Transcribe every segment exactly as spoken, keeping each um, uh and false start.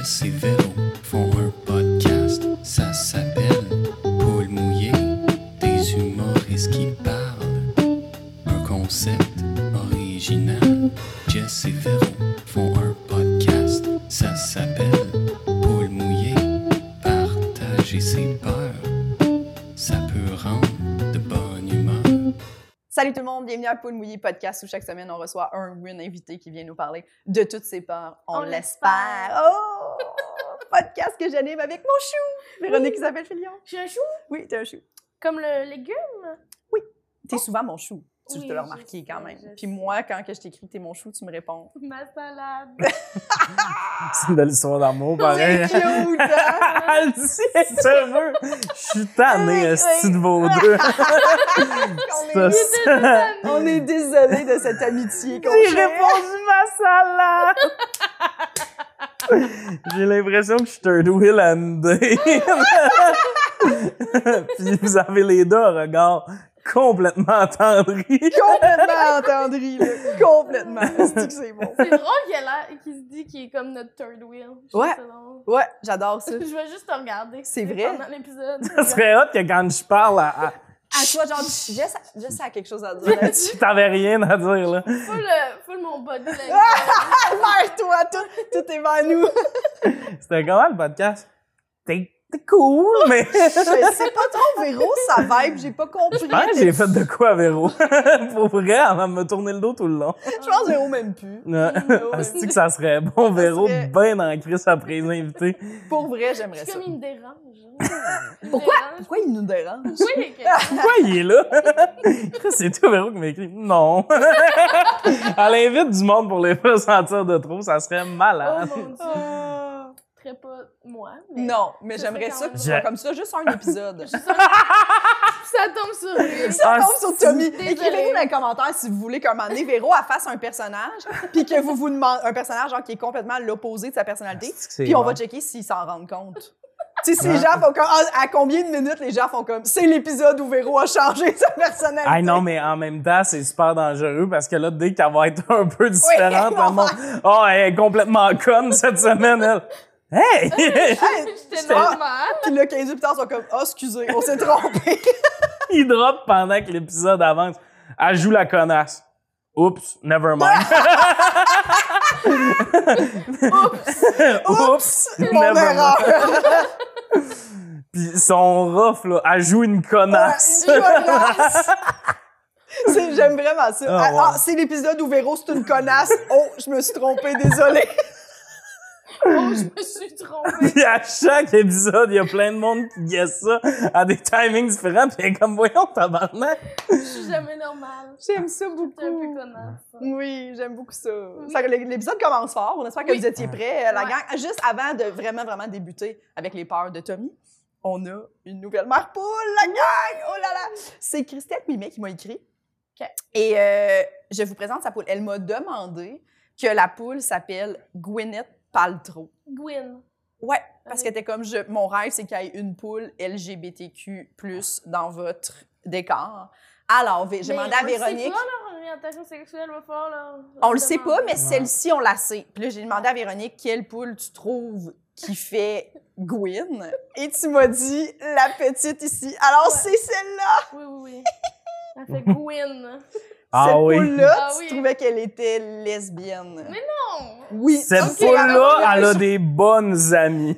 Jess et Véro font un podcast, ça s'appelle Poule mouillée, des humoristes qui parlent. Un concept original. Jess et Véro font un podcast, ça s'appelle Poule mouillée, partager ses peurs, ça peut rendre de bonne humeur. Salut tout le monde, bienvenue à Poule mouillée podcast où chaque semaine on reçoit un ou une invité qui vient nous parler de toutes ses peurs. On, On l'espère. l'espère. Oh! Podcast que j'anime avec mon chou, Véronique Oui. Isabelle Filion. Je suis un chou? Oui, t'es un chou. Comme le légume? T'es souvent mon chou. Tu Oui, te l'as je remarqué sais, quand même. je Puis sais. moi, quand que je t'écris que t'es mon chou, tu me réponds. Ma salade. C'est une belle histoire d'amour, pareil. C'est cute! hein? Elle dit, sérieux! Je suis tanné, Oui, esti oui. de vos deux. On est, Ça, ça. on est désolé de cette amitié qu'on J'ai share. répondu ma salade! J'ai l'impression que je suis un wheel and day. Puis vous avez les deux un regard complètement attendri. Complètement entendri, là. Complètement. C'est que c'est bon. C'est drôle qu'il a l'air, qu'il se dit qu'il est comme notre third wheel. Je trouve Ouais. ça drôle. Ouais, j'adore ça. Je vais juste te regarder. C'est tu sais, vrai? Pendant l'épisode. Ça serait hot que quand je parle à... à... À toi, genre, Jess, Jess a quelque chose à dire là-dessus. T'avais rien à dire, là. Full, euh, full mon body language. Vers toi, tout, tout est vers nous. C'était comment, le podcast? T'es t'es cool, mais... Je sais pas trop, Véro, sa vibe, j'ai pas compris. Je pense que j'ai fait de quoi à Véro. Pour vrai, elle va me tourner le dos tout le long. Je pense que Véro m'aime plus. Ouais. Véro m'aime Est-ce plus. que ça serait bon, Véro, serait- bien en crise après les invités? Pour vrai, j'aimerais C'est ça. comme il me dérange. Il me Pourquoi? dérange. Pourquoi il nous dérange? Oui, que- Pourquoi il est là? Chris, c'est toi, Véro, qui m'écrit. Non. Elle invite du monde pour les faire sentir de trop, ça serait Oh malade. mon dieu. Ah. Très pas moi. Mais... Non, mais Ça j'aimerais serait ça quand que ce même- soit comme ça, juste un épisode. Ça tombe sur lui. Ça Ah, tombe sur Tommy. désolée. Écrivez-nous dans les commentaires si vous voulez qu'un moment donné, Véro elle fasse un personnage, puis que vous vous demandez un personnage genre qui est complètement l'opposé de sa personnalité, Est-ce que c'est puis on bon? va checker s'ils s'en rendent compte. Tu sais, si les gens font comme, ah, à combien de minutes les gens font comme, c'est l'épisode où Véro a changé sa personnalité. Ah non, mais en même temps, c'est super dangereux parce que là, dès qu'elle va être un peu différente, Oui, le monde, oh, elle est complètement conne cette semaine, elle. Hey! Hey, J'étais ah, normal. Puis là, quinze minutes plus tard, ils sont comme, ah, excusez, on s'est trompé. Il drop pendant que l'épisode avance. Elle joue la connasse. Oups, never mind. Oups, Mon never erreur. mind. Puis son rough, là, elle joue une connasse. Ouais, une connasse. C'est- J'aime vraiment ça. Ah, Ah, ouais. ah, c'est l'épisode où Véro, c'est une connasse. Oh, je me suis trompée, désolée. Oh, je me suis trompée. Puis à chaque épisode, il y a plein de monde qui guesse ça à des timings différents. Puis elle est comme, voyons, tabarnak. Je suis jamais normale. J'aime ça C'est un peu beaucoup. connasse. Oui, j'aime beaucoup ça. Ça, l'épisode commence fort. On espère que Oui. vous étiez prêts, la Ouais. gang. Juste avant de vraiment, vraiment débuter avec les peurs de Tommy, on a une nouvelle mère poule, la gang! Oh là là! C'est Christelle Mimet qui m'a écrit. OK. Et euh, je vous présente sa poule. Elle m'a demandé que la poule s'appelle Gwyneth Paltrow. Gwyn. Ouais, parce Oui. qu'elle était comme, je, mon rêve, c'est qu'il y ait une poule L G B T Q plus, dans votre décor. Alors, Vé- j'ai Mais demandé à on le sait Véronique... pas, leur orientation sexuelle va fort, là. On le sait pas, mais Ouais. celle-ci, on la sait. Puis là, j'ai demandé à Véronique quelle poule tu trouves qui fait Gwyn. Et tu m'as dit la petite ici. Alors, Ouais. c'est celle-là. Oui, oui, oui. Elle fait Gwyn. Ah Cette oui. poule-là, Ah tu oui. trouvais qu'elle était lesbienne. Mais non! Oui. Cette Ok, poule-là, alors, elle a je- des bonnes amies.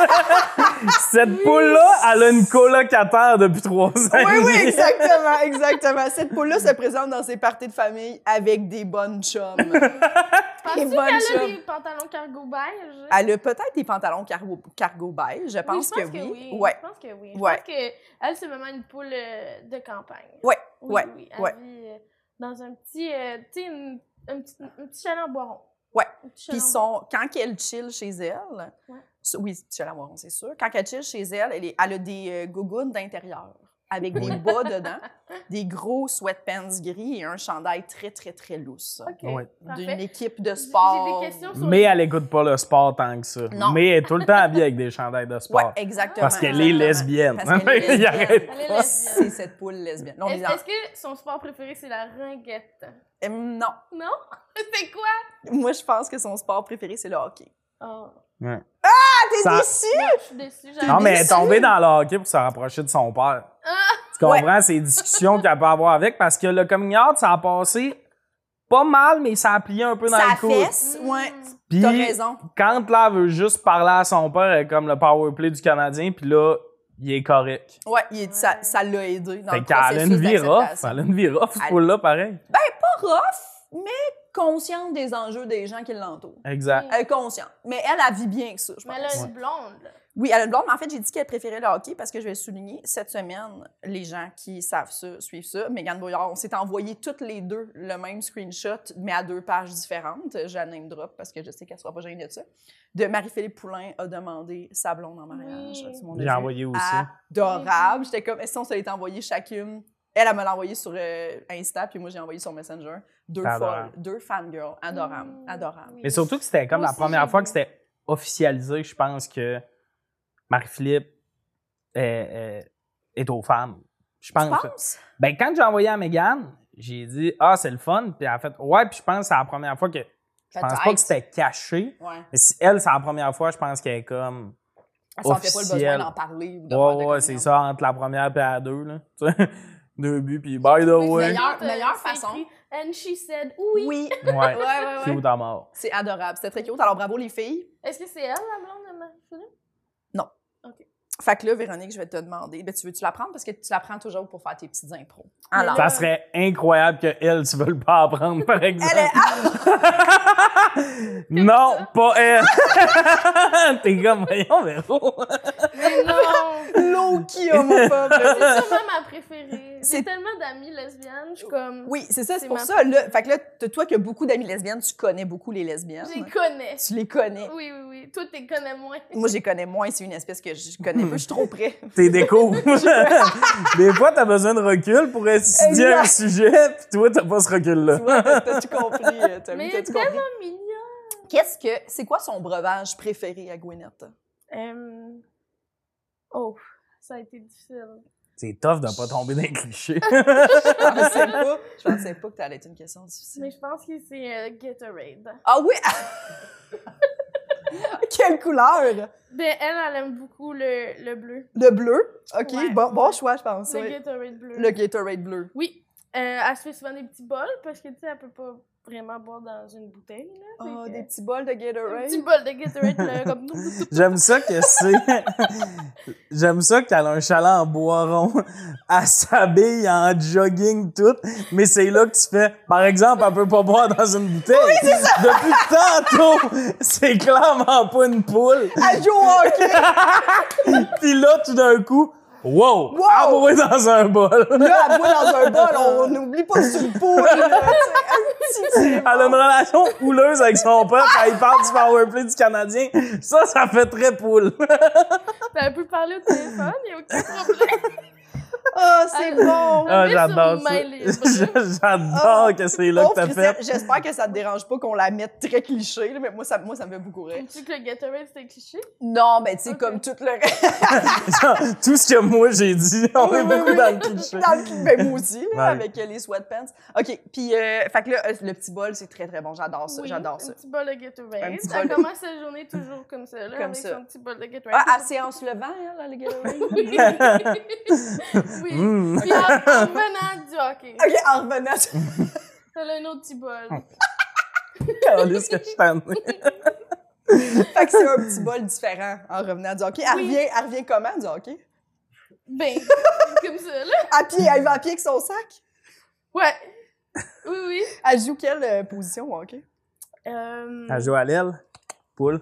Cette poule-là, elle a une colocataire depuis trois ans. Oui, oui, exactement, exactement. Cette poule-là se présente dans ses parties de famille avec des bonnes chums. Penses-tu bonne qu'elle a chum. des pantalons cargo beige? Elle a peut-être des pantalons cargo, cargo beige, je pense, oui, je pense que, que, oui. oui. Ouais. Je pense que oui. Je Ouais. pense qu'elle, c'est vraiment une poule euh, de campagne. Ouais, Oui, ouais, oui. Elle ouais. vit euh, dans un petit, euh, tu sais, une- un petit, un petit chalet en boiron. Ouais. Un petit Puis chalet en boiron. son, quand elle chill chez elle, Ouais. so- oui, c'est la Moiron, c'est sûr. Quand elle chill chez elle, elle, est- elle a des euh, gougounes d'intérieur avec des bas dedans, des gros sweatpants gris et un chandail très, très, très lousse. OK, Ouais. D'une parfait. équipe de J'ai- sport. J'ai des questions sur Mais elle écoute pas le sport tant que ça. Non. Mais elle est tout le temps habillée avec des chandails de sport. Ouais, exactement. Parce qu'elle est exactement. lesbienne. Parce qu'elle est Il lesbienne. arrête Elle est pas. lesbienne. C'est cette poule lesbienne. Là, on est Est-ce dans- est-ce que son sport préféré, c'est la ringuette? Euh, non. Non? C'est quoi? Moi, je pense que son sport préféré, c'est le hockey. Oh. Ouais. Ah, t'es Ça- déçu? Je suis déçue. j'avais- Non, mais elle est déçue. tombée dans le hockey pour se rapprocher de son père. Ah! Tu comprends ces discussions qu'elle peut avoir avec? Parce que le coming out, ça a passé pas mal, mais ça a plié un peu dans Ça le cou. fesse, Mm. ouais. Puis, T'as raison. quand là, elle veut juste parler à son père, elle est comme le power play du Canadien, puis là, il est correct. Ouais, il est- ça, ça l'a aidé dans Fait le qu'elle a processus une vie rough. d'acceptation. Elle a une vie rough, ce Elle- poule-là, pareil. Pas rough, mais consciente des enjeux des gens qui l'entourent. Exact. Elle est consciente. Mais elle, elle vit bien que ça, je pense. Mais elle a une blonde. là. Oui, elle a une blonde, mais en fait, j'ai dit qu'elle préférait le hockey parce que je vais le souligner. Cette semaine, les gens qui savent ça, suivent ça. Mégane Brouillard, on s'est envoyé toutes les deux le même screenshot, mais à deux pages différentes. Je la name drop parce que je sais qu'elle ne sera pas gênée de ça. De Marie-Philippe Poulain a demandé sa blonde en mariage. Oui. Tout le monde J'ai l'a vu. envoyé aussi. Adorable. J'étais comme, est-ce qu'on se l'est envoyé chacune? Elle, elle me l'a envoyé sur euh, Insta, puis moi, j'ai envoyé sur Messenger. Deux C'est folles, adorable. deux fangirls. Adorable. Mm. Adorable. Oui. Mais surtout que c'était comme Moi la aussi, première j'ai fois vu. que c'était officialisé, je pense, que Marie-Philippe est, est- est aux femmes. Je Tu pense. penses? Ben, quand j'ai envoyé à Mégane, j'ai dit « Ah, c'est le fun », puis elle a fait « Ouais », puis je pense que c'est la première fois que... Je pense pas que c'était caché, Ouais. mais si elle, c'est la première fois, je pense qu'elle est comme... Elle sentait pas le besoin officielle. d'en parler ou de Ouais, faire de ouais, communion. c'est ça, entre la première et la deux, là. Tu sais, deux buts, puis by the way... Meilleure- Euh, meilleure c'est façon. écrit, And she said oui. Oui. Ouais, Ouais, ouais, ouais. cute à mort. C'est adorable. C'était très cute. Alors, bravo, les filles. Est-ce que c'est elle, la blonde de Marie-Philippe? Fait que là, Véronique, je vais te demander, ben, tu veux-tu la prendre? Parce que tu la prends toujours pour faire tes petites impros. Mais Alors, là- Ça serait incroyable qu'elle, tu veuilles pas apprendre, par exemple. elle est... Non, pas elle. T'es comme, voyons, Véro. Mais non! Low-key homophobe. là. C'est sûrement ma préférée. C'est- J'ai tellement d'amis lesbiennes, je suis comme... Oui, c'est ça, c'est C'est pour ma ça. Là, fait que là, t- toi qui as beaucoup d'amis lesbiennes, tu connais beaucoup les lesbiennes. Je les connais. Tu les connais. Oui, oui, oui. Toi, tu les connais moins. Moi, je les connais moins. C'est une espèce que je connais peu. Je suis trop près. T'es découvres. Des fois, t'as besoin de recul pour étudier Exact. un sujet, pis toi, t'as pas ce recul-là. Tu vois, t'as t'as tout compris. euh, T'as Mais t'as elle est tout compris. tellement mignonne. Qu'est-ce que... C'est quoi son breuvage préféré à Gwyneth? Euh... Oh, ça a été difficile. C'est tough de pas tomber dans les clichés. Je pensais pas, je pensais pas que t'allais être une question difficile. Mais je pense que c'est euh, Gatorade. Ah oui! Quelle couleur? Ben, elle, elle aime beaucoup le, le bleu. Le bleu? OK, Ouais. bon, bon choix, je pense. Le oui. Gatorade bleu. Le Gatorade bleu. Oui. Euh, elle se fait souvent des petits bols parce que, tu sais, elle peut pas vraiment boire dans une bouteille, là. Fait Oh, que- des petits bols de Un Gatorade. petit bol de Gatorade, là, comme... J'aime ça que c'est... J'aime ça qu'elle a un chalet en bois rond. Elle s'habille en jogging tout, mais c'est là que tu fais... Par exemple, elle peut pas boire dans une bouteille. Oui, c'est ça! Depuis tantôt, c'est clairement pas une poule. Elle joue au hockey! Puis là, tout d'un coup... Wow! Wow! Elle boit dans un bol. Là, elle boit dans un bol, on n'oublie pas sur le pool. là, tu sais. C'est Elle a une relation houleuse avec son père, puis elle parle du powerplay du Canadien. Ça, ça fait très poule. Elle peut parler au téléphone, il n'y a aucun problème. Ah, c'est bon! Ah, met j'adore sur ça. main libre. Ah, J'adore que c'est là que Pauvre t'as Christelle, fait. J'espère que ça te dérange pas qu'on la mette très cliché, là, mais moi ça, moi, ça me fait beaucoup rire. Trouves-tu que le Gatorade, c'était cliché? Non, ben, tu sais, Ok. comme tout le reste. Genre, tout ce que moi j'ai dit, on Oui, est oui, beaucoup oui. dans le cliché. Dans le cli- ben, moi aussi, là, Ouais. avec euh, les sweatpants. OK, puis, euh, fait que là, euh, le petit bol, c'est très, très bon. J'adore ça, Oui, j'adore ça. Un petit bol de Gatorade. Un petit Elle bol. commence sa journée toujours comme ça, là, Comme avec ça. son petit bol de Gatorade. Ah, à séance levant, hein, là, le Gatorade? Oui. Mm. Puis en, en revenant du hockey, OK, en revenant. elle a un autre petit bol. Calisse que je t'en ai. Fait que c'est un petit bol différent en revenant du hockey. Elle, Oui. revient, elle revient comment du hockey? Ben, comme ça, là. À pied, elle va à pied avec son sac? Ouais. Oui, oui. Elle joue quelle euh, position au hockey? Euh... Elle joue à l'aile. Poule.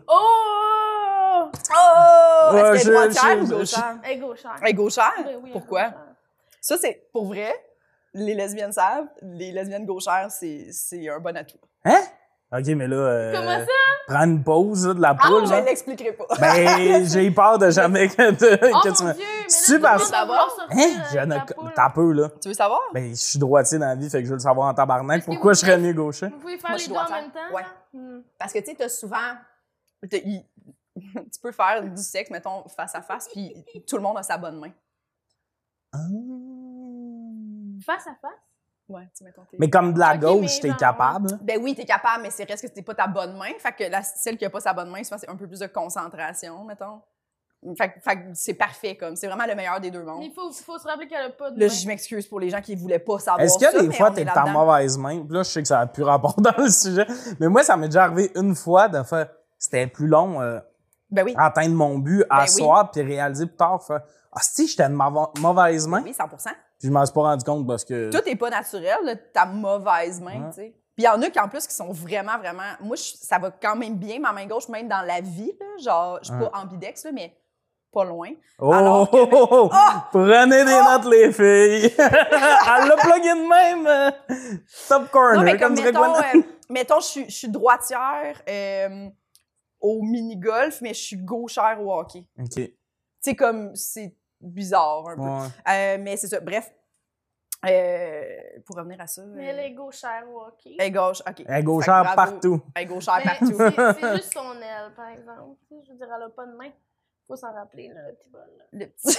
Oh! Oh! Ouais, Est-ce je- qu'elle est droitière je- ou je- gauchère? Elle est gauchère. Elle est gauchère? Ben oui, elle est Pourquoi? gauchère. Ça, c'est pour vrai. Les lesbiennes savent, les lesbiennes gauchères, c'est c'est un bon atout. Hein? Ok, mais là, euh, Comment ça? prends une pause là, de la Ah, poule. je là. ne l'expliquerai pas. Ben, j'ai peur de jamais que, te- Oh que mon tu me... Dieu, mais C'est là, tout le parce- monde va vouloir sortir Hein? avec Je ne... la poule. T'as peu, là. Tu veux savoir? Ben, je suis droitier dans la vie, fait que je veux le savoir en tabarnak. Est-ce que Pourquoi vous je serais pouvez- mieux gaucher? Vous pouvez faire Moi, je les suis deux en droitière. même temps? Ouais. là? Hmm. Parce que, tu sais, t'as souvent... t'as- il- tu peux faire du sexe, mettons, face à face, puis tout le monde a sa bonne main. Ah. Face à face? Ouais, tu mettons tes... Mais comme de la Ok, gauche, mais t'es genre- capable. Ben oui, t'es capable, mais c'est reste que c'était pas ta bonne main. Fait que la, celle qui a pas sa bonne main, souvent, c'est un peu plus de concentration, mettons. Fait, que- fait que c'est parfait, comme. C'est vraiment le meilleur des deux mondes. Mais il faut, faut se rappeler qu'elle a pas de Là, main. je m'excuse pour les gens qui voulaient pas savoir Est-ce que ça, des mais fois, on t'es est de ta là-dedans. mauvaise main? Puis là, je sais que ça n'a plus rapport dans le sujet. Mais moi, ça m'est déjà arrivé une fois de faire... C'était plus long, euh, Ben oui. atteindre mon but, Ben oui. asseoir, puis réaliser plus tard, faire « Ah, si, j'étais de mauva- mauvaise main. Oui, cent pour cent. » Puis je m'en suis pas rendu compte parce que... Tout est pas naturel, là, ta mauvaise main, Ouais. tu sais. Puis il y en a qui, en plus, qui sont vraiment, vraiment... Moi, je- ça va quand même bien, ma main gauche, même dans la vie, là. Genre, je suis Ouais. pas ambidex, là, mais pas loin. Oh, Alors que- oh, oh, oh. Ah! Prenez des notes, les filles! Elle l'a plugué de même! euh, Top corner, Non, mais comme comme, dirait mettons, Gwen. euh, mettons, je suis- je suis droitière euh, au mini-golf, mais je suis gauchère au hockey. OK. Tu sais, comme, c'est bizarre un peu. Ouais. Euh, mais c'est ça. Bref, euh, pour revenir à ça... Mais euh, elle est gauchère ou OK. elle est gauche, OK. Elle est gauchère Fait que bravo. partout. Elle est gauchère Mais partout. c'est c'est juste son aile, par exemple. Tu sais, je veux dire, elle a pas de main. Faut s'en rappeler, là, le petit bol. Là. Le petit...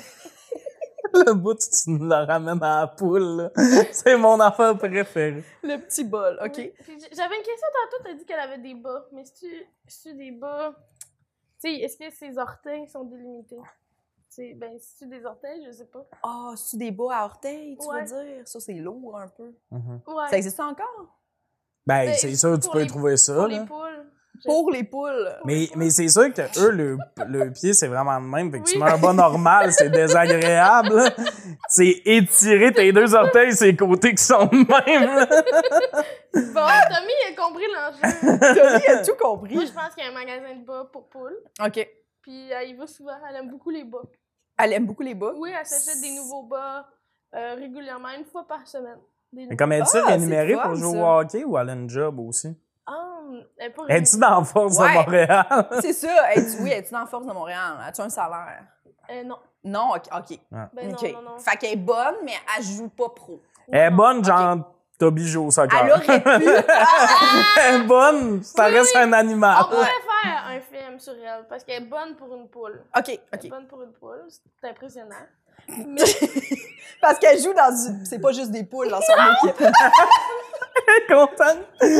Le bout, tu nous le ramènes à la poule, là. C'est mon affaire préférée. le petit bol, OK. Oui. Puis j- J'avais une question tantôt, t'as dit qu'elle avait des bas. Mais c'est-tu c'est-tu des bas... Tu sais, est-ce que ses orteils sont délimités? C'est ben, c'est-tu des orteils? Je sais pas. Ah, c'est des bas à orteils, tu Ouais. veux dire? Ça, c'est lourd un peu. Ouais. Ça existe encore? Ben, Ben, c'est sûr, tu pour peux les- trouver ça, Pour là. les poules. Je- Pour les poules. Mais, mais c'est sûr que eux, le, le pied, c'est vraiment le même. Fait que tu Oui. mets un bas normal, c'est désagréable. là. C'est étirer tes deux orteils, c'est les côtés qui sont de même. là. Bon, Tommy a compris l'enjeu. Tommy a tout Moi, compris. je pense qu'il y a un magasin de bas pour poules. OK. Puis elle y va souvent. Elle aime beaucoup les bas. Elle aime beaucoup les bas. Oui, elle s'achète des nouveaux bas euh, régulièrement, une fois par semaine. Des Mais nouveaux- comme es-tu Ah, rémunérée c'est fun, pour jouer ça. au hockey ou elle a une job aussi? Ah, elle est pas Es-tu dans la force Ouais. de Montréal? C'est ça. Es-tu, oui, es-tu dans la force de Montréal? As-tu un salaire? Euh, non. Non? OK. OK. Ben OK. non, non, non. Fait qu'elle est bonne, mais elle joue pas pro. Elle est Non, bonne, genre Toby joue au soccer. Elle aurait pu... Elle est bonne, ça Oui, reste oui. un animal. On pourrait faire un film sur elle parce qu'elle est bonne pour une poule. OK. Elle est OK. bonne pour une poule, c'est impressionnant. Mais Parce qu'elle joue dans du... C'est pas juste des poules dans son équipe. Elle est contente.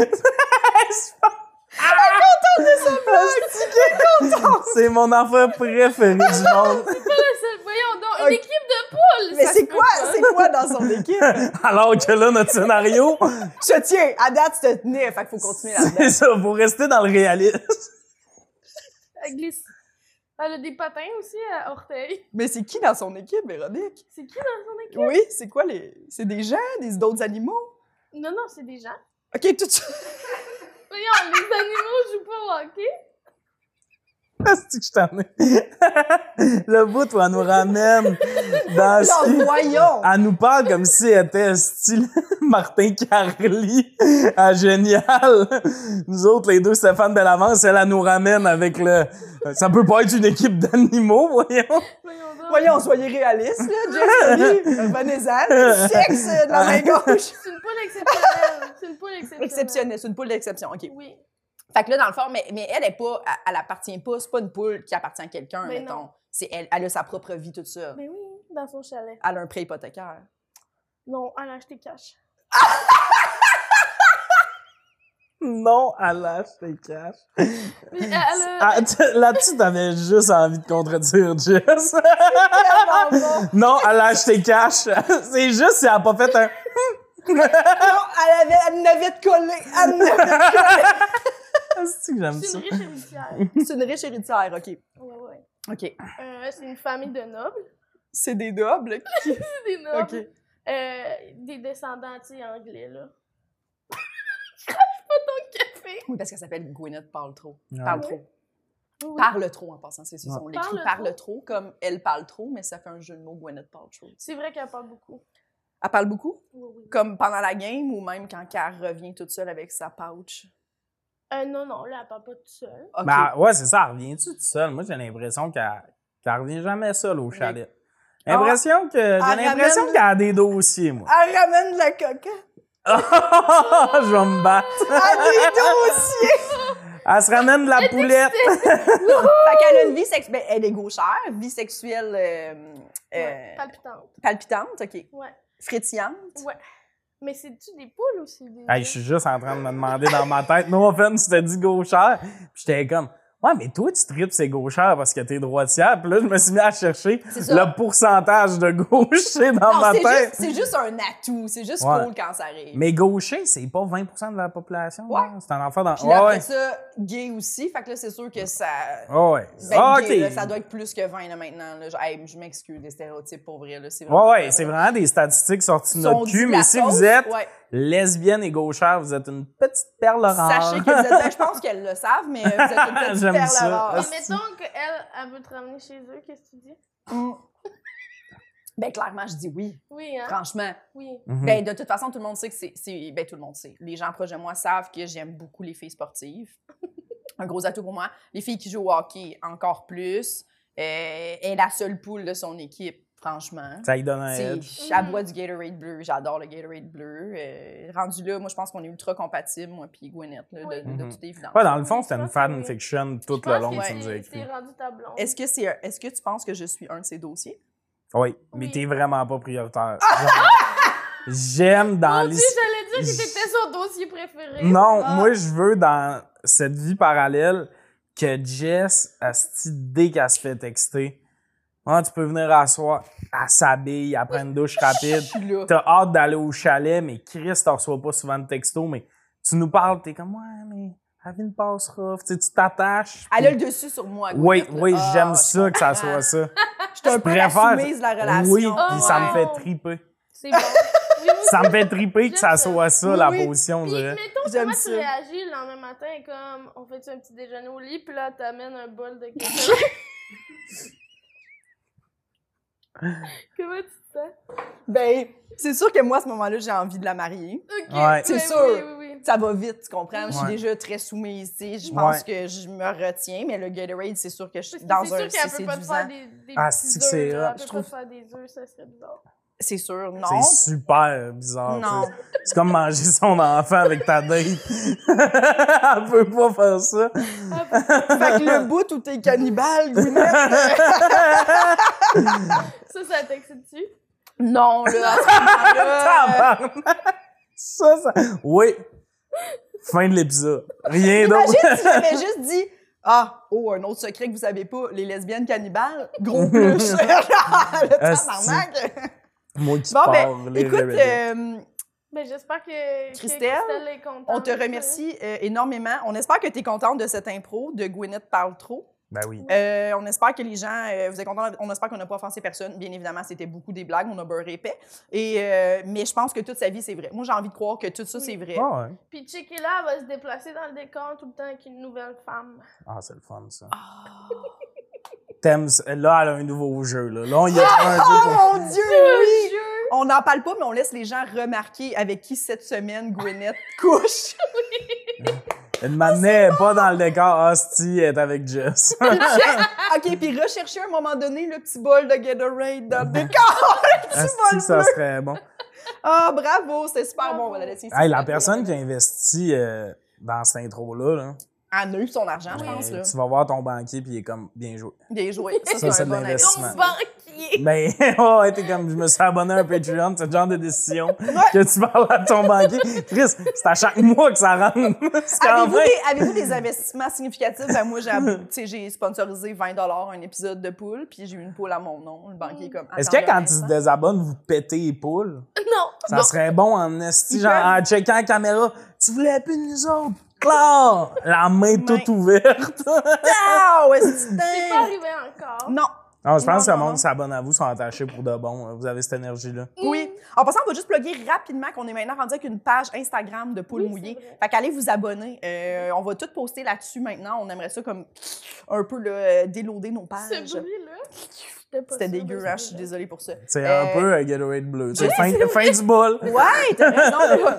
C'est mon affaire préférée du monde. c'est pas la seule. Voyons donc, une Ok. équipe de poules! Mais ça c'est se peut quoi? pas. C'est quoi dans son équipe? Alors que là, notre scénario, Je tiens. À date, tu te tenais. Fait qu'il faut continuer là-dedans. c'est ça, faut rester dans le réalisme. Elle glisse. Elle a des patins aussi à orteils. Mais c'est qui dans son équipe, Véronique? C'est qui dans son équipe? Oui, c'est quoi les... C'est des gens, des d'autres animaux? Non, non, c'est des gens. OK, tout ça. Voyons, les animaux jouent pas au hockey. C'est que je t'en ai. Le bout où elle nous ramène dans... Non, voyons! Elle nous parle comme si elle était style Martin Carly à Génial. Nous autres, les deux, Stéphane Bellavance, elle, elle nous ramène avec le... Ça peut pas être une équipe d'animaux, voyons. Voyons donc. Voyons, soyez réalistes, là, Jess, Tommy. Venez-en, le sexe de la main gauche. C'est une poule exceptionnelle. C'est une poule exceptionnelle. Exceptionnel, c'est une poule d'exception, OK. Oui. Fait que là, dans le fond, mais, mais elle est pas... Elle, elle appartient pas, c'est pas une poule qui appartient à quelqu'un, Mais mettons. non. C'est elle, elle a sa propre vie, tout ça. Mais oui, dans son chalet. Elle a un prêt hypothécaire. Non, elle a acheté cash. Non, elle lâche tes cash. Mais elle a... Ah, t- là-dessus, t'avais juste envie de contredire Jess. Tellement bon! Non, elle lâche tes cash. C'est juste si elle a pas fait un... Non, elle avait... Elle n'avait de coller. Elle n'avait de coller. C'est que j'aime C'est ça. une riche héritière. C'est une riche héritière, OK. Ouais, ouais. OK. Euh, c'est une famille de nobles. C'est des doubles. C'est des nobles. OK. Euh, des descendants, tu sais, anglais, là. Je crache pas ton café. Oui, parce qu'elle s'appelle Gwyneth Paltrow. Ouais. Parle Oui. trop. Oui. Parle trop, en passant. C'est ça. Ouais. On l'écrit Parle parle trop, comme elle parle trop, mais ça fait un jeu de mots Gwyneth Paltrow. C'est vrai qu'elle parle beaucoup. Elle parle beaucoup? Oui, oui. Comme pendant la game ou même quand elle revient toute seule avec sa pouch? Euh, non, non, là, elle parle pas toute seule. OK. Ben, ouais, c'est ça. Elle revient-tu toute seule? Moi, j'ai l'impression qu'elle qu'elle revient jamais seule au chalet. L'impression que, j'ai Elle l'impression ramène- qu'elle a des dossiers, moi. Elle ramène de la coca. Je vais me battre. Elle a des dossiers! Elle se ramène de la poulette. Fait qu'elle a une vie sexuelle. Elle est gauchère, vie sexuelle euh, euh, Ouais, palpitante. palpitante, OK. Ouais, Frétillante. ouais. Mais c'est-tu des poules ou c'est des... Hey, je suis juste en train de me demander dans ma tête, no offense, tu t'as dit gauchère. Puis j'étais comme, ouais, mais toi, tu tripes ces gauchères parce que t'es droitière. Puis là, je me suis mis à chercher le pourcentage de gauchers dans non, ma c'est tête. Juste, c'est juste un atout. C'est juste Ouais. cool quand ça arrive. Mais gaucher, c'est pas vingt pour cent de la population. Ouais. Là. C'est un enfant dans... Puis ouais, là, après ouais. ça, gay aussi. Fait que là, c'est sûr que ça... Ouais, ouais. Ben, Ah, gay, ok. là, ça doit être plus que vingt là, maintenant. Là. Je, hey, je m'excuse des stéréotypes pour vrai. Là. C'est Ouais, vraiment, ouais, c'est vraiment des statistiques sorties de Sont notre dit cul. la Mais si sauce, vous êtes ouais. lesbienne et gauchère, vous êtes une petite perle rare. Sachez que vous êtes... Ben, je pense qu'elles le savent, mais vous êtes une petite J'aime perle ça. rare. Mais Asti. mettons qu'elle, elle veut te ramener chez eux, qu'est-ce que tu dis? Mm. Ben, clairement, je dis oui. Oui, hein? Franchement. Oui. Mhm. Ben, de toute façon, tout le monde sait que c'est... c'est- Ben, tout le monde sait. Les gens proches de moi savent que j'aime beaucoup les filles sportives. Un gros atout pour moi. Les filles qui jouent au hockey, encore plus. Euh, elle est la seule poule de son équipe, franchement. Ça y donne un C'est- edge. Elle boit du Gatorade bleu. J'adore le Gatorade bleu. Euh, rendu là, moi, je pense qu'on est ultra compatibles, moi puis Gwyneth, là, de, Oui. de Mhm. toute évidence. Ouais, dans le fond, Oui, c'était je une pense que oui. fanfiction tout Je le pense long que que tu nous as c'est- écrit. c'est rendu ta blonde. Est-ce que, c'est, est-ce que tu penses que je suis un de ces dossiers? Oui, mais Oui. t'es vraiment pas prioritaire. Genre, J'aime dans Mon Dieu, l'histoire. j'allais dire que t'étais son dossier préféré. Non, Ah. moi, je veux dans cette vie parallèle que Jess, asti, dès qu'elle se fait texter, ah, tu peux venir à soir, elle s'habille, elle prend une douche rapide. Je suis là. T'as hâte d'aller au chalet, mais Chris, t'en reçois pas souvent de texto, mais tu nous parles, t'es comme, ouais, mais la vie ne passera. Tu sais, tu t'attaches. Elle a puis- le dessus sur moi, Oui, Gwyneth, là. oui, Ah, j'aime je ça que ça comprends. soit ça. Je suis un peu la préfère- soumise de la relation. Oui, Ah, puis ça me ouais. fait triper. C'est bon. Oui, oui. Ça me fait triper que ça J'aime ça. soit ça, Oui, la oui. position, on Puis, dirait. mettons, J'aime comment ça. tu réagis le lendemain matin, comme on fait un petit déjeuner au lit, puis là, t'amènes un bol de Gatorade. Comment tu te sens? Ben, c'est sûr que moi, à ce moment-là, j'ai envie de la marier. Ok. Ouais. C'est oui, sûr. Oui, oui, oui. Ça va vite, tu comprends? Je suis Ouais. déjà très soumise, tu sais. Je pense Ouais. que je me retiens, mais le Gatorade, c'est sûr que je Parce suis que dans c'est un... sûr C'est qu'elle peut pas te séduisant. faire des, des Ah, petits c'est que c'est œufs, là. hot, Elle je peut trouve. pas te faire des œufs, ça serait bizarre. C'est sûr, non. C'est super bizarre. Non. tu sais. C'est comme manger son enfant avec ta date. Elle peut pas faire ça. Fait que le bout où t'es cannibale, Gwyneth... Ça, ça t'excite-tu? non, là, à ce moment-là... Tabarnak! Ça, ça. Oui. Fin de l'épisode. Rien d'autre. Imagine si j'avais juste dit « Ah, oh, un autre secret que vous savez pas, les lesbiennes cannibales, gros plus. » Le tabarnak. Moi qui Bon, parle. ben, les écoute, Rebellions. euh, Ben, j'espère que, que Christelle, Christelle est contente. on te remercie euh, énormément. On espère que tu es contente de cette impro de Gwyneth parle trop. Ben oui. Euh, on espère que les gens, euh, vous êtes contents. On espère qu'on n'a pas offensé personne. Bien évidemment, c'était beaucoup des blagues, on a beurré épais. Et, euh, mais je pense que toute sa vie, c'est vrai. Moi, j'ai envie de croire que tout ça, Oui. c'est vrai. Ah ouais. Puis Chiquilla va se déplacer dans le décor tout le temps avec une nouvelle femme. Ah, c'est le fun, ça. Ah. T'aimes ça. Là, elle a un nouveau jeu, là. Là, il y a un jeu Oh pour... mon Dieu, oui! On n'en parle pas, mais on laisse les gens remarquer avec qui cette semaine Gwyneth couche. Elle ne m'amenait pas dans le décor. Hostie, elle est avec Jess. OK, puis rechercher à un moment donné le petit bol de Gatorade dans le décor. Le petit Asti, bol que ça bleu. serait bon. Ah, bravo, c'était super Bravo. bon. On va la laisser ici. Hey, la personne qui a investi euh, dans cette intro-là, là, Elle a eu son argent, je euh, pense. Là. tu vas voir ton banquier puis il est comme bien joué. Bien joué. Ça, Ça, c'est c'est un de bon l'investissement. Ton investissement. banquier! Ben, ouais, t'es comme, je me suis abonné à un Patreon, c'est le genre de décision que tu parles à ton banquier. Chris, c'est à chaque mois que ça rentre. C'est quand Avez-vous même. des, avez-vous des investissements significatifs? Ben, moi, j'ai, tu sais, j'ai sponsorisé vingt dollars un épisode de poule, puis j'ai eu une poule à mon nom. Le banquier est comme. Est-ce que attendez un quand ils se instant. désabonnent, vous pétez les poules? Non! Ça Non. serait bon en esti, Ils genre peuvent- en checkant la caméra. Tu voulais plus de nous autres? Claire! La main toute ouverte. Ah, ouais, c'est C'est pas arrivé encore. Non. Non, je pense Non, que le non, monde non. s'abonne à vous, sont attachés pour de bon. Vous avez cette énergie-là. Oui. En passant, on va juste plugger rapidement qu'on est maintenant rendu avec une page Instagram de Poule Oui, Mouillée. c'est vrai. Fait qu'allez vous abonner. Euh, on va tout poster là-dessus maintenant. On aimerait ça comme un peu là, euh, déloader nos pages. Ce bruit-là, j'étais pas C'était sûre de dégueu, ce hein? Je suis bruit-là. désolée pour ça. C'est Euh, un peu un Gatorade bleu. Tu sais, fin, fin du bol. Elle Ouais, t'as raison. là.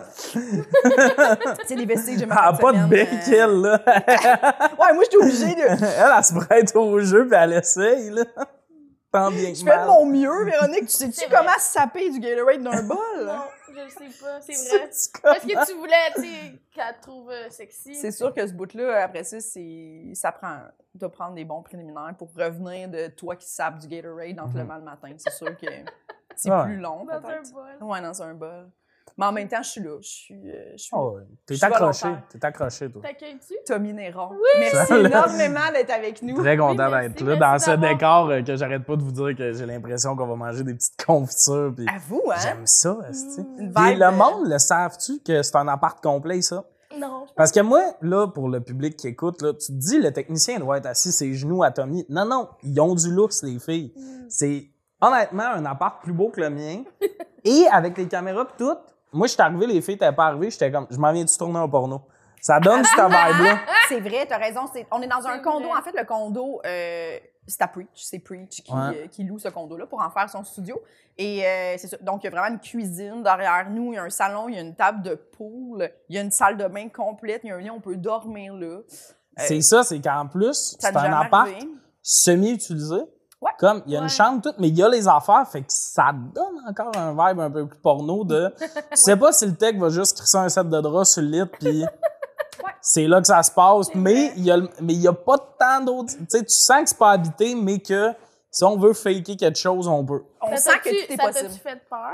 Tu sais, les vestiges de ma a fin pas de semaine, bec, euh, elle, là. Ouais, moi, j'étais obligée de. Elle, elle se prête au jeu puis elle essaye, là. Tant bien que Je fais de mal. mon mieux, Véronique. Tu sais-tu C'est vrai. comment saper du Gatorade d'un bol? Non, je le sais pas, c'est vrai. C'est Parce que tu voulais, tu sais, qu'elle te trouve euh, sexy. C'est sûr que ce bout-là, après ça, c'est ça prend tu dois prendre des bons préliminaires pour revenir de toi qui sapes du Gatorade entre le mal matin. C'est sûr que c'est Ouais. plus long, Dans un peut-être. bol. Ouais, dans un bol. Mais en même temps, je suis là. Je suis, euh, je suis Oh, ouais. T'es Je suis accroché. volontaire. T'es accroché, toi. T'accueilles-tu? Tommy Néron. Merci Ça, là. énormément d'être avec nous. Très content Oui, merci, d'être là merci dans ce d'avoir- décor euh, que j'arrête pas de vous dire que j'ai l'impression qu'on va manger des petites confitures. Puis À vous, hein? j'aime ça, esti. Une Puis vibe, le euh, monde, le savent-tu que c'est un appart complet, ça? Non. Parce que moi, là, pour le public qui écoute, là, tu te dis, le technicien doit être assis ses genoux à Tommy. Non, non, ils ont du luxe, les filles. C'est honnêtement un appart plus beau que le mien. Et avec les caméras pis tout, moi, je suis arrivé, les filles n'étaient pas arrivées, j'étais comme, je m'en viens de tourner un porno. Ça donne cette vibe-là. C'est vrai, t'as raison. c'est- On est dans un C'est condo. vrai. En fait, le condo, euh, c'est à Preach. C'est Preach qui, Ouais. euh, qui loue ce condo-là pour en faire son studio. Et euh, c'est ça. Donc, il y a vraiment une cuisine derrière nous. Il y a un salon, il y a une table de pool. Il y a une salle de bain complète. Il y a un lit, on peut dormir là. C'est ça, c'est qu'en plus, Ça c'est nous un jamais appart arrivé. semi-utilisé. Ouais. Comme, il y a une Ouais. chambre toute, mais il y a les affaires, fait que ça donne encore un vibe un peu plus porno de... Tu sais pas si le tech va juste crisser un set de draps sur le lit, puis c'est là que ça se passe, C'est mais vrai. il y a, le- mais il y a pas tant d'autres... Tu sais, tu sens que c'est pas habité, mais que si on veut faker quelque chose, on peut. On Ça sent que t'a-tu- tout est ça possible. t'a-tu fait peur?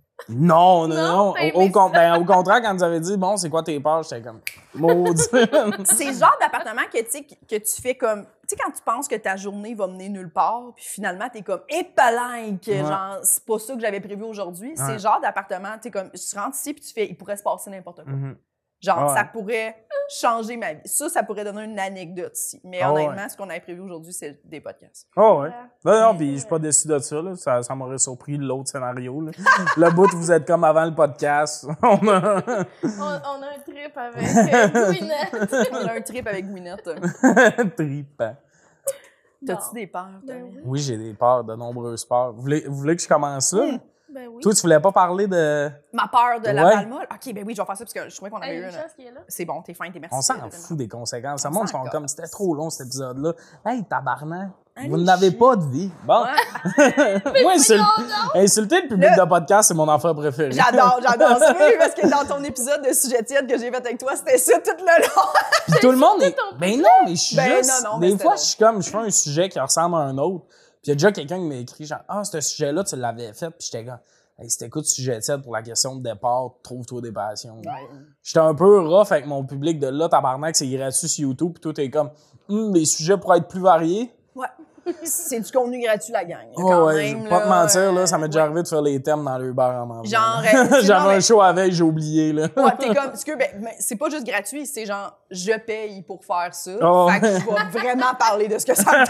Non, non, Non, non. t'as Au, aimé au, con- ça? ben, au contraire, quand ils avaient dit, bon, c'est quoi tes peurs, j'étais comme, maudit. C'est le genre d'appartement que, tu sais, que tu fais comme... Tu sais, quand tu penses que ta journée va mener nulle part, puis finalement, t'es comme épalinque, Ouais. genre, c'est pas ça que j'avais prévu aujourd'hui. C'est Ouais. le genre d'appartement, tu sais, comme, tu rentres ici, puis tu fais, il pourrait se passer n'importe quoi. Mhm. Genre, Ouais. ça pourrait changer ma vie. Ça, ça pourrait donner une anecdote ici. Mais Ah ouais. honnêtement, ce qu'on avait prévu aujourd'hui, c'est des podcasts. Oh, ouais. Ben non, Mais- puis je suis pas déçu de ça, là. Ça, ça m'aurait surpris l'autre scénario, là. Le bout, vous êtes comme avant le podcast. On a... On, on a un trip avec euh, Gwyneth. On a un trip avec Gwyneth. Trippant. T'as-tu Non. des peurs, Ben Tommy? oui. Oui, j'ai des peurs, de nombreuses peurs. Vous voulez, vous voulez que je commence là? Mm. Ben oui. Toi, tu voulais pas parler de... Ma peur de la Ouais. balle molle? OK, ben oui, je vais faire ça parce que je trouvais qu'on avait Hey, eu une... Richard, qui est là. C'est bon, t'es fin, t'es merci. On s'en T'es- fout des conséquences. Le On monde s'en sont comme, casse. c'était trop long, cet épisode-là. Hey, tabarnak, Allez, vous n'avez chier. pas de vie. Bon. Ouais. Moi, insul- insulter le public Le- de podcast, c'est mon affaire préférée. J'adore, j'adore ça. Oui, parce que dans ton épisode de sujet tiède que j'ai fait avec toi, c'était ça tout le long. Puis tout le monde est. ton Ben non, mais je suis Ben juste. non, non, mais des c'était fois, drôle. je suis comme, je fais un sujet qui ressemble à un autre. Puis il y a déjà quelqu'un qui m'a écrit, genre, ah, ce sujet-là, tu l'avais fait. Puis j'étais comme, hey, si t'écoutes sujet tiède pour la question de départ, trouve-toi des passions. J'étais un peu rough avec mon public de là, tabarnak, c'est gratuit sur YouTube. Puis tout est comme, hum, les sujets pourraient être plus variés. Ouais. C'est du contenu gratuit, la gang. Oh, quand ouais, je même, vais pas te mentir, là, ça m'est euh, déjà ouais. arrivé de faire les thèmes dans le Uber en mangeant. Genre, euh, c'est- non, J'avais un mais- show avec, j'ai oublié, là. Ouais, t'es comme, excuse, ben, mais c'est pas juste gratuit, c'est genre, je paye pour faire ça. Oh. Fait que je vais vraiment parler de ce que ça me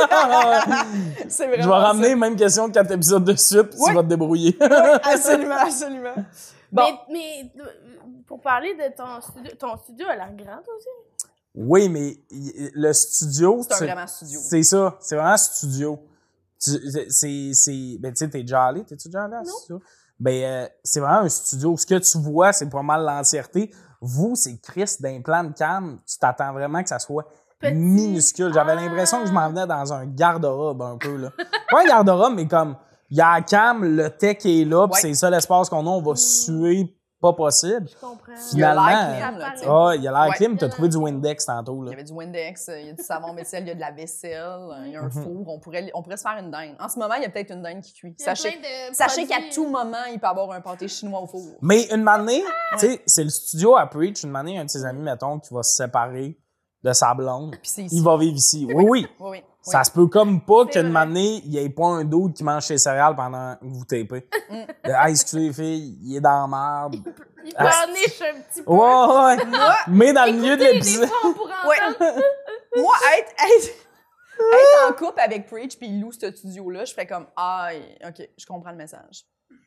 tente. C'est vraiment Je vais ramener même question de quatre épisodes de suite, puis Ouais. tu vas te débrouiller. ça. Ouais, absolument, absolument. Bon. Mais, mais euh, pour parler de ton studio, ton studio a l'air grand aussi. Oui, mais y- le studio. C'est un tu- vraiment studio. C'est ça, c'est vraiment un studio. Tu- C'est. c'est- c'est- Ben, tu sais, t'es déjà allé, t'es-tu déjà allé à ce Non. studio? Ben, euh, c'est vraiment un studio. Ce que tu vois, c'est pas mal l'entièreté. Vous, c'est Chris d'un plan de cam. Tu t'attends vraiment que ça soit Petit. minuscule. J'avais Ah. l'impression que je m'en venais dans un garde-robe un peu, là. Pas un garde-robe, mais comme, il y a la cam, le tech est là, puis Ouais. c'est ça l'espace qu'on a, on va suer pas possible. Je comprends. Il y a l'air Finalement, clim, là, tu sais. Ah, il y a l'air Ouais. clim, t'as Il y a trouvé du l'air- Windex tantôt, Il là. y avait du Windex, il y a du savon vaisselle, il y a de la vaisselle, il y a un Mhm. four. On pourrait, on pourrait se faire une dinde. En ce moment, il y a peut-être une dinde qui cuit. Il y a Sachez, plein de sachez qu'à produits. tout moment, il peut y avoir un pâté chinois au four. Mais une manée, tu sais, c'est le studio à Preach. Une manée, un de ses amis, mettons, qui va se séparer de sa blonde. Puis c'est ici. Il va vivre ici. Oui, oui. Oui, oui. Ça se peut comme pas C'est qu'une vrai. manée, il n'y ait pas un dude qui mange ses céréales pendant que vous tapez. Mm. Ah, excusez les filles, il est dans la merde. Il Ah, pleurniche un petit peu. Ouais, ouais. Mais dans le milieu de Écoutez, l'épisode. des fois, on pourrait Ouais. entendre. Moi, être, être, être en couple avec Preach puis il loue ce studio-là, je ferais comme ah, OK, je comprends le message.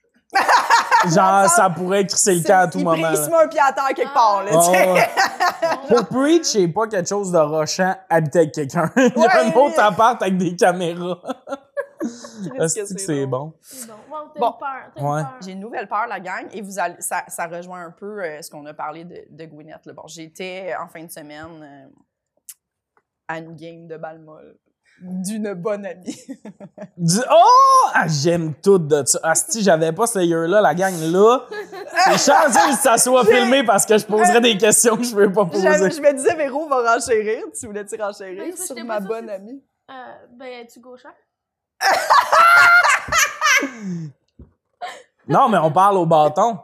Genre, ça pourrait crisser le camp à tout il, moment. Il se là. met un pied à terre quelque part, là, tu Ah, sais. ouais. Pour Preach, c'est pas quelque chose de rochant habiter avec quelqu'un. Il y a Ouais, un autre oui. appart avec des caméras. Christ, Est-ce que que c'est c'est drôle. bon? C'est bon. Bon, t'as Bon. une peur. T'as Ouais. une peur. J'ai une nouvelle peur, la gang, et vous allez, ça, ça rejoint un peu euh, ce qu'on a parlé de, de Gwyneth. Là. Bon, j'étais en fin de semaine euh, à une game de balle molle d'une bonne amie. Du- Oh! Ah, j'aime tout de ça. Asti, j'avais pas ce layer-là, la gang là. C'est chanceux que ça soit filmé parce que je poserais des questions que je peux pas J'avais- poser. je me disais, Véro va renchérir. Tu voulais-tu renchérir Ben, ça, sur j'étais ma pas sûre bonne si- amie? Euh, ben, es-tu gauchère? Non, mais on parle au bâton.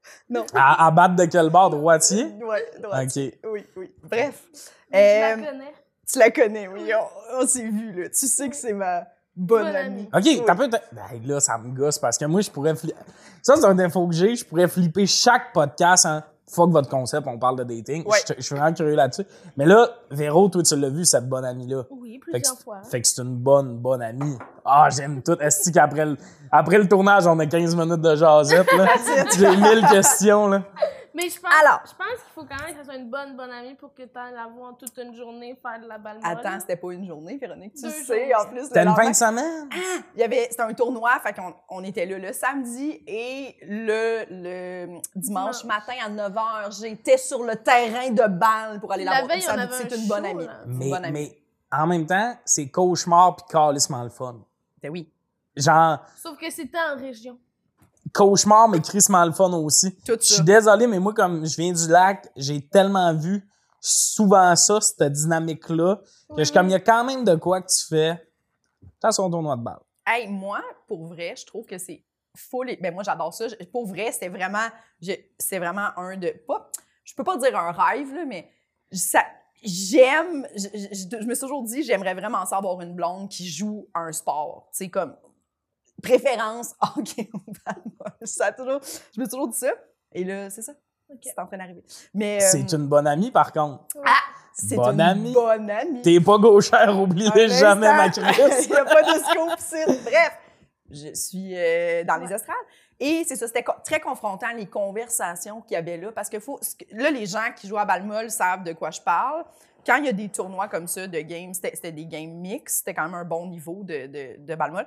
Non. À, à battre de quel bord? Droitier? Ouais, droitier. OK. Oui, oui. Bref. Je la Euh, connais. tu la connais, oui. On, on s'est vu, là. Tu sais que c'est ma bonne, Bonne amie. amie. OK, t'as peu... Ben là, ça me gosse parce que moi, je pourrais... Fli... Ça, c'est un défaut que j'ai. Je pourrais flipper chaque podcast en « Fuck votre concept, on parle de dating Ouais. ». Je je suis vraiment curieux là-dessus. Mais là, Véro, toi, tu l'as vu, cette bonne amie-là. Oui, Fait que, plusieurs c'est- fois. fait que c'est une bonne, bonne amie. Ah, j'aime tout. Est-ce qu'après le, après le tournage, on a quinze minutes de jasette, là? J'ai mille questions, là. Mais je pense, Alors. je pense qu'il faut quand même que ce soit une bonne, bonne amie pour que tu ailles la voir toute une journée faire de la balle molle. Attends, c'était pas une journée, Véronique. Tu Deux sais, journées. en plus. C'était le une fin lendemain, de semaine? il y avait, c'était un tournoi, fait qu'on on était là le samedi et le, le dimanche Dimanche. matin à neuf heures, j'étais sur le terrain de balle pour aller la La voir. veille, Ça on me avait dit, un c'est une bonne show, amie. là. C'est une Mais, bonne amie. mais en même temps, c'est cauchemar pis calissement le fun. Ben oui, Genre, Sauf que c'était en région. cauchemar, mais crissement le fun aussi. tout Je suis ça. désolé, mais moi, comme je viens du lac, j'ai tellement vu souvent ça, cette dynamique-là, que je suis comme, il y a quand même de quoi que tu fais. T'as son tournoi de balle. Hey, moi, pour vrai, je trouve que c'est full. Ben moi, j'adore ça. Je- Pour vrai, c'était vraiment, je- c'est vraiment un de, pas, je peux pas dire un rêve là, mais ça, j'aime. Je, je- je me suis toujours dit, j'aimerais vraiment ça avoir une blonde qui joue un sport. Tu sais, comme préférence hockey ou balle. Ça a toujours, je me suis toujours dit ça. Et là, c'est ça. Ok. C'est en train d'arriver. Mais C'est euh, une bonne amie, par contre. ah, c'est bonne une amie. bonne amie. T'es pas gauchère, oublie-le Un jamais, ma instant. Chris. Il n'y a pas de scope ici. Bref, je suis euh, dans les estrades. Et c'est ça, c'était co- très confrontant, les conversations qu'il y avait là. Parce que faut, là, les gens qui jouent à balle molle savent de quoi je parle. Quand il y a des tournois comme ça de games, c'était c'était des games mixtes, c'était quand même un bon niveau de, de, de balle molle.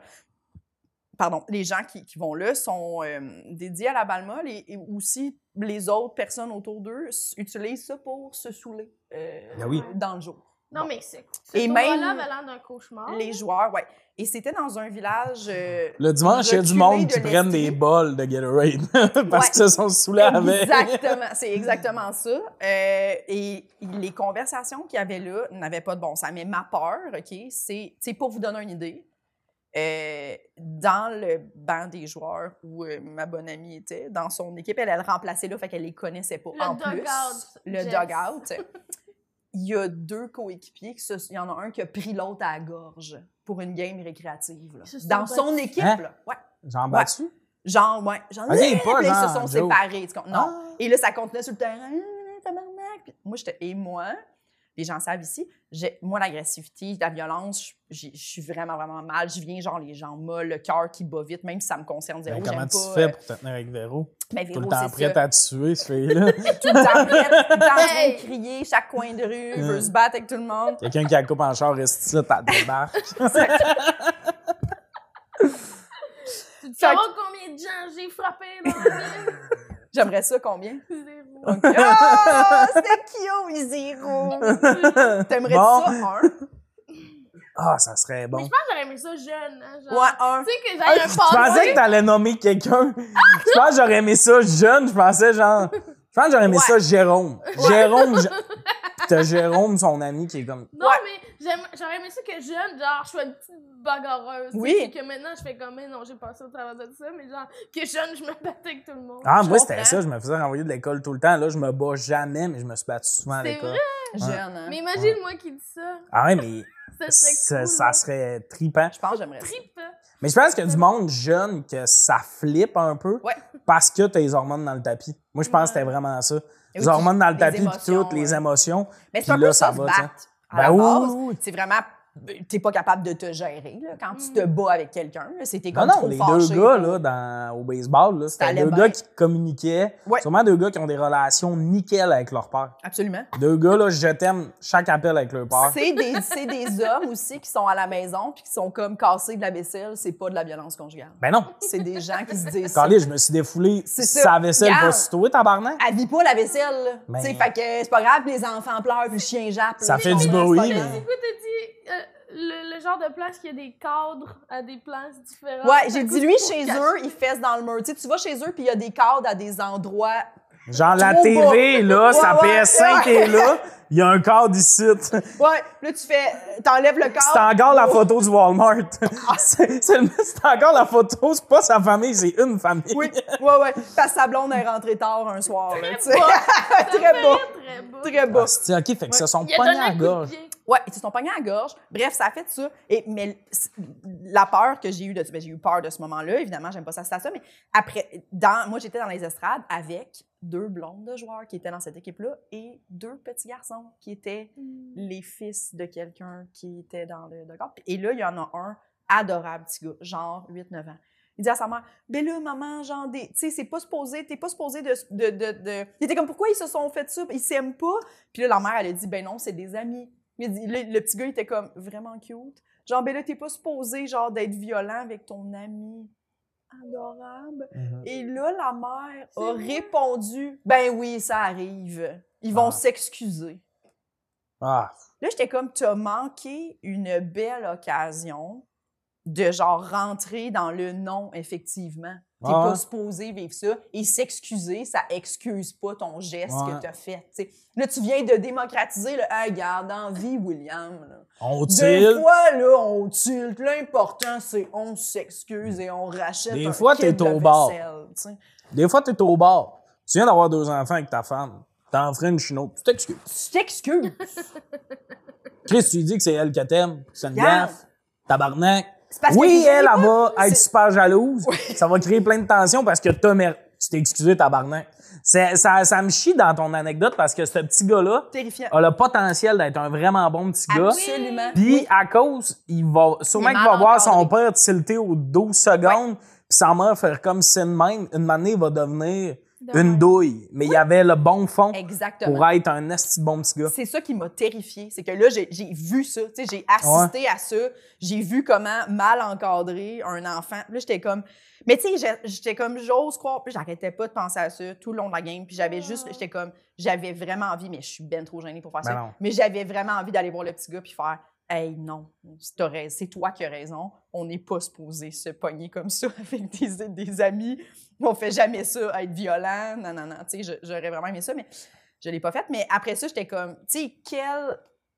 Pardon, les gens qui, qui vont là sont euh, dédiés à la balle molle et, et aussi les autres personnes autour d'eux s- utilisent ça pour se saouler euh, Ben oui. dans le jour. Non, Bon. mais c'est. Et Et même- même. là avait l'air d'un cauchemar. Les joueurs, ouais. Et c'était dans un village. euh, Le dimanche, il y a du reculé monde de qui prennent l'Estrie. des bols de Gatorade parce Ouais. qu'ils se sont saoulés avec. Exactement, c'est exactement ça. Euh, et les conversations qu'il y avait là n'avaient pas de bon sens. Mais ma peur, OK, c'est, c'est pour vous donner une idée, euh, dans le banc des joueurs où euh, ma bonne amie était, dans son équipe, elle, elle remplaçait là, fait qu'elle les connaissait pas. Le en dugout, plus, le Jess. dugout, il y a deux coéquipiers, qui se- il y en a un qui a pris l'autre à la gorge pour une game récréative. là. Ils se sont Dans son battus. équipe, Hein? là. Ouais. J'en battu? Genre, ouais. Genre, Ok, ah! pas Puis là, ils genre se sont Joe. séparés. tu comprends? Non. Ah. Et là, ça continuait sur le terrain. Ah, tabarnak. Puis moi, j'étais. Et moi, les gens savent ici, j'ai, moi, l'agressivité, la violence, je- j'ai- je suis vraiment, vraiment mal. Je viens, genre, les gens molles, le cœur qui bat vite, même si ça me concerne zéro. Ben, comment j'aime tu pas, fais euh, pour te tenir avec Véro? mais Tout Véro, le temps c'est prête ça. à te tuer, ce fille-là. Tout le temps prête, tout le temps en train Hey! de crier, chaque coin de rue, Mm. veut se battre avec tout le monde. Quelqu'un qui a la coupe en char, reste ici, t'as débarque. Tu te savoir combien de gens j'ai frappé dans la vie? J'aimerais ça combien? Zéro. Donc, ah, c'était cute, zéro! T'aimerais Bon. ça, un? Ah, ça serait bon. Mais je pense que j'aurais aimé ça jeune. Hein, genre. Ouais, un. Tu sais que j'aille un Je pensais passé. que t'allais nommer quelqu'un. Je pense que j'aurais aimé ça jeune. Je pensais genre. Je pense que j'aurais aimé Ouais. ça Jérôme. Jérôme. Je- T'as Jérôme, son ami, qui est comme. Non, Ouais. mais j'aime- j'aurais aimé ça que jeune, genre, je sois une petite bagarreuse. tu sais, Oui. Puis que maintenant, je fais comme, mais non, j'ai passé au travers de ça, mais genre, que jeune, je me battais avec tout le monde. Ah, Je moi, c'était comprends. ça. Je me faisais renvoyer de l'école tout le temps. Là, je me bats jamais, mais je me suis battu souvent à C'est l'école. vrai? Jeune, hein? Mais imagine moi qui dis ça. Ah, ouais, mais Ça serait ça, cool. ça là. serait trippant. Je pense que j'aimerais ça. Trip. Mais je pense qu'il y a du monde jeune que ça flippe un peu Ouais. parce que t'as les hormones dans le tapis. Moi, je pense que c'était vraiment ça. Et Les oui, hormones dans le les tapis, puis émotions, toutes, les ouais. émotions. Mais c'est Puis un là, peu ça, ça se va, tu sais. battre. À Ben la oui, base, oui, oui. c'est vraiment... T'es pas capable de te gérer, là, quand tu te Mm. bats avec quelqu'un. là. C'était Non, comme non, trop les fâché deux gars pour- là, dans, au baseball, là, c'était allait deux bien. gars qui communiquaient. Ouais. Sûrement deux gars qui ont des relations nickel avec leur père. Absolument. Deux gars, là, je t'aime chaque appel avec leur père. C'est des, c'est des hommes aussi qui sont à la maison puis qui sont comme cassés de la vaisselle. C'est pas de la violence conjugale. Ben non. C'est des gens qui se disent ça. Calé, je me suis défoulé. C'est ça. Sa vaisselle Regarde. pas sur toi, tabarnak. Elle vit pas la vaisselle, là. Ben- Tu sais, fait que c'est pas grave, les enfants pleurent puis le chien jappe. Ça là. fait Je du comprends, bruit, c'est pas mais- grave. Du coup, t'as dit euh, le, le genre de place qui a des cadres à des places différentes. Ouais, j'ai Du coup, dit, lui, c'est chez pour eux, ils fessent dans le mur. Tu sais, tu vas chez eux, puis il y a des cadres à des endroits Genre, la Trop T V, là, Ouais, sa ouais, P S cinq ouais. est là, il y a un cadre ici. Ouais, là, tu fais, t'enlèves le corps. C'est encore la photo du Walmart. c'est, c'est, le- c'est encore la photo, c'est pas sa famille, c'est une famille. Oui, ouais, ouais. Parce que sa blonde est rentrée tard un soir, là, tu sais. bas. Très bas. Très beau. Très bas. Ah, c'est- OK, fait que se sont Il a pognés donné à un la coup de gorge. pied. Ouais, ils se sont pognés à la gorge. Bref, ça a fait ça. Et, mais c- la peur que j'ai eue de ben, j'ai eu peur de ce moment-là. Évidemment, j'aime pas ça, c'est ça. Mais après, dans, moi, j'étais dans les estrades avec deux blondes de joueurs qui étaient dans cette équipe-là et deux petits garçons qui étaient Mm. les fils de quelqu'un qui était dans le décor. Et là, il y en a un adorable petit gars, genre huit neuf ans. Il dit à sa mère, ben là, maman, genre, des... tu sais, c'est pas supposé, t'es pas supposé de, de, de, de... Il était comme, pourquoi ils se sont fait ça? Ils s'aiment pas. Puis là, la mère, elle a dit, ben non, c'est des amis. Il dit, le, le petit gars, il était comme, vraiment cute. Genre, ben là, t'es pas supposé, genre, d'être violent avec ton ami. Adorable. Mhm. Et là, la mère C'est a vrai? répondu, ben oui, ça arrive. Ils vont Ah. s'excuser. Ah, Là, j'étais comme, t'as manqué une belle occasion de genre rentrer dans le non, effectivement. T'es Ah. pas supposé vivre ça. Et s'excuser, ça excuse pas ton geste Ouais. que t'as fait. T'sais. Là, tu viens de démocratiser le hey, garde en vie, William. Là. on Des tire. fois, là, on tilte. L'important, c'est on s'excuse et on rachète Des un fois, kit t'es de au bar. vaisselle, t'sais. Des fois, t'es au bar. Tu viens d'avoir deux enfants avec ta femme. T'en ferais une chinoise. Tu t'excuses. Tu t'excuses. Chris, tu lui dis que c'est elle que t'aimes, que c'est une Regarde. gaffe, tabarnak. C'est parce Oui, que- elle, elle va être C'est- super jalouse. Ça va créer plein de tensions parce que t'as mer- tu t'es excusé, tabarnak. C'est- Ça, ça me chie dans ton anecdote parce que ce petit gars-là Terrifiant. a le potentiel d'être un vraiment bon petit gars. Absolument. Puis Oui. à cause, il va sûrement Il est qu'il va mal voir son encadré. père tilter aux douze secondes, puis sa mère faire comme si de même. Une année, il va devenir De une même. douille. Mais il y avait le bon fond Exactement. pour être un esti de bon petit gars. C'est ça qui m'a terrifiée. C'est que là, j'ai j'ai vu ça. Tu sais, j'ai assisté à ça. J'ai vu comment mal encadrer un enfant. Là, j'étais comme... Mais tu sais, j'ai- j'étais comme, j'ose croire. Puis j'arrêtais pas de penser à ça tout le long de la game. Puis j'avais juste... J'étais comme... J'avais vraiment envie, mais je suis ben trop gênée pour faire Ben ça. non. Mais j'avais vraiment envie d'aller voir le petit gars puis faire... Hey, non, t'as rais- c'est toi qui as raison. On n'est pas supposé se pogner comme ça avec des, des amis. On fait jamais ça, être violent. Non, non, non. Tu sais, je- j'aurais vraiment aimé ça, mais je l'ai pas fait. Mais après ça, j'étais comme, tu sais, quelle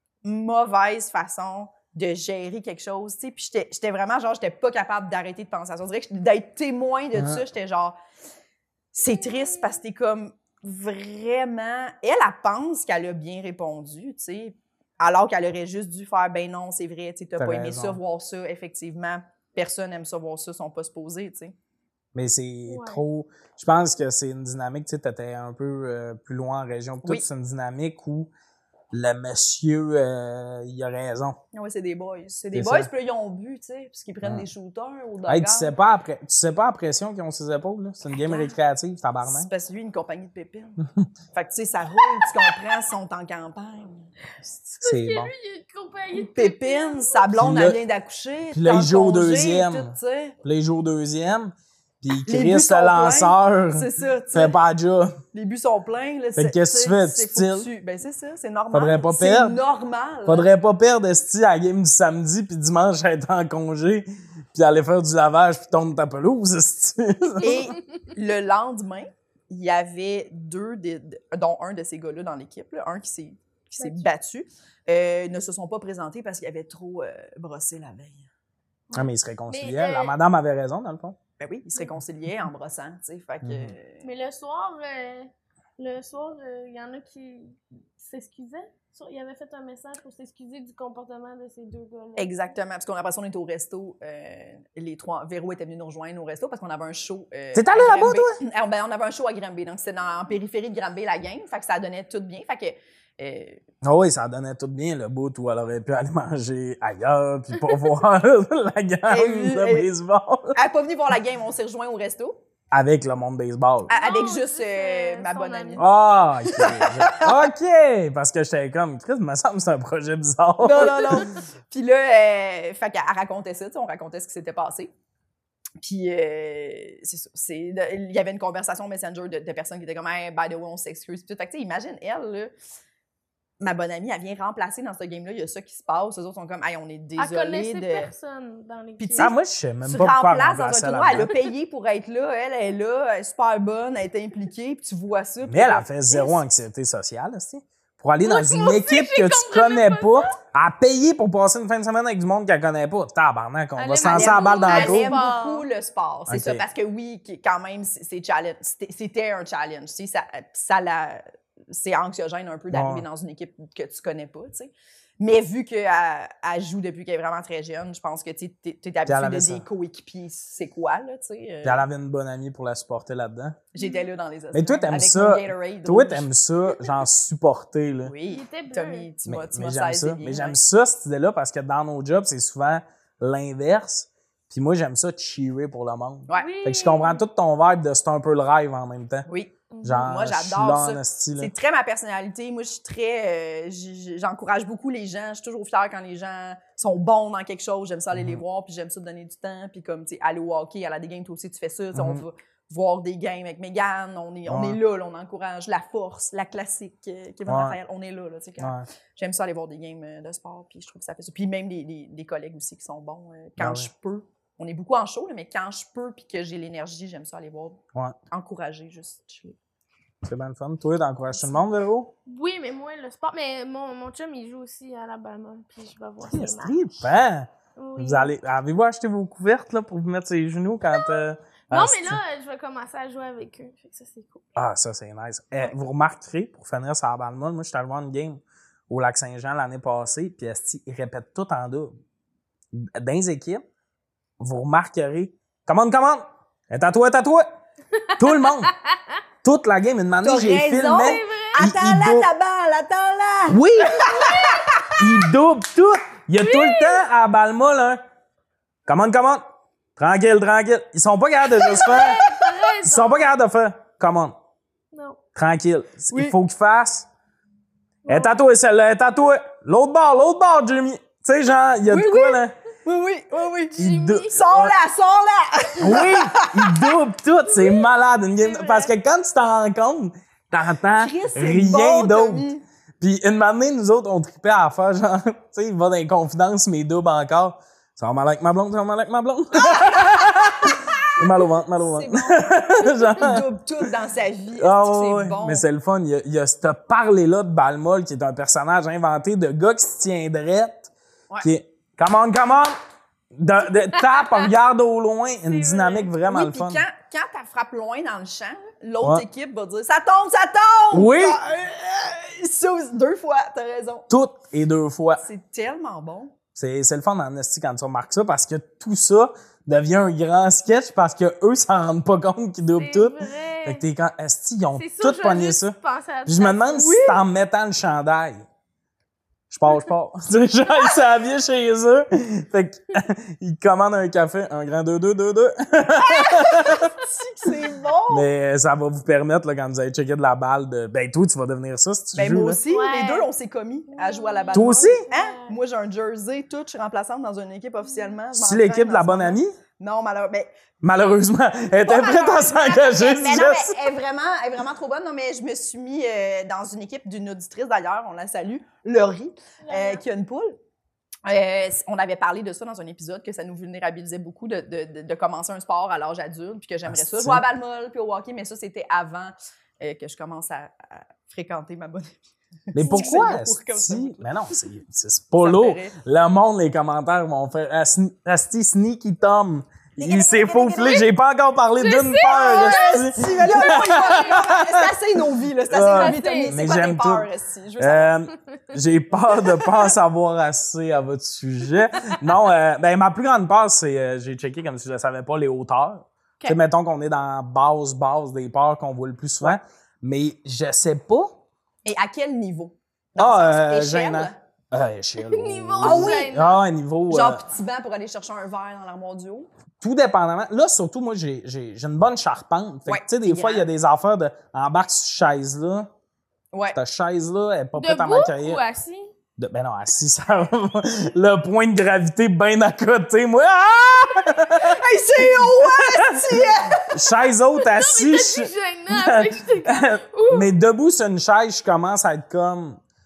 mauvaise façon de gérer quelque chose, tu sais. Puis j'étais j'étais vraiment genre, j'étais pas capable d'arrêter de penser à ça. On dirait que d'être témoin de Ouais. ça, j'étais genre, c'est triste parce que t'es comme vraiment... Elle, elle pense qu'elle a bien répondu, tu sais. Alors qu'elle aurait juste dû faire, ben non, c'est vrai, tu sais, t'as T'as pas aimé raison. ça, voir ça, effectivement. Personne aime ça, voir ça, ils sont pas supposés, tu sais. Mais c'est Ouais. trop. Je pense que c'est une dynamique, tu sais, t'étais un peu euh, plus loin en région. Puis Oui. tout, c'est une dynamique où le monsieur, euh, il a raison. Oui, c'est des boys. C'est des C'est boys, ça. puis là, ils ont bu, tu sais, parce qu'ils prennent Ouais. des shooters au Hey, doghouse. tu sais pas après, tu sais pas la pression qu'ils ont sur ses épaules, là. C'est une game Regarde. récréative, C'est tabarnak. parce que lui, une compagnie de pépines. Fait que, tu sais, ça roule, tu comprends, ils sont en campagne. C'est bon. Lui, il y a une compagnie de Pépines, sa blonde, Puis là- elle vient d'accoucher. puis là, t'es en il joue au congé, deuxième. tout, tu sais. Puis là, il joue au deuxième. Puis Les buts Chris, sont le pleins. lanceur, C'est ça, tu sais. fait pas de job. Les buts sont pleins. Là, Fait que c'est- qu'est-ce que tu fais? Tu c'est- tilles? faut que tu- Ben, c'est ça, c'est normal. Faudrait pas C'est perdre. normal. Faudrait pas perdre esti à la game du samedi, puis dimanche être en congé, puis aller faire du lavage, puis tomber ta pelouse, esti. Et le lendemain, il y avait deux, des- de- dont un de ces gars-là dans l'équipe, là, un qui s'est qui s'est battu, euh, ne se sont pas présentés parce qu'ils avaient trop euh, brossé la veille. Ah, mais il se réconciliait. Mais, euh, La madame avait raison, dans le fond. Ben oui, ils se réconciliaient en brossant, tu sais. Fait que. Mhm. euh, Mais le soir, euh, le soir, euh, il y en a qui s'excusaient. Sur- Il avait fait un message pour s'excuser du comportement de ces deux gars-là. Exactement, parce qu'on après ça, on était au resto. euh, les trois, Véro était venu nous rejoindre au resto parce qu'on avait un show. Euh, T'es allé à là-bas, Granby. Ah, ben, on avait un show à Granby, donc c'était dans en périphérie de Granby la game, fait que ça donnait tout bien. Fait que. euh, Ah oui, ça donnait tout bien le bout où elle aurait pu aller manger ailleurs, puis pas voir la game Et- de et- baseball. elle n'est pas venue voir la game, on s'est rejoint au resto Avec le monde baseball. a- avec Non, juste juste, euh, euh, ma son bonne ami. amie. Ah, OK. Je- OK! Parce que j'étais comme, Chris, me semble que c'est un projet bizarre. Non, non, non. Puis là, euh, fait qu'elle racontait ça, tu sais, on racontait ce qui s'était passé. Puis, euh, c'est ça. c'est- Il y avait une conversation Messenger de, de personnes qui étaient comme, hey, by the way, on s'excuse. Puis tout. Fait que, tu sais, imagine, elle, là, ma bonne amie, elle vient remplacer dans ce game-là. Il y a ça qui se passe. Les autres sont comme, hey, on est Elle désolés connaissait de. personne dans Puis l'équipe. tu sais, Ah, moi, je sais même Tu pas pourquoi elle remplaces dans un remplaçait tournoi, elle a là-dedans. payé pour être là, elle, elle est là, elle est super bonne, elle est impliquée, puis tu vois ça. Mais puis elle t'es a comme, fait zéro Yes. anxiété sociale, aussi. Pour aller Moi, dans une moi aussi, équipe j'ai que tu compris connais pas pas, à payer pour passer une fin de semaine avec du monde qu'elle connaît pas. Tabarnak, on Elle va aime- se Elle lancer aime la balle dans la Elle cour. aime Sport. beaucoup le sport, c'est Ok. ça. Parce que oui, qui- quand même, c'est c'est challenge. C'était c'était un challenge. Tu sais, ça, ça la, c'est anxiogène un peu d'arriver Ouais. dans une équipe que tu connais pas, tu sais. Mais vu qu'elle elle joue depuis qu'elle est vraiment très jeune, je pense que tu es, elle avait habitué ça. de des coéquipiers, c'est quoi, là, tu sais. euh, Puis elle avait une bonne amie pour la supporter là-dedans. J'étais là dans les Mais toi, Oscars t'aimes avec ça. mon Gatorade Toi, rouge. t'aimes ça, genre supporter, là. Oui, Il était bleu. Tommy, tu Mais, m'as tu mais m'as j'aime saisi ça. bien, Mais j'aime ouais. ça, cette idée-là, parce que dans nos jobs, c'est souvent l'inverse. Puis moi, j'aime ça cheerer pour le monde. Ouais. Oui. Fait que je comprends tout ton vibe de c'est un peu le rêve en même temps. Oui. Genre, Moi, je suis j'adore là ça. en esti, là. C'est très ma personnalité. Moi, je suis très. euh, j- j- J'encourage beaucoup les gens. Je suis toujours fière quand les gens sont bons dans quelque chose. J'aime ça aller les Mhm. voir, puis j'aime ça donner du temps. Puis comme, tu sais, aller au hockey, aller à des games, toi aussi, tu fais ça. Tu sais, On Mhm. va voir des games avec Mégane. On est, on Ouais. est là, là, on encourage la force, la classique. euh, Kevin Ouais. Raphaël, on est là. là tu sais, quand- Ouais. J'aime ça aller voir des games euh, de sport, puis je trouve que ça fait ça. Puis même des, des, des collègues aussi qui sont bons. euh, quand Ben je oui. peux. On est beaucoup en show, là, mais quand je peux, puis que j'ai l'énergie, j'aime ça aller voir. Ouais. Encourager, juste chiller. C'est bien le fun. Toi, t'encourages tout le monde, Véro? Oui, mais moi, le sport. Mais mon, mon chum, il joue aussi à Alabama. Puis je vais voir C'est ce match. trippant. Oui. Vous allez... Avez-vous acheté vos couvertes, là, pour vous mettre sur les genoux quand... euh, Non, ah, mais c'est- là, je vais commencer à jouer avec eux. Fait que ça, c'est cool. Ah, ça, c'est nice. Eh, vous remarquerez, pour finir sur la balle molle, moi, je suis allé voir une game au Lac-Saint-Jean l'année passée, puis esti, ils répètent tout en double. Dans les équipes, vous remarquerez, commande, commande, est à toi, est à toi. Tout le monde. Toute la game, une année, T'as j'ai raison. filmé. C'est vrai. il- il Attends-la, dou- ta balle, attends-la! Oui! Il double tout. Il y a tout le temps à la balle molle, hein. Commande, commande. Tranquille, tranquille. Ils sont pas capables de juste faire. T'as Ils raison. sont pas capables de faire. Commande. Non. Tranquille. Oui. Il faut qu'il fasse. Elle est tatouée, celle-là, elle est tatouée. L'autre bord, l'autre bord, Jimmy. Tu sais, genre, il y a Oui, de quoi, oui. là? Oui, oui, oui, oui. Il dou- Sors-la, sors-la! Oui, il double tout. C'est malade, une game. C'est vrai. Parce que quand tu t'en rends compte, t'entends Chris, c'est rien bon, d'autre. Tommy. Puis une année, nous autres, on tripait à faire, genre, tu sais, il va dans les confidences, mais double encore. Ça va mal avec ma blonde, ça va mal avec ma blonde. mal au ventre, mal au C'est ventre. bon. Genre- Il double tout dans sa vie. Ah Est-ce que ouais, c'est ouais. bon? Mais c'est le fun. Il y a, il y a ce parler-là de Balmol, qui est un personnage inventé de gars qui se tient drette, Ouais. qui est « Commande, commande! » De, de tape, regarde au loin. Une C'est dynamique vraiment Oui, le puis fun. quand, quand tu frappes loin dans le champ, l'autre Ouais. équipe va dire « Ça tombe, ça tombe! » Oui. Ah, euh, euh, ça aussi, deux fois, t'as raison. Tout et deux fois. C'est tellement bon. C'est, c'est le fun en esti quand tu remarques ça, parce que tout ça devient un grand sketch parce que eux s'en rendent pas compte qu'ils doublent C'est tout. vrai. Fait que t'es quand esti, ils ont C'est sûr, tout je vais pogné juste ça. penser à Puis je me ça. demande si Oui. c'est en mettant le chandail. Je pars, je pars. Tu sais, genre, ils s'habillent chez eux. Fait qu'ils commandent un café, un grand deux deux deux deux. C'est que c'est bon! Mais ça va vous permettre, là, quand vous allez checker de la balle, de. Ben, toi, tu vas devenir ça si tu Ben joues. moi là. aussi, Ouais. les deux, on s'est commis à jouer à la balle. Toi molle. aussi? Hein? Ouais. Moi, j'ai un jersey, tout, je suis remplaçante dans une équipe officiellement. Je C'est m'entraîne l'équipe de la en ce bonne moment. amie? Non, malheureusement. Ben, Malheureusement. Elle était Pas prête à malheureusement, s'engager, mais- si mais non, je mais sais. elle est vraiment, elle est vraiment trop bonne. Non, mais je me suis mis euh, dans une équipe d'une auditrice d'ailleurs, on la salue, Laurie, euh, qui a une poule. Euh, on avait parlé de ça dans un épisode, que ça nous vulnérabilisait beaucoup de, de, de, de commencer un sport à l'âge adulte, puis que j'aimerais Ah, ça. c'est- Jouer à balle molle, puis au hockey, mais ça, c'était avant euh, que je commence à, à fréquenter ma bonne amie. Mais C'est pourquoi, lourd comme ça. esti? Mais non, c'est, c'est, c'est pas Ça me lourd. fait rire. Le monde, les commentaires vont faire Asti, Asti Sneaky Tom. Il s'est fauflé. J'ai pas encore parlé d'une peur, esti. Si, mais là, on y va. C'est assez nos vies, là. C'est assez Ah, nos vies, Tommy. mais C'est quoi tes j'aime peurs, tout. esti? Je veux savoir. Euh, j'ai peur de pas en savoir assez à votre sujet. Non, euh, ben ma plus grande peur, c'est euh, j'ai checké comme si je savais pas les hauteurs. Tu sais, mettons qu'on est dans la base, base des peurs qu'on voit le plus souvent. Mais je sais pas. Et à quel niveau? Dans Ah, le sens euh, échelle? gênant. Ah, échelle. Niveau Ah oui? gênant. Ah, niveau. Genre euh, petit banc pour aller chercher un verre dans l'armoire du haut? tout dépendamment. Là, surtout, moi, j'ai, j'ai, j'ai une bonne charpente. Fait que, Ouais, tu sais, des c'est fois, il y a grand. des affaires de embarque sur cette chaise-là. Ouais. Ta chaise-là, elle est pas prête à Debout m'accueillir. ou assis? De- ben non, assis, ça va. Le point de gravité bien à côté, moi. Ah! Hey, c'est haut, esti! Chaise haute, assis. C'est je- gênant. Fait que j'étais comme, ouh. Mais debout sur une chaise, je commence à être comme.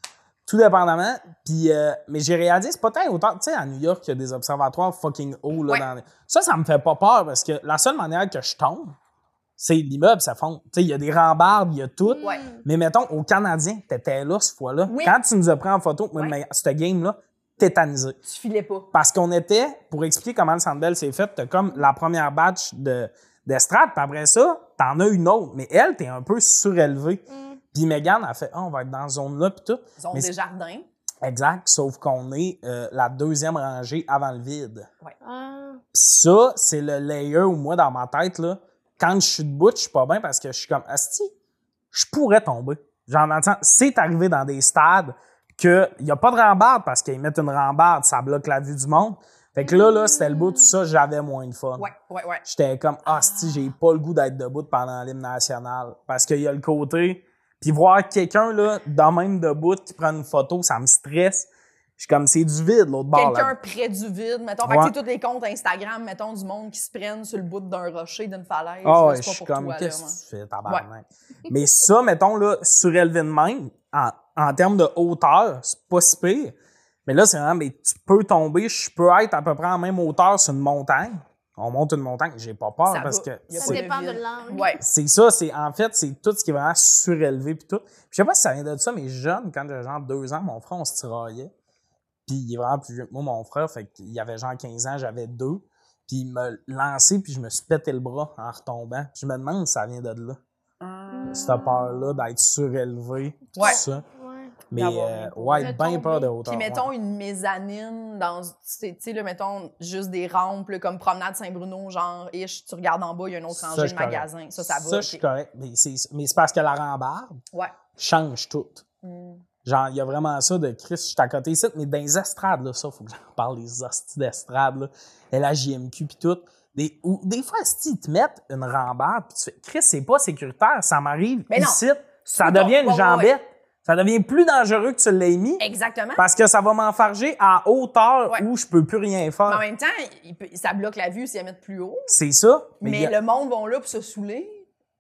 tout dépendamment. Puis, euh, mais j'ai réalisé, c'est pas tant autant. Tu sais, à New York, il y a des observatoires fucking hauts. Là, Ouais. dans les- Ça, ça me fait pas peur parce que la seule manière que je tombe, c'est l'immeuble, ça fond. Tu sais, il y a des rambardes, il y a tout. Ouais. Mais mettons, aux Canadiens, t'étais là cette fois-là. Oui. Quand tu nous as pris en photo, moi, Ouais. mais cette game-là, tétanisé. Tu filais pas. Parce qu'on était, pour expliquer comment le Centre Bell s'est fait, t'as comme la première batch de, d'estrade, puis après ça, t'en as une autre. Mais elle, t'es un peu surélevée. Mm. Puis Megan a fait, ah, on va être dans cette zone-là, puis tout. Ils ont Mais des c'est- jardins. Exact, sauf qu'on est euh, la deuxième rangée avant le vide. Ah. Puis ça, c'est le layer où moi, dans ma tête, là, quand je suis debout, je suis pas bien parce que je suis comme, asti, je pourrais tomber. Genre, dans le sens, c'est arrivé dans des stades qu'il n'y a pas de rambarde parce qu'ils mettent une rambarde, ça bloque la vue du monde. Fait que là, là, c'était le bout, tout ça, j'avais moins de fun. Ouais, ouais, ouais. J'étais comme, ah, asti, j'ai pas le goût d'être debout pendant l'hymne national. Parce qu'il y a le côté. Puis voir quelqu'un, là, dans même debout, qui prend une photo, ça me stresse. Je suis comme, c'est du vide, l'autre bord. Quelqu'un Là. près du vide, mettons. Fait que Ouais. tu sais, tous les comptes Instagram, mettons, du monde qui se prennent sur le bout d'un rocher, d'une falaise. Ah là, ouais, c'est je pas suis pour comme, toi, là, qu'est-ce moi. que tu fais, tabarnak? Mais ça, mettons, là, surélevé de même, en, en termes de hauteur, c'est pas si pire. Mais là, c'est vraiment, mais tu peux tomber, je peux être à peu près en même hauteur sur une montagne. On monte une montagne, j'ai pas peur Ça parce va. que Y a Ça pas c'est, dépend de vide. l'angle. Ouais. c'est ça, c'est, en fait, c'est tout ce qui est vraiment surélevé pis tout. Puis je sais pas si ça vient de ça, mais jeune, quand j'avais genre deux ans, mon frère, on se tiraillait. Puis il est vraiment plus vieux que moi, mon frère, fait qu'il avait genre quinze ans, j'avais deux. Puis il m'a lancé, puis je me suis pété le bras en retombant. Je me demande si ça vient de là. Hum. Cette peur-là d'être surélevé, tout Ouais. ça. Ouais. Mais D'avoir euh, un peu ouais, de bien tomber. peur de hauteur. Puis mettons ouais. une mezzanine dans, tu sais, tu sais, là, mettons juste des rampes, là, comme promenade Saint-Bruno, genre, ish, tu regardes en bas, il y a une autre Ça, rangée je de suis correct. magasins. Ça, ça va. Ça, ok. je suis correct. Mais c'est, mais c'est parce que la rambarde Ouais. change tout. Hum. Genre, il y a vraiment ça de Chris, je suis à côté ici, mais dans les estrades, là, ça, faut que j'en parle, les hosties d'estrades, là. Et la J M Q, puis tout. Des, ou, des fois, si ils te mettent une rambarde, puis tu fais, Chris, c'est pas sécuritaire, ça m'arrive Mais non. ici, ça Sous devient ton- une ouais, ouais, jambette. Ça devient plus dangereux que tu l'aies mis, Exactement. parce que ça va m'enfarger à hauteur Ouais. où je peux plus rien Mais en faire. même temps, il peut- ça bloque la vue s'ils la mettent plus haut. C'est ça. Mais, il y a- le monde va là pour se saouler.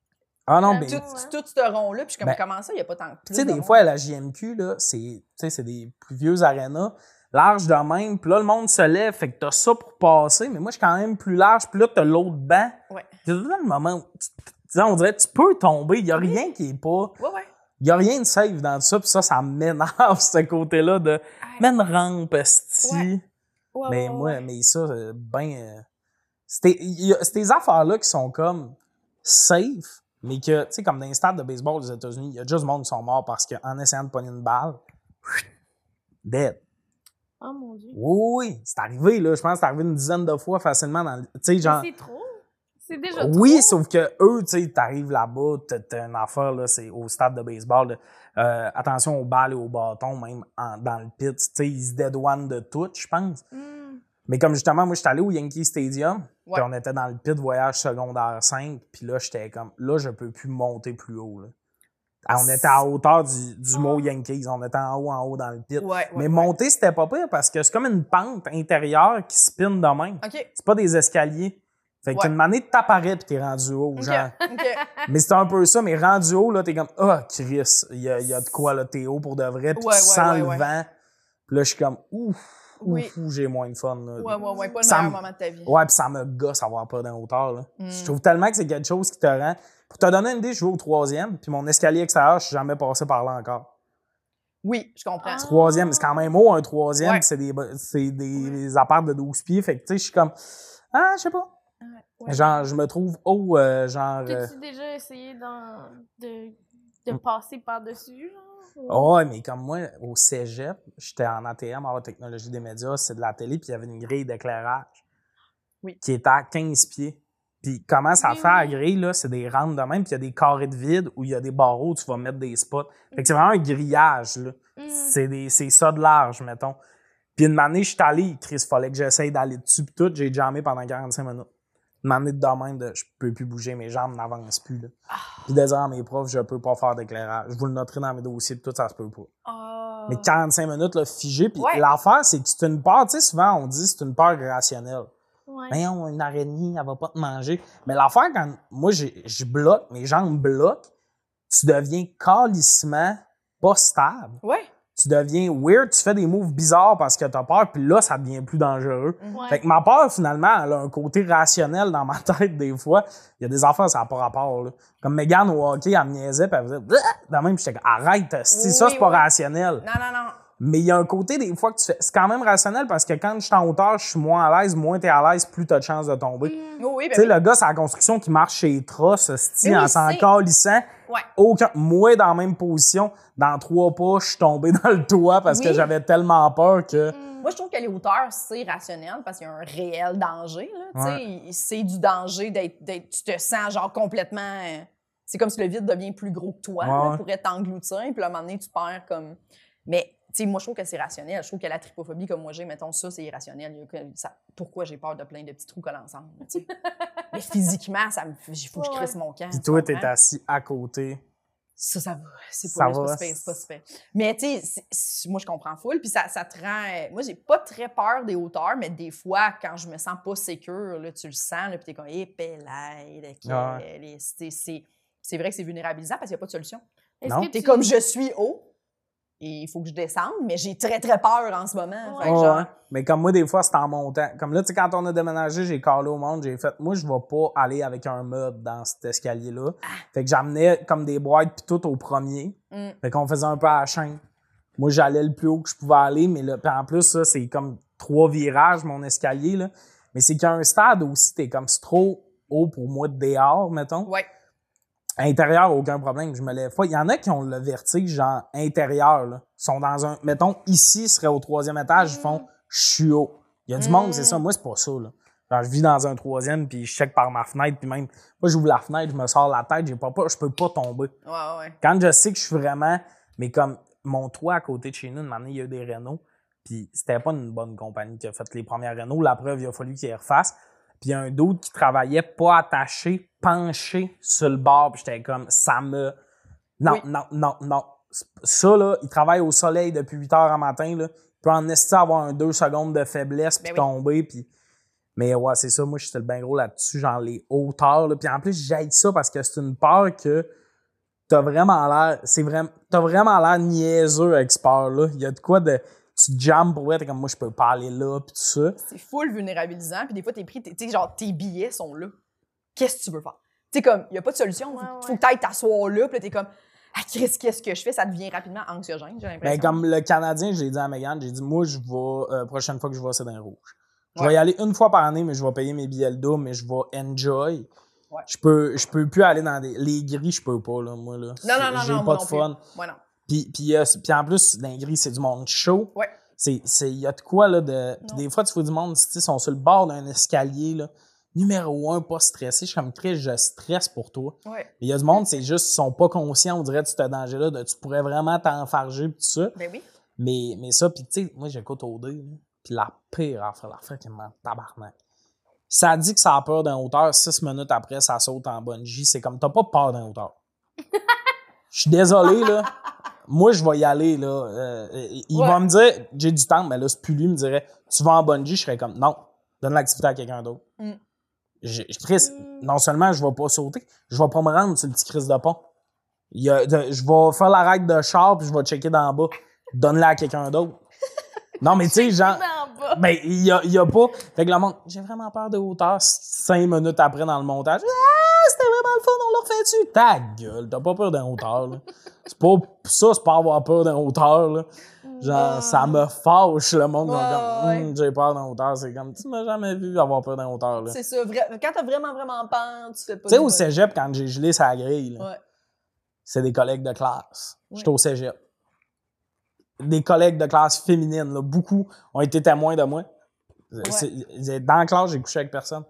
Ah non, Tout- mais Tout, ouais. tout ce rond-là, puis je suis comme, Ben, comment ça, il n'y a pas tant de tu sais, plus de des monde? fois, à la J M Q, là, c'est, tu sais, c'est des plus vieux arénas, large de même, puis là, le monde se lève, fait que t'as ça pour passer, mais moi, je suis quand même plus large, puis là, t'as l'autre banc. Ouais. Puis là, le moment où, tu- tu sais, on dirait, tu peux tomber, il y a rien qui est pas, Ouais, ouais. il y a rien de safe dans ça, puis ça, ça m'énerve, ce côté-là de, mets une rampe, esti. Ouais. Ouais, Mais ouais, moi, ouais. mais ça, euh, ben, euh, c'est il y a- c'est des affaires-là qui sont comme safe, mais que, tu sais, comme dans les stades de baseball aux États-Unis, il y a juste du monde qui sont morts parce qu'en essayant de pogner une balle, dead. Oh mon Dieu. Oui, oui, c'est arrivé, là. Je pense que c'est arrivé une dizaine de fois facilement dans le. Tu sais, Mais genre. C'est trop. C'est déjà trop. Oui, sauf que eux, tu sais, t'arrives là-bas, t'as t'as une affaire, là, c'est au stade de baseball, là, euh, attention aux balles et aux bâtons, même en- dans le pit, tu sais, ils se dédouanent de tout, je pense. Mm. Mais comme justement, moi, j'étais allé au Yankee Stadium, Ouais. puis on était dans le pit voyage secondaire cinq, puis là, j'étais comme, là, je peux plus monter plus haut, là. Ah, on était à hauteur du, du mot Yankees, on était en haut, en haut dans le pit. Ouais, ouais, Mais ouais. monter, c'était pas pire parce que c'est comme une pente intérieure qui spin de même. OK. C'est pas des escaliers. Fait Ouais. qu'une manée, t'apparais pis t'es rendu haut, OK. genre. OK. Mais c'est un peu ça, mais rendu haut, là, t'es comme, ah, Chris, il y a, il y a de quoi, là, t'es haut pour de vrai, pis Ouais, tu ouais, sens ouais, le ouais. vent. Pis là, je suis comme, ouf, ouf, Oui. ouf, j'ai moins de fun, là. Ouais, ouais, ouais. Pas le Ça meilleur me- moment de ta vie. Ouais, pis ça me gosse avoir peur d'un hauteur, là. Mm. Je trouve tellement que c'est quelque chose qui te rend. Pour te donner une idée, je joue au troisième, puis mon escalier extérieur, je suis jamais passé par là encore. Oui, je comprends. Ah. Troisième, c'est quand même haut, un troisième, Ouais. pis c'est des, c'est des, des apparts de douze pieds, fait que, tu sais, je suis comme, ah, je sais pas. Ouais. Genre, je me trouve haut, euh, genre. euh, T'as-tu déjà essayé d'en- de, de passer par-dessus, genre? ou- Oh, ouais, mais comme moi, au cégep, j'étais en A T M, en haute technologie des médias, c'est de la télé, puis il y avait une grille d'éclairage Oui. qui était à quinze pieds. Puis comment ça Oui, fait à oui. grille, là, c'est des rampes de même, puis il y a des carrés de vide où il y a des barreaux où tu vas mettre des spots. Fait que c'est vraiment un grillage, là. Mm. C'est des c'est ça de large, mettons. Puis une année, je suis allé, Chris, fallait que j'essaye d'aller dessus, puis tout, j'ai jammé pendant quarante-cinq minutes. Une année de même, de, je peux plus bouger, mes jambes n'avancent plus, là. Puis de dire à mes profs, je peux pas faire d'éclairage. Je vous le noterai dans mes dossiers, puis tout, ça se peut pas. Ah. Mais quarante-cinq minutes, là, figé. Puis Ouais. l'affaire, c'est que c'est une peur, tu sais, souvent, on dit c'est une peur irrationnelle. Ouais. Mais on, une araignée, elle va pas te manger. Mais l'affaire, quand moi, j'ai- je bloque, mes jambes bloquent, tu deviens calissement pas stable. Ouais. Tu tu deviens weird, tu fais des moves bizarres parce que t'as peur, puis là, ça devient plus dangereux. Ouais. Fait que ma peur, finalement, elle a un côté rationnel dans ma tête des fois. Il y a des affaires, ça n'a pas rapport. Là. Comme Megan au hockey, elle me niaisait, puis elle faisait « dans même, puis j'étais comme « arrête, si Oui, ça, c'est pas oui. rationnel. » Non, non, non. Mais il y a un côté, des fois, que tu fais... C'est quand même rationnel parce que quand je suis en hauteur, je suis moins à l'aise, moins t'es à l'aise, plus t'as de chances de tomber. Mm. Oui, oui, ben Tu sais, oui. le gars, c'est la construction qui marche chez les trosses, Mais oui, en s'en c'est- calissant. Ouais. Aucun... Moi, dans la même position, dans trois pas, je suis tombé dans le toit parce que Oui. j'avais tellement peur que... Moi, je trouve que les hauteurs, c'est rationnel parce qu'il y a un réel danger. Là, tu sais. C'est du danger d'être, d'être. Tu te sens genre complètement. euh, C'est comme si le vide devient plus gros que toi Ouais, là, ouais. pourrait t'engloutir. Puis là, à un moment donné, tu perds comme. Mais tu sais, moi, je trouve que c'est rationnel. Je trouve que la trypophobie, comme moi j'ai, mettons, ça, c'est irrationnel. Il y a que- ça- Pourquoi j'ai peur de plein de petits trous collés ensemble? là, tu sais? Mais physiquement, ça me... il faut que je Ouais, crisse mon camp. Puis tu toi, t'es comprends? assis à côté. Ça, ça va. C'est Ça pas, c'est va. pas super, c'est pas super. Mais tu sais, c'est- c'est- moi, je comprends full. Puis ça, ça te rend... euh, Moi, j'ai pas très peur des hauteurs, mais des fois, quand je me sens pas sécure, là, tu le sens, là, puis t'es comme, eh, pélaille, Ouais. c'est, c'est, c'est vrai que c'est vulnérabilisant parce qu'il n'y a pas de solution. Est-ce Non. que T'es tu- comme, je suis haut, et il faut que je descende, mais j'ai très, très peur en ce moment. Fait que Ouais, genre, ouais. Mais comme moi, des fois, c'est en montant. Comme là, tu sais, quand on a déménagé, j'ai calé au monde, j'ai fait, moi, je vais pas aller avec un meuble dans cet escalier-là. Fait que j'amenais comme des boîtes pis tout au premier. Mm. Fait qu'on faisait un peu à la chaîne. Moi, j'allais le plus haut que je pouvais aller, mais là, pis en plus, ça, c'est comme trois virages, mon escalier, là. Mais c'est qu'il y a un stade aussi, t'es comme, c'est trop haut pour moi de dehors, mettons. ouais. À l'intérieur, aucun problème, je me lève pas. Il y en a qui ont le vertige, genre, intérieur, là. Ils sont dans un, mettons, ici, serait au troisième étage, ils font, je suis haut. Il y a du Mm. monde, c'est ça. Moi, c'est pas ça, là. Genre, je vis dans un troisième, puis je check par ma fenêtre, puis même, moi, j'ouvre la fenêtre, je me sors la tête, j'ai pas peur, je peux pas tomber. Ouais, ouais. Quand je sais que je suis vraiment, mais comme mon toit à côté de chez nous, une année, il y a eu des Renault, puis c'était pas une bonne compagnie qui a fait les premières Renault. La preuve, il a fallu qu'ils les refassent. Puis il y a un d'autre qui travaillait pas attaché, penché sur le bord, puis j'étais comme, ça me... Non, Oui. non, non, non. Ça, là, il travaille au soleil depuis huit heures en matin, là. Il peut en essayer avoir un deux secondes de faiblesse, puis Ben oui. tomber, puis... Mais ouais, c'est ça, moi, j'étais le bien gros là-dessus, genre les hauteurs, là. Puis en plus, j'haïs ça parce que c'est une peur que t'as vraiment l'air... C'est vraiment... T'as vraiment l'air niaiseux avec cette peur-là. Il y a de quoi de... Tu te jammes pour vrai, t'es comme, moi, je peux pas aller là, puis tout ça. C'est full vulnérabilisant, puis des fois, t'es pris, t'es- tu sais, genre, tes billets sont là. Qu'est-ce que tu veux faire? Tu sais, comme, il n'y a pas de solution. Faut, Ouais, faut ouais. que t'ailles t'asseoir là, puis là, t'es comme, ah, Chris, qu'est-ce que je fais? Ça devient rapidement anxiogène, j'ai l'impression. Ben, comme le Canadien, j'ai dit à Megan, j'ai dit, moi, je vais, euh, prochaine fois que je vais, c'est dans le rouge. Je Ouais. vais y aller une fois par année, mais je vais payer mes billets le double, mais je vais enjoy. Ouais. Je peux, je peux plus aller dans des, les gris, je peux pas, là, moi, là. Non, non, non, J'ai non, pas moi de non plus. fun. Moi, non. Puis, puis, euh, puis en plus, dans les gris, c'est du monde chaud. Ouais. C'est, c'est, y a de quoi, là, de, puis Non. des fois, tu vois du monde, tu sais, ils sont sur le bord d'un escalier, là. Numéro un, pas stressé. Je suis comme très, je stresse pour toi. Ouais. Il y a du monde, c'est juste, ils sont pas conscients, on dirait, de ce danger-là, de tu pourrais vraiment t'enfarger, pis tout ça. Ben oui. Mais, mais ça, pis tu sais, moi, j'écoute O D, là, pis la pire affaire, l'affaire qui me tabarnak. Ça dit que ça a peur d'un hauteur, six minutes après, ça saute en bungee. C'est comme, t'as pas peur d'un hauteur. Je suis désolé, là. Moi, je vais y aller, là. Euh, il Ouais. va me dire, j'ai du temps, mais là, c'est plus lui, il me dirait, tu vas en bungee, je serais comme, non, donne l'activité à quelqu'un d'autre. Mm. Je, je- Chris, non seulement je vais pas sauter, je vais pas me rendre sur le petit Chris de pont. Il y a, de- je vais faire la règle de char, puis je vais checker d'en bas. Donne-la à quelqu'un d'autre. Non, mais tu sais, genre, En bas. ben, il y a, il y a pas. Fait que le monde, j'ai vraiment peur de hauteur. Cinq minutes après dans le montage, ah, c'était vraiment le fun, on le refait dessus. Ta gueule, t'as pas peur d'un hauteur, là. C'est pas, ça, c'est pas avoir peur d'un hauteur, là. Genre, ça me fâche, le monde. Ouais, comme, ouais. Hum, j'ai peur d'un hauteur. C'est comme, tu m'as jamais vu avoir peur d'un hauteur, là. C'est ça. Vrai... Quand t'as vraiment, vraiment peur, tu fais pas Tu sais, du au bon- cégep, quand j'ai gelé sa grille, là, Ouais. c'est des collègues de classe. Ouais. J'étais au cégep. Des collègues de classe féminines, là, beaucoup ont été témoins de moi. C'est- c'est- Dans la classe, j'ai couché avec personne.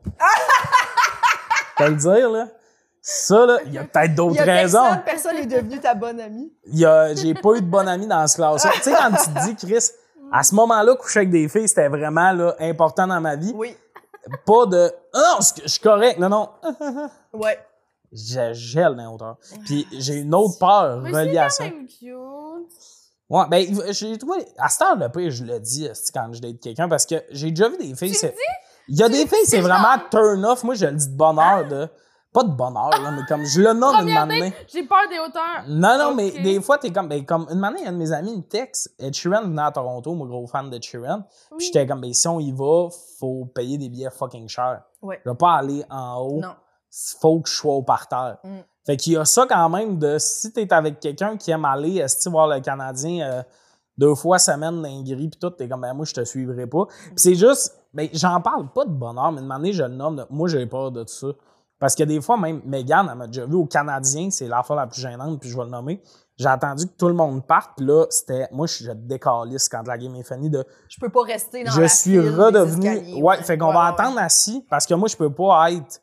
Tu peux le dire, là? Ça, là, il y a peut-être Il d'autres y a raisons. personne, personne est devenu ta bonne amie. Il y a, j'ai pas eu de bonne amie dans ce classe-là. Tu sais, quand tu te dis, Chris, à ce moment-là, coucher avec des filles, c'était vraiment là, important dans ma vie. Oui. Pas de « Ah non, je suis correct. » Non, non. Ouais. Je gèle dans les hauteurs. Puis j'ai une autre peur Mais reliée c'est à quand ça. même cute. Ouais, ben, j'ai trouvé. À cette heure, le pire, je le dis esti, quand je date quelqu'un parce que j'ai déjà vu des filles. Tu c'est- le dis? Il y a des filles, c'est c'est vraiment genre- turn off. Moi, je le dis de bonne heure. De... pas de bonheur, là, mais comme je le nomme une Première matinée. date, j'ai peur des hauteurs. Non, non, Ok. mais des fois, t'es comme, ben, comme une année, un de mes amis me texte, Ed Sheeran venait à Toronto, moi, gros fan de Sheeran. Oui. Puis j'étais comme, ben, si on y va, faut payer des billets fucking chers. Ouais. Je vais pas aller en haut. Non. Il faut que je sois au parterre. Mm. Fait qu'il y a ça quand même de si t'es avec quelqu'un qui aime aller, est-ce voir le Canadien euh, deux fois semaine dans les grilles pis tout, t'es comme, ben, moi, je te suivrai pas. Pis c'est juste, ben, j'en parle pas de bonheur, mais une année, je le nomme, de, moi, j'ai peur de ça. Parce que des fois, même, Megan, elle m'a déjà vu au Canadien, c'est l'affaire la plus gênante, puis je vais le nommer. J'ai attendu que tout le monde parte, puis là, c'était, moi, je décalisse quand la game est finie de, Je peux pas rester dans je la suis file des redevenu, escaliers, ouais, fait qu'on Ouais, va ouais, attendre ouais. assis, parce que moi, je peux pas être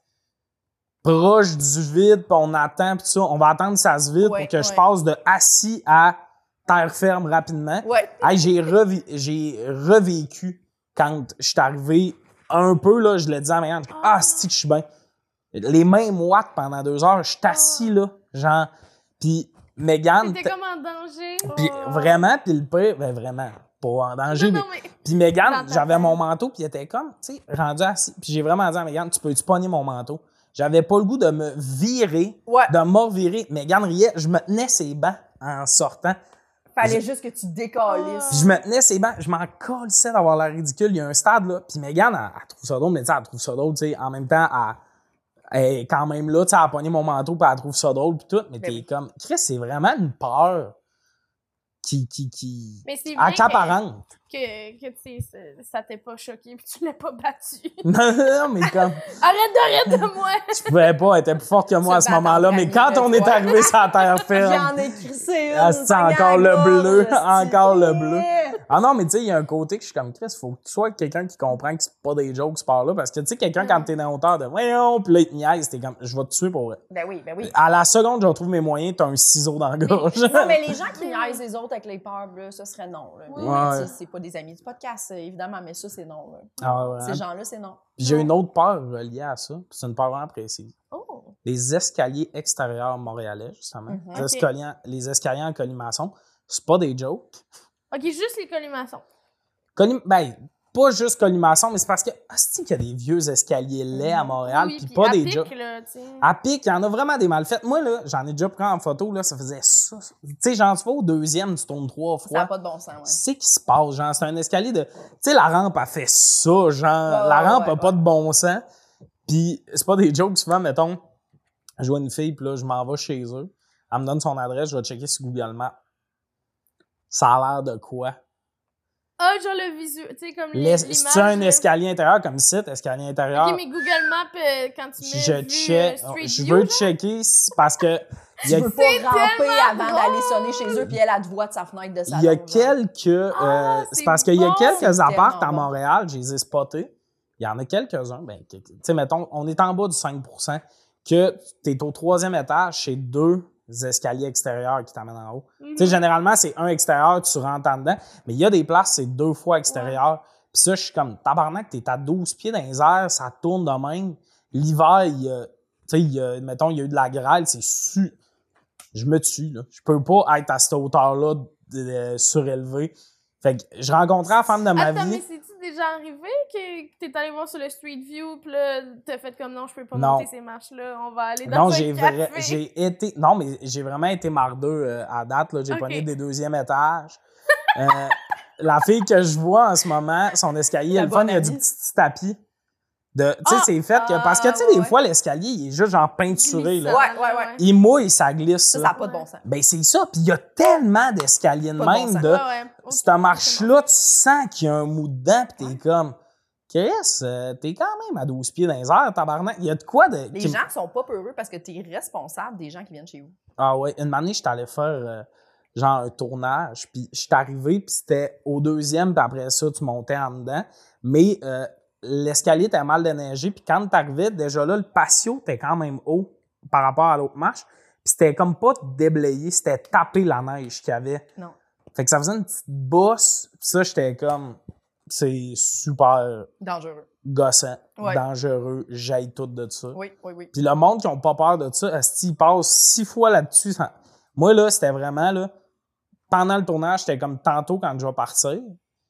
proche du vide, puis on attend, puis tout ça. On va attendre que ça se vide Ouais, pour que je ouais. passe de assis à terre ferme rapidement. Ouais. Hey, j'ai, revi- j'ai revécu quand je suis arrivé un peu, là, je le disais à Megan, je dis, ah, c'est que je suis bien. Les mains moites pendant deux heures, je suis assis, là, genre, puis Megan, T'étais comme en danger. puis Oh. vraiment, puis le pire, ben vraiment, pas en danger, Non, mais non, mais... puis Megan, Dans ta j'avais tête. mon manteau, puis il était comme, tu sais, rendu assis. Puis j'ai vraiment dit à Megan, tu peux-tu pogner mon manteau? J'avais pas le goût de me virer, Ouais. de me revirer. Megan riait, je me tenais ses bancs en sortant. Fallait juste que tu décalisses. Puis je me tenais ses bancs, je m'en colissais d'avoir l'air ridicule. Il y a un stade, là. Puis Megan, elle, elle trouve ça drôle, mais tu sais, elle trouve ça drôle, tu sais, en même temps, elle, elle est quand même là, tu sais, elle a pogné mon manteau, puis elle trouve ça drôle, puis tout. Mais t'es oui. comme, Chris, c'est vraiment une peur qui, qui, qui, Mais c'est vrai accaparante. que, que tu sais, ça t'est pas choqué puis tu l'as pas battu. Non, non, mais comme, Arrête d'arrêter de moi! je pouvais pas, elle était plus forte que moi à Se ce battre moment-là. entre Mais amis, quand de on est fois. arrivé sur la terre ferme, J'en ai crissé une. ah, c'est ça encore le gagne bleu, gorge, encore le bleu. Yeah. Ah non, mais tu sais, il y a un côté que je suis comme Chris, faut que tu sois quelqu'un qui comprend que c'est pas des jokes, ce part-là. Parce que tu sais, quelqu'un, quand t'es dans la hauteur de voyons, pis là, il te niaise, t'es comme, je vais te tuer pour vrai. Ben oui, ben oui. À la seconde, je retrouve mes moyens, t'as un ciseau dans la gorge. Non, mais les gens qui niaisent les autres avec les peurs, là, ça serait non. Là. Mais, Ouais. tu sais, c'est pas des amis du podcast, euh, évidemment, mais ça, c'est non. Là. Ah ouais. Ces gens-là, c'est non. Puis j'ai une autre peur reliée à ça, puis c'est une peur vraiment précise. Oh! Les escaliers extérieurs montréalais, justement. Mhm. Les, Ok. escaliers, les escaliers en colimaçon, c'est pas des jokes. Ok, juste les colimaçons. Colim- ben, pas juste colimaçon, mais c'est parce que, ah, c'est qu'il y a des vieux escaliers laids à Montréal, Oui, puis puis pas à des pic, jokes. là, tu sais. À pic, il y en a vraiment des mal faites. Moi, là, j'en ai déjà pris en photo, là, ça faisait ça. Tu sais, genre, tu vas au deuxième, tu tournes trois Ça n'a fois. pas de bon sens, ouais. C'est qui se passe, genre, c'est un escalier de... Tu sais, la rampe, elle fait ça, genre, Ouais, la ouais, rampe ouais, a pas ouais. de bon sens. Puis c'est pas des jokes, souvent, mettons, je vois une fille, puis là, je m'en vais chez eux. Elle me donne son adresse, je vais checker sur Google Maps. Ça a l'air de quoi? Ah, genre le visuel, tu sais, comme les- L'es- l'image. C'est-tu un là. escalier intérieur comme ici, escalier intérieur? Ok, mais Google Maps, euh, quand tu mets Je vue, check, euh, Street je View, veux genre, checker si- parce que il y a, Tu veux pas ramper tellement avant d'aller sonner chez eux, puis elle, elle te voit de sa fenêtre de salon. il y a genre. quelques, euh, Ah, c'est c'est parce qu'il y a bon! quelques C'est apparts à tellement bon. Montréal, je les ai spotés. Il y en a quelques-uns, ben, tu sais, mettons, on est en bas du cinq pour cent, que tu es au troisième étage, c'est deux escaliers extérieurs qui t'amènent en haut. Mhm. Tu sais, généralement, c'est un extérieur, tu rentres en dedans, mais il y a des places, c'est deux fois extérieur. Puis ça, je suis comme, tabarnak, t'es à douze pieds dans les airs, ça tourne de même. L'hiver, il y a, tu sais, il y a, mettons, il y a eu de la grêle, c'est su... Je me tue, là. Je peux pas être à cette hauteur-là de, de, surélevé. Fait que je rencontrais la femme de ma Attends, vie. mais c'est-tu déjà arrivé que, que t'es allé voir sur le Street View, pis là, t'as fait comme non, je peux pas Non. monter ces marches-là, on va aller dans Non, un j'ai café. vra- j'ai été non mais j'ai vraiment été mardeux euh, à date là, j'ai Ok. pogné des deuxièmes étages. Euh, la fille que je vois en ce moment, son escalier, Ta le fun, il y a bonne du amie. petit, petit tapis. De, tu sais, Ah! c'est fait que parce que tu sais Ah, des ouais. fois l'escalier, il est juste genre peinturé là. Glissant, Ouais, ouais, ouais. Il mouille, ça glisse. Ça, là. ça n'a pas de bon sens. Ben c'est ça, puis il y a tellement d'escaliers de Pas de bon même sens. de Ouais, ouais. Ok, cette c'est marche-là, tu sens qu'il y a un mou dedans, puis t'es comme Chris, euh, t'es quand même à douze pieds dans les airs, tabarnak. Il y a de quoi de. Les qui me- gens sont pas peureux parce que tu es responsable des gens qui viennent chez vous. Ah ouais, une année, j'étais allé faire euh, genre un tournage, puis j'étais arrivé, puis c'était au deuxième, puis après ça, tu montais en dedans. Mais euh, l'escalier était mal déneigé, puis quand t'arrivais, déjà là, le patio était quand même haut par rapport à l'autre marche. Puis c'était comme pas déblayé, c'était tapé la neige qu'il y avait. Non. Fait que ça faisait une petite bosse, puis ça, j'étais comme... C'est super Dangereux. gossant, Ouais. dangereux, j'aille tout de ça. Oui, oui, oui. Puis le monde qui n'a pas peur de ça, esti, ils passent six fois là-dessus. sans- Moi, là, c'était vraiment, là, pendant le tournage, c'était comme tantôt quand je vais partir.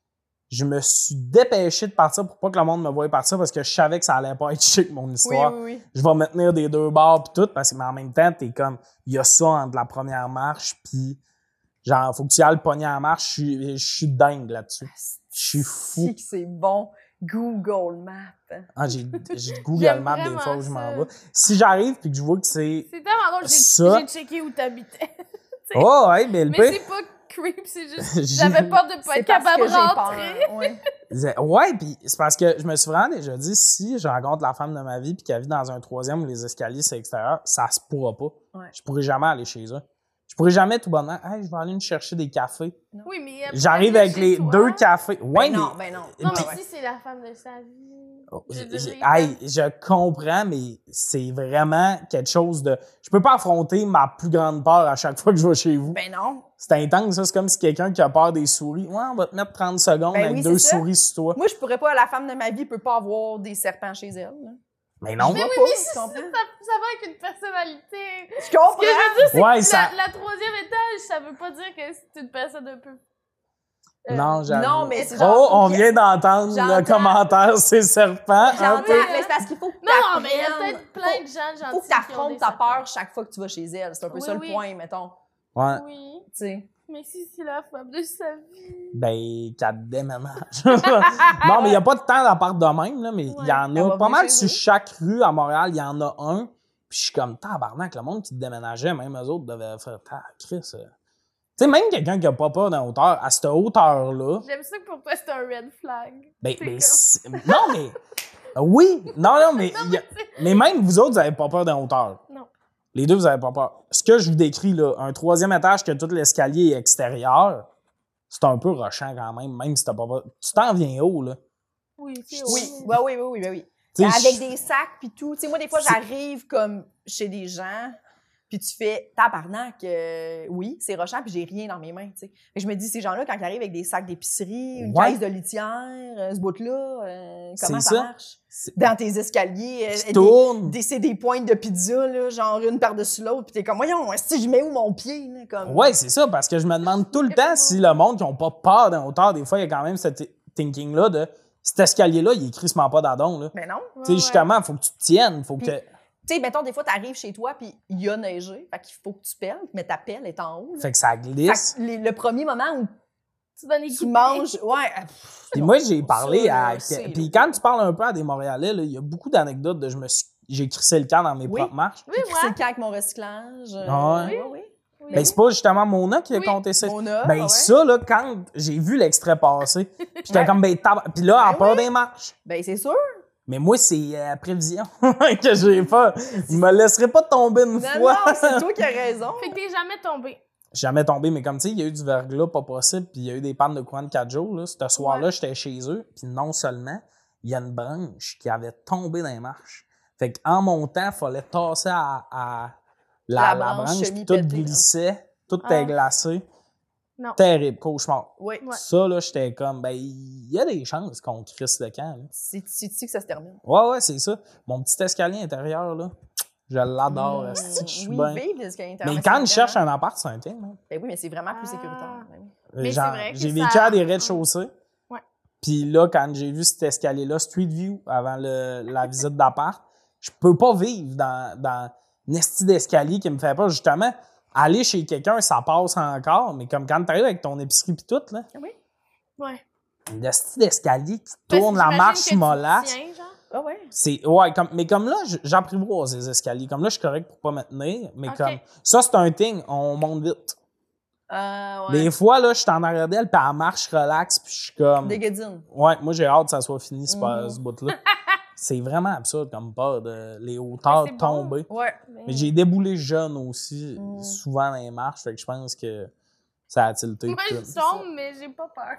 je me suis dépêché de partir pour pas que le monde me voie partir parce que je savais que ça allait pas être chic, mon histoire. Oui, oui, oui. Je vais me tenir des deux bords pis tout, parce que, mais en même temps, t'es comme, il y a ça entre la première marche pis genre, faut que tu ailles le pogner en marche, je suis, je suis dingue là-dessus. Je suis fou. Si que c'est bon. Google Maps. Ah, j'ai, j'ai Google J'aime Maps des vraiment fois où je m'en ça. vais. Si j'arrive pis que je vois que c'est... C'est tellement drôle, j'ai Ça- j'ai checké où t'habitais. Oh, ouais, mais le Mais pire... c'est pas creep, c'est juste. J'ai- J'avais peur de pas C'est être parce capable que de j'ai rentrer. peur. Ouais. C'est- Ouais, puis c'est parce que je me suis vraiment déjà dit, si je rencontre la femme de ma vie puis qu'elle vit dans un troisième où les escaliers c'est extérieur, ça se pourra pas. Ouais. Je pourrais jamais aller chez eux. Je pourrais jamais tout bonnement, hey, je vais aller me chercher des cafés. Oui, mais. après, J'arrive là, avec chez les toi- deux cafés. Ouais, Ben non, mais... ben non. Non, Puis- mais si c'est la femme de sa vie. Oh, Je j'ai- dirais- j'ai- hey, je comprends, mais c'est vraiment quelque chose de... Je peux pas affronter ma plus grande peur à chaque fois que je vais chez vous. Ben non. C'est intense, ça. C'est comme si quelqu'un qui a peur des souris. Ouais, on va te mettre trente secondes Ben avec oui, deux c'est ça. souris sur toi. Moi, je pourrais pas, la femme de ma vie peut pas avoir des serpents chez elle. Là. Mais non. Je vois oui, pas, mais tu ça, ça comprends? ça va avec une personnalité. Je Ce que je veux comprends. dire, c'est Ouais, que ça- la, la troisième étage, ça veut pas dire que c'est une personne un peu. Euh, Non, j'avoue. non, mais c'est Oh, genre- on vient d'entendre le J'entends. commentaire, c'est serpent. un J'entends, peu. mais c'est parce qu'il faut que Non, mais il y a t'apprennes- peut-être plein de gens gentils. Faut que qui ont t'affrontes des ta serpents. peur chaque fois que tu vas chez elle. C'est un peu Oui, ça oui. le point, mettons. Ouais. Oui. Tu sais. Mais si c'est la femme de sa vie. Ben, qu'elle déménage. Non, mais il n'y a pas de temps d'appart de même, là, mais il Ouais. y en Elle va a pas venir mal chez sur vous. chaque rue à Montréal, il y en a un. Puis je suis comme, tabarnak, le monde qui déménageait, même eux autres devaient faire, ah, Chris. euh. Tu sais, même quelqu'un qui a pas peur d'une hauteur, à cette hauteur-là, J'aime ça que pour toi, c'est un red flag. ben, C'est ben, comme- c'est- non, mais, euh, oui, non, non, mais, il y a- mais même vous autres, vous avez pas peur d'une hauteur. Non. Les deux, vous avez pas peur. Ce que je vous décris, là, un troisième étage que tout l'escalier est extérieur, c'est un peu rushant quand même, même si t'as pas peur. Tu t'en viens haut, là. Oui, c'est Oui, oui. oui, oui, oui, oui, oui. Tu sais, Avec je- des sacs puis tout. Tu sais, moi, des fois, C'est- j'arrive comme chez des gens, puis tu fais tabarnak, euh, oui, c'est rochant, puis j'ai rien dans mes mains, tu sais. Et je me dis, ces gens-là, quand ils arrivent avec des sacs d'épicerie, une Ouais. caisse de litière, euh, ce bout-là, euh, comment C'est ça, ça. marche? c'est- Dans tes escaliers, euh, Tu des- tournes. des, c'est des pointes de pizza, là, genre une par-dessus l'autre, puis t'es comme, voyons, si je mets où mon pied, là, comme... Ouais, c'est ça, parce que je me demande tout le temps si le monde qui n'a pas peur d'un hauteur, des fois, il y a quand même ce thinking-là de cet escalier-là, il est crissement pas d'adon, là. Mais non. Ouais, Tu sais, ouais. justement, il faut que tu te tiennes, faut Puis- que... Tu sais, mettons, des fois, t'arrives chez toi, puis il y a neigé, fait qu'il faut que tu pelles, mais ta pelle est en haut, là. Fait que ça Fait glisse. que les- le premier moment où Tu donnes les tu manges, ouais. euh, pff, Puis non, moi, j'ai parlé ça, à... là, c'est- Puis quand tu parles un peu à des Montréalais, là, il y a beaucoup d'anecdotes de je me suis... J'ai crissé le camp dans mes Oui. propres marches. Oui, Puis moi. c'est le cas avec mon recyclage. euh, Ah ouais? oui, oui. Oui. Ben, c'est pas justement Mona qui a Oui. compté ça. Mona, Ben, ouais. ça, là, quand j'ai vu l'extrait passer, j'étais Ouais. comme, ben, tab... Puis là, à Ben peur oui. des marches. Ben, c'est sûr. Mais moi, c'est euh, prévision que j'ai pas. Je me laisserai pas tomber une Non, fois. non, c'est toi qui as raison. Fait que t'es jamais tombé. Jamais tombé, mais comme tu sais, il y a eu du verglas pas possible, puis il y a eu des pannes de courant de quatre jours. Là. Ce soir-là, j'étais chez eux, puis non seulement, il y a une branche qui avait tombé dans les marches. Fait qu'en montant, il fallait tasser à, à la, La la branche branche, puis semi-pétée, tout là. glissait, tout Ah. était glacé. Non. Terrible, cauchemar. Oui. Ouais. Ça, là, j'étais comme, ben, il y a des chances qu'on crisse le camp. Là. C'est c'est ici que ça se termine. Ouais, ouais, c'est ça. Mon petit escalier intérieur, là, je l'adore. Mmh, esti que je suis oui, bien. vive les escaliers Mais intérieurs, quand c'est je cherche vraiment- un appart, c'est un thing. hein. Ben oui, mais c'est vraiment plus Ah. sécuritaire. Ben oui. Mais Genre, c'est vrai que j'ai ça- vécu à des rez-de-chaussée. Ouais. Puis là, quand j'ai vu cet escalier-là, Street View, avant le- la visite d'appart, je peux pas vivre dans, dans un esti d'escalier qui me fait pas. Justement, aller chez quelqu'un, ça passe encore, mais comme quand t'arrives avec ton épicerie pis tout, là, Ah oui? Ouais. l'esti d'escalier qui Parce tourne que la j'imagine marche que tu mollasse. tiens, genre. Ah ouais. C'est, ouais, comme, mais comme là, j- j'apprivoise les escaliers. Comme là, je suis correct pour pas me tenir, mais Ok. comme, ça, c'est un thing, on monte vite. Euh, ouais. Des fois, là, je suis en arrière d'elle, puis elle marche relax, puis je suis comme... Des guédines. Ouais, moi, j'ai hâte que ça soit fini, ce, Mhm. ce bout-là. C'est vraiment absurde comme peur de les hauteurs Mais c'est bon. tomber. Ouais. Mais j'ai déboulé jeune aussi, Mhm. souvent dans les marches, fait que je pense que ça a tilté. Moi, tout. je tombe, mais j'ai pas peur.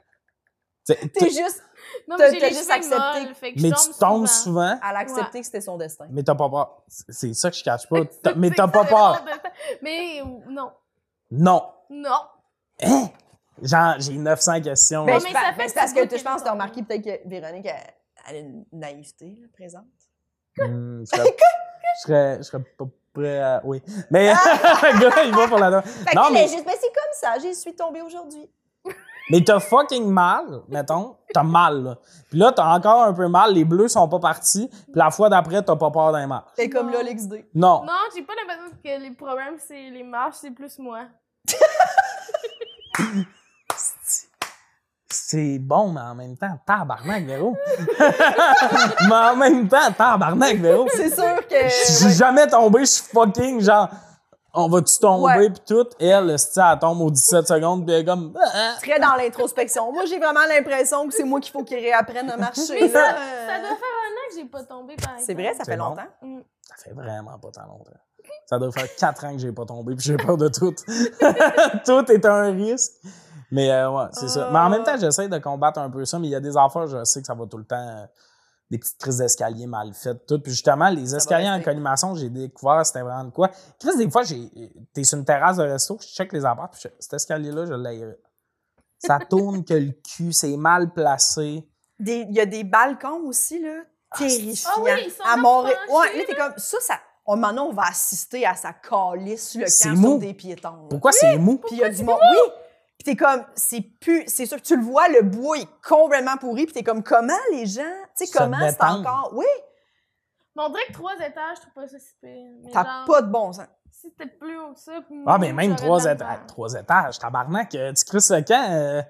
T'sais, T'es t'sais, juste Non, T'as- mais j'ai t'as les juste cheveux accepté. molles, fait que mais je tu tombe tombes souvent. souvent, à l'accepter que c'était son destin. mais t'as pas peur. C'est- C'est ça que je cache pas. T'as- mais C'est t'as pas ça, peur. le destin. Mais euh, non. Non. Non. Hein? Genre, j'ai neuf cents questions. Ben, là. mais je ça pa- fait ben, c'est parce six que mois tu- je pense que que t'as j'ai remarqué peut-être que Véronique, elle, elle a une naïveté là, présente. Hmm, je serais, je serais, je serais pas prêt à... Oui. Mais le gars, il va pour la... Fait Non, qu'elle mais... est juste, mais c'est comme ça, j'y suis tombée aujourd'hui. Mais t'as fucking mal, mettons. T'as mal, là. Puis là, t'as encore un peu mal. Les bleus sont pas partis. Puis la fois d'après, t'as pas peur d'un match. Et comme Non. là, l'X D. Non. Non, j'ai pas l'impression que les problèmes, c'est les marches, c'est plus moi. C'est bon, mais en même temps, tabarnak, Véro. Mais en même temps, tabarnak, Véro. C'est sûr que. Je suis jamais tombé, je suis fucking genre, on va-tu tomber, Ouais. pis tout. Elle, si elle tombe aux dix-sept secondes, pis elle est comme. Très dans l'introspection. Moi, j'ai vraiment l'impression que c'est moi qu'il faut qu'il réapprenne à marcher. Mais là. ça, Euh, ça doit faire un an que j'ai pas tombé, par exemple. C'est vrai, ça C'est fait bon. longtemps. Mm. Ça fait vraiment pas tant longtemps. Ça doit faire quatre ans que j'ai pas tombé, pis j'ai peur de tout. Tout est un risque. Mais euh, ouais, c'est ça. Mais en même temps, j'essaie de combattre un peu ça, mais il y a des affaires, je sais que ça va tout le temps. Euh, des petites crises d'escalier mal faites, tout. Puis justement, les escaliers en rester. collimation, j'ai découvert c'était vraiment de quoi. Chris, des fois, j'ai, t'es sur une terrasse de resto, je check les apparts, puis je- cet escalier-là, je l'aimerais. Ça tourne que le cul, c'est mal placé. Des- Il y a des balcons aussi, là, terrifiants. Ah oui, ils sont à comme Montréal. penchés, Ouais, là, t'es comme. Ça, ça. On, maintenant, on va assister à sa calisse sur le C'est camp mou. sur des piétons. là. Pourquoi c'est mou? Puis il y a du monde. Oui! Puis t'es comme, c'est plus. C'est sûr que tu le vois, le bois est complètement pourri. Puis t'es comme, comment les gens. Tu sais, Se comment c'est détendre. encore. Oui! Mais on dirait que trois étages, je trouve pas ça si pire. Mais T'as genre, pas de bon sens. si c'était plus haut que ça. Ah, mais même j'aurais trois, de la éta- misère. trois étages, tabarnak, euh, tu crisses le camp, euh,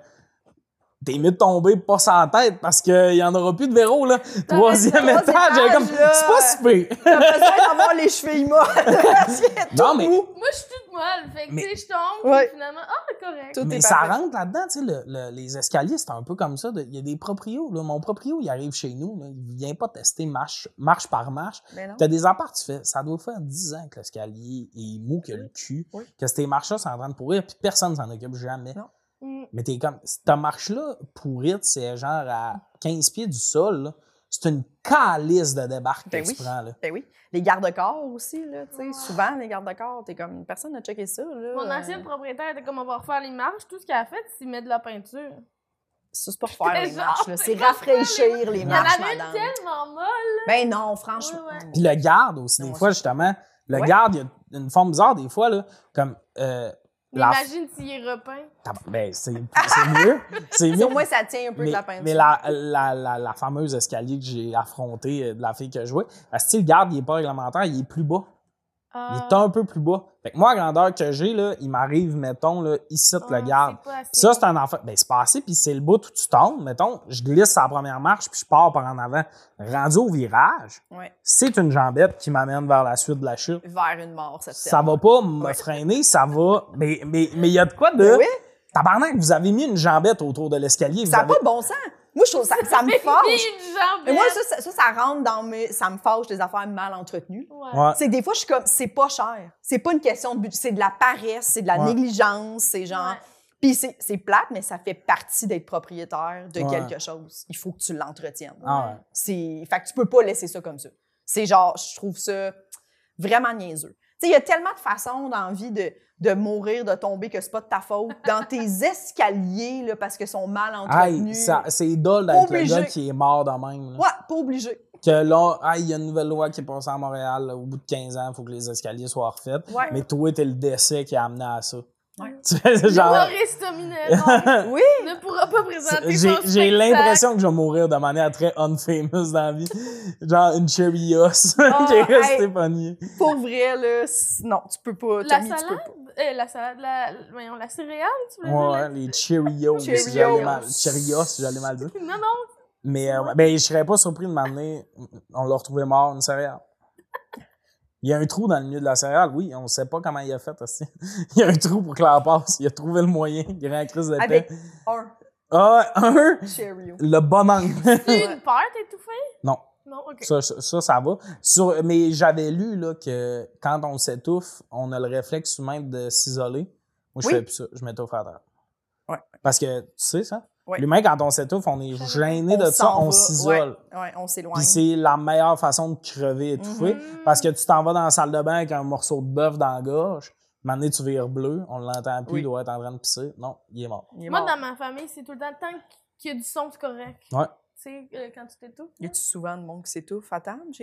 t'es mieux de tomber pas sans tête parce qu'il y en aura plus de Véro, là. Troisième trois étage, j'ai comme, étages, là. c'est pas si pire. T'as besoin d'avoir les cheveux immoles. Parce qu'il y a tout Non, mais- mou. Moi, je suis toute molle. Fait que, Mais- tu sais, je tombe, Ouais. puis finalement, ah, c'est correct. Tout Mais est ça parfait. rentre là-dedans, tu sais, le- le- les escaliers, c'est un peu comme ça. de- Il y a des proprios, là. Mon proprio, il arrive chez nous, là, il vient pas tester marche, marche par marche. Mais non. T'as des apparts, tu fais, ça doit faire dix ans que l'escalier est mou que le cul, Oui. que ces marches-là sont en train de pourrir, puis personne s'en occupe jamais. Non. Mm. Mais t'es comme, ta marche-là, pourrite, c'est genre à quinze pieds du sol, là. C'est une calice de débarque Ben que oui. tu prends, là. Ben oui. Les gardes-corps aussi, là, tu sais. Souvent, les gardes-corps, t'es comme, personne n'a checké ça, là. Mon Euh, ancienne propriétaire était comme on va refaire les marches. Tout ce qu'elle a fait, c'est mettre de la peinture. Ça, c'est pas refaire les Genre, marches, là. c'est C'est pas rafraîchir les Il y en marches, avait une madame. tellement molle. Ben non, franchement. Ouais, ouais. Puis le garde aussi, des Non, fois, ça- justement, le Ouais. garde, il y a une forme bizarre, des fois, là, comme, euh, Mais la- imagine s'il est repeint. Tab- Ben, c'est c'est mieux. C'est mieux. Au moins, ça tient un peu mais, de la peinture. mais la, la, la, la fameuse escalier que j'ai affrontée euh, de la fille que je jouais, le style garde, il est pas réglementaire, il est plus bas. Il Ah, est un peu plus bas. Fait que moi, la grandeur que j'ai, là, il m'arrive, mettons, là, ici, ah, le garde. c'est pas assez. Puis ça, c'est un enfant. Ben, c'est pas assez, puis c'est le bout où tu tombes, mettons. Je glisse sur la première marche, puis je pars par en avant. Rendu au virage, Ouais. c'est une jambette qui m'amène vers la suite de la chute. Vers une mort, cette Ça va pas me Ouais. freiner, ça va. Mais mais mais il y a de quoi de. Ben oui. Tabarnak, vous avez mis une jambette autour de l'escalier. vous Ça n'a avez- pas de bon sens. Moi, je trouve ça, ça me Puis fâche. une jambe. Mais moi, ça, ça, ça, ça rentre dans mes. Ça me fâche des affaires mal entretenues. Ouais. Ouais. C'est que des fois, je suis comme, c'est pas cher. C'est pas une question de budget. C'est de la paresse, c'est de la Ouais. négligence, c'est genre. Ouais. Puis c'est c'est plate, mais ça fait partie d'être propriétaire de Ouais. quelque chose. Il faut que tu l'entretiennes. Ah ouais. C'est, fait que tu peux pas laisser ça comme ça. C'est genre, je trouve ça vraiment niaiseux. Tu sais, il y a tellement de façons dans la vie de, de mourir, de tomber, que c'est pas de ta faute. Dans tes escaliers, là, parce qu'ils sont mal Hey, entretenus. ça- c'est dole d'être le Obligé. gars qui est mort de même. là. Ouais, pas obligé. Que là, hey, il y a une nouvelle loi qui est passée à Montréal. là, au bout de quinze ans, il faut que les escaliers soient refaits. Ouais. Mais toi, t'es le décès qui a amené à ça. Ouais. Tu sais, c'est genre. L'humoriste dominant Oui. ne pourra pas présenter J'ai son j'ai spectacle. l'impression que je vais mourir de manière très unfamous dans la vie. Genre une cherry os qui est Ah, restée hey. pognée. Pour vrai, là, c- non, tu peux pas. La Tommy, tu peux salade? pas. Euh, la salade, la, voyons, la céréale, tu veux Ouais, dire? ouais, la- les Cheerios, si Cheerios. j'allais mal. Cheerios, si j'allais mal dire. Non, non. Mais euh, ben, je serais pas surpris de m'amener. On l'a retrouvé mort, une céréale. Il y a un trou dans le milieu de la céréale, oui, on sait pas comment il a fait aussi. Il y a un trou pour que la passe. Il a trouvé le moyen. Il a crise de paix. Avec un Ah, un, Cheerio. le bon angle. C'est Ouais. une pâte étouffée? Non. Non, OK. Ça, ça, ça, ça va. Sur, mais j'avais lu là, que quand on s'étouffe, on a le réflexe humain de s'isoler. Moi, je Oui. fais plus ça. Je m'étouffe à terre. Ouais. Parce que, tu sais ça? Ouais. L'humain, quand on s'étouffe, on est gêné de On ça, s'en on va. s'isole. Ouais, ouais, on s'éloigne. Puis c'est la meilleure façon de crever étouffé. Mhm. Parce que tu t'en vas dans la salle de bain avec un morceau de bœuf dans la gorge. Maintenant, tu vires bleu. On l'entend plus. Oui. Il doit être en train de pisser. Non, il est mort. Il est Moi, mort. dans ma famille, c'est tout le temps tant qu'il y a du son, c'est correct. Ouais. Tu sais, euh, quand tu t'étouffes. Y a-tu souvent de monde qui s'étouffe à table chez vous?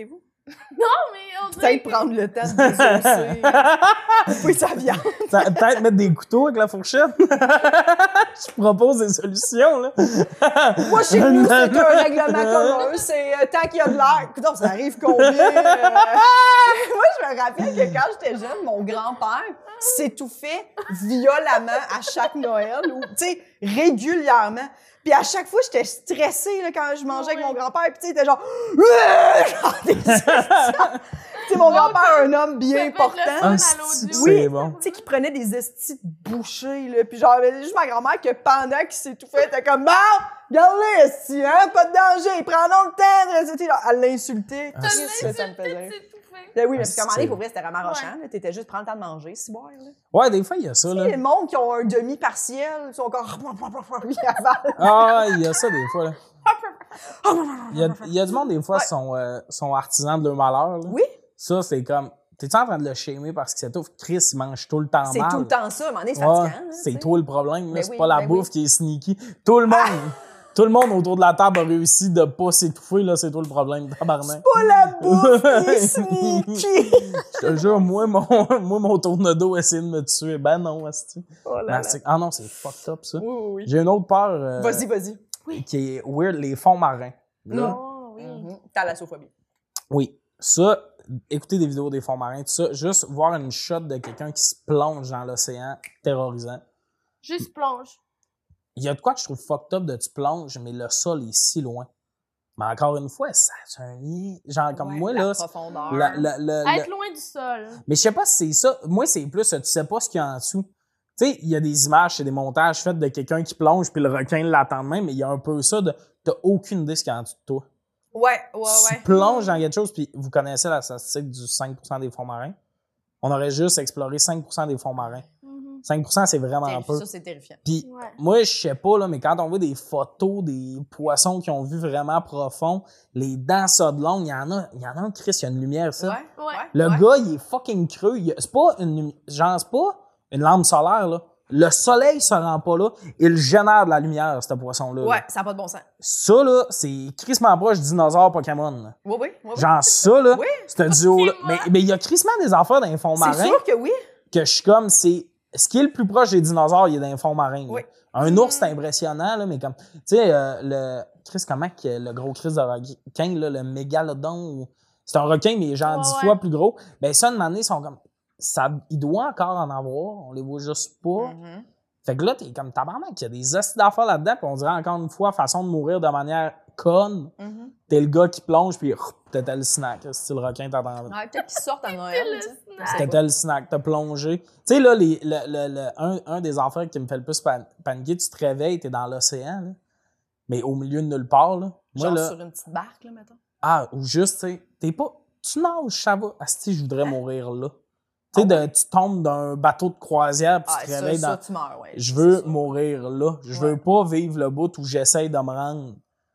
Non, mais on dirait Peut-être prendre le temps de désousser. Oui, sa viande. Ça- Peut-être mettre des couteaux avec la fourchette. Je propose des solutions, là. Moi, chez nous, c'est un règlement commun. C'est euh, tant qu'il y a de l'air. Écoute, ça arrive combien? euh? Moi, je me rappelle que quand j'étais jeune, mon grand-père s'étouffait violemment à chaque Noël, ou, tu sais, régulièrement. Puis à chaque fois, j'étais stressée là, quand je mangeais avec Oui. mon grand-père. Puis tu sais, il était genre... genre des tu sais, mon grand-père, un homme bien Ça peut être portant. le Ah, fun à l'audio. c'est Oui. bon. Tu sais, qui prenait des estis de bouchées, là. Puis genre, il y avait juste ma grand-mère que pendant qu'il s'étouffait, elle était comme, bon, regarde-les, esti, hein, pas de danger, prends donc le temps de rester là. Elle l'insultait. Ah, Qu'est-ce c'est- que ça me faisait rire. C'est tout fait. Ben oui, mais Ah, parce qu'à un moment donné, c'est- pour vrai, c'était vraiment rochant, là. T'étais juste prendre le temps de manger, si boire, là. Ouais, des fois, il y a ça, là. Tu sais, les mondes qui ont un demi-partiel, ils sont encore... Ils avalent. Ah, il y a ça, des fois, là. Il y a, il y a du monde, des fois, Ouais. sont, euh, sont artisans de leur malheur, là. Oui, Ça, c'est comme... T'es-tu en train de le shamer parce que c'est tout? Chris, il mange tout le temps c'est mal. tout le temps ça. À un moment donné, c'est Ouais, fatigant, là, c'est tu sais. toi le problème, là. Ben C'est oui, pas la ben bouffe oui. qui est sneaky. Tout le monde, tout le monde autour de la table a réussi de pas s'étouffer, là. C'est toi le problème, tabarnak. Pas la bouffe qui est sneaky! Je te jure, moi, mon, moi, mon tourne-dos essayait de me tuer. Ben non, asti. Oh là Ben, là. c'est- ah non, c'est fucked up, ça. Oui, oui, oui. J'ai une autre peur euh, Vas-y, vas-y. qui est weird, les fonds marins. Là, Oh, oui. Mhm. Thalassophobie. oui, ça, écouter des vidéos des fonds marins, tout ça, juste voir une shot de quelqu'un qui se plonge dans l'océan, terrorisant. Juste plonge. Il y a de quoi que je trouve fucked up de tu plonges, mais le sol est si loin. Mais encore une fois, ça a un lien. Genre, comme Ouais, moi, la là. profondeur. la- la- le- le- Être loin du sol. Mais je sais pas si c'est ça. Moi, c'est plus, tu sais pas ce qu'il y a en dessous. Tu sais, il y a des images, c'est des montages faits de quelqu'un qui plonge, puis le requin l'attend de même, mais il y a un peu ça de. T'as aucune idée ce qu'il y a en dessous de toi. Ouais, ouais, Tu ouais. plonges dans quelque chose, puis vous connaissez la statistique du cinq pour cent des fonds marins. On aurait juste exploré cinq pour cent des fonds marins. Mhm. cinq pour cent, c'est vraiment Terrifiant, peu. ça, c'est terrifiant. Puis Ouais. moi, je sais pas, là, mais quand on voit des photos des poissons qui ont vu vraiment profond, les dents ça de longue, il y en a, il y en a un, Chris, il y a une lumière, ça. Ouais, Ouais. ouais. Le ouais. gars, il est fucking creux. Il- C'est pas une lumi- genre, c'est pas une lampe solaire, là. Le soleil se rend pas là. Il génère de la lumière, ce poisson-là. là. Ouais, ça n'a pas de bon sens. Ça, là, c'est crissement proche dinosaure Pokémon. là. Oui, oui, oui. oui. Genre ça, là, Oui. ce duo-là. Pokémon. Mais mais il y a crissement des affaires dans les fonds C'est marins sûr que oui. que je suis comme, c'est... Ce qui est le plus proche des dinosaures, il est dans les fonds marins. là. Oui. Un ours, c'est impressionnant, là, mais comme... Tu sais, euh, le... Chris, comment que le gros Chris de requin, là, le mégalodon... ou- C'est un requin, mais genre Ouais, dix ouais. fois plus gros. Ben ça, une année, ils sont comme... Ça, il doit encore en avoir, on les voit juste pas. Mhm. Fait que là, t'es comme tabarnak, il y a des hosties d'affaires là-dedans, puis on dirait encore une fois, façon de mourir de manière conne. Mhm. T'es le gars qui plonge, puis t'étais le snack. Si le requin t'attend. Ouais, peut-être qu'ils sortent à Noël. le tu sais. snack. Je sais T'étais pas. le snack, t'as plongé. Tu sais, là, les, le, le, le- un, un des affaires qui me fait le plus pan- paniquer, tu te réveilles, t'es dans l'océan, là, mais au milieu de nulle part. Là. Moi, Genre là, sur une petite barque, là, mettons. ah, ou juste, tu sais, t'es pas. Tu nages, ça va. Asti, je voudrais Hein? mourir là. Tu sais, de- tu tombes d'un bateau de croisière, puis Ah, tu te ça, réveilles ça, dans. tu meurs, ouais. Je c'est veux sûr. mourir là. Je Ouais. veux pas vivre le bout où j'essaye de me rendre.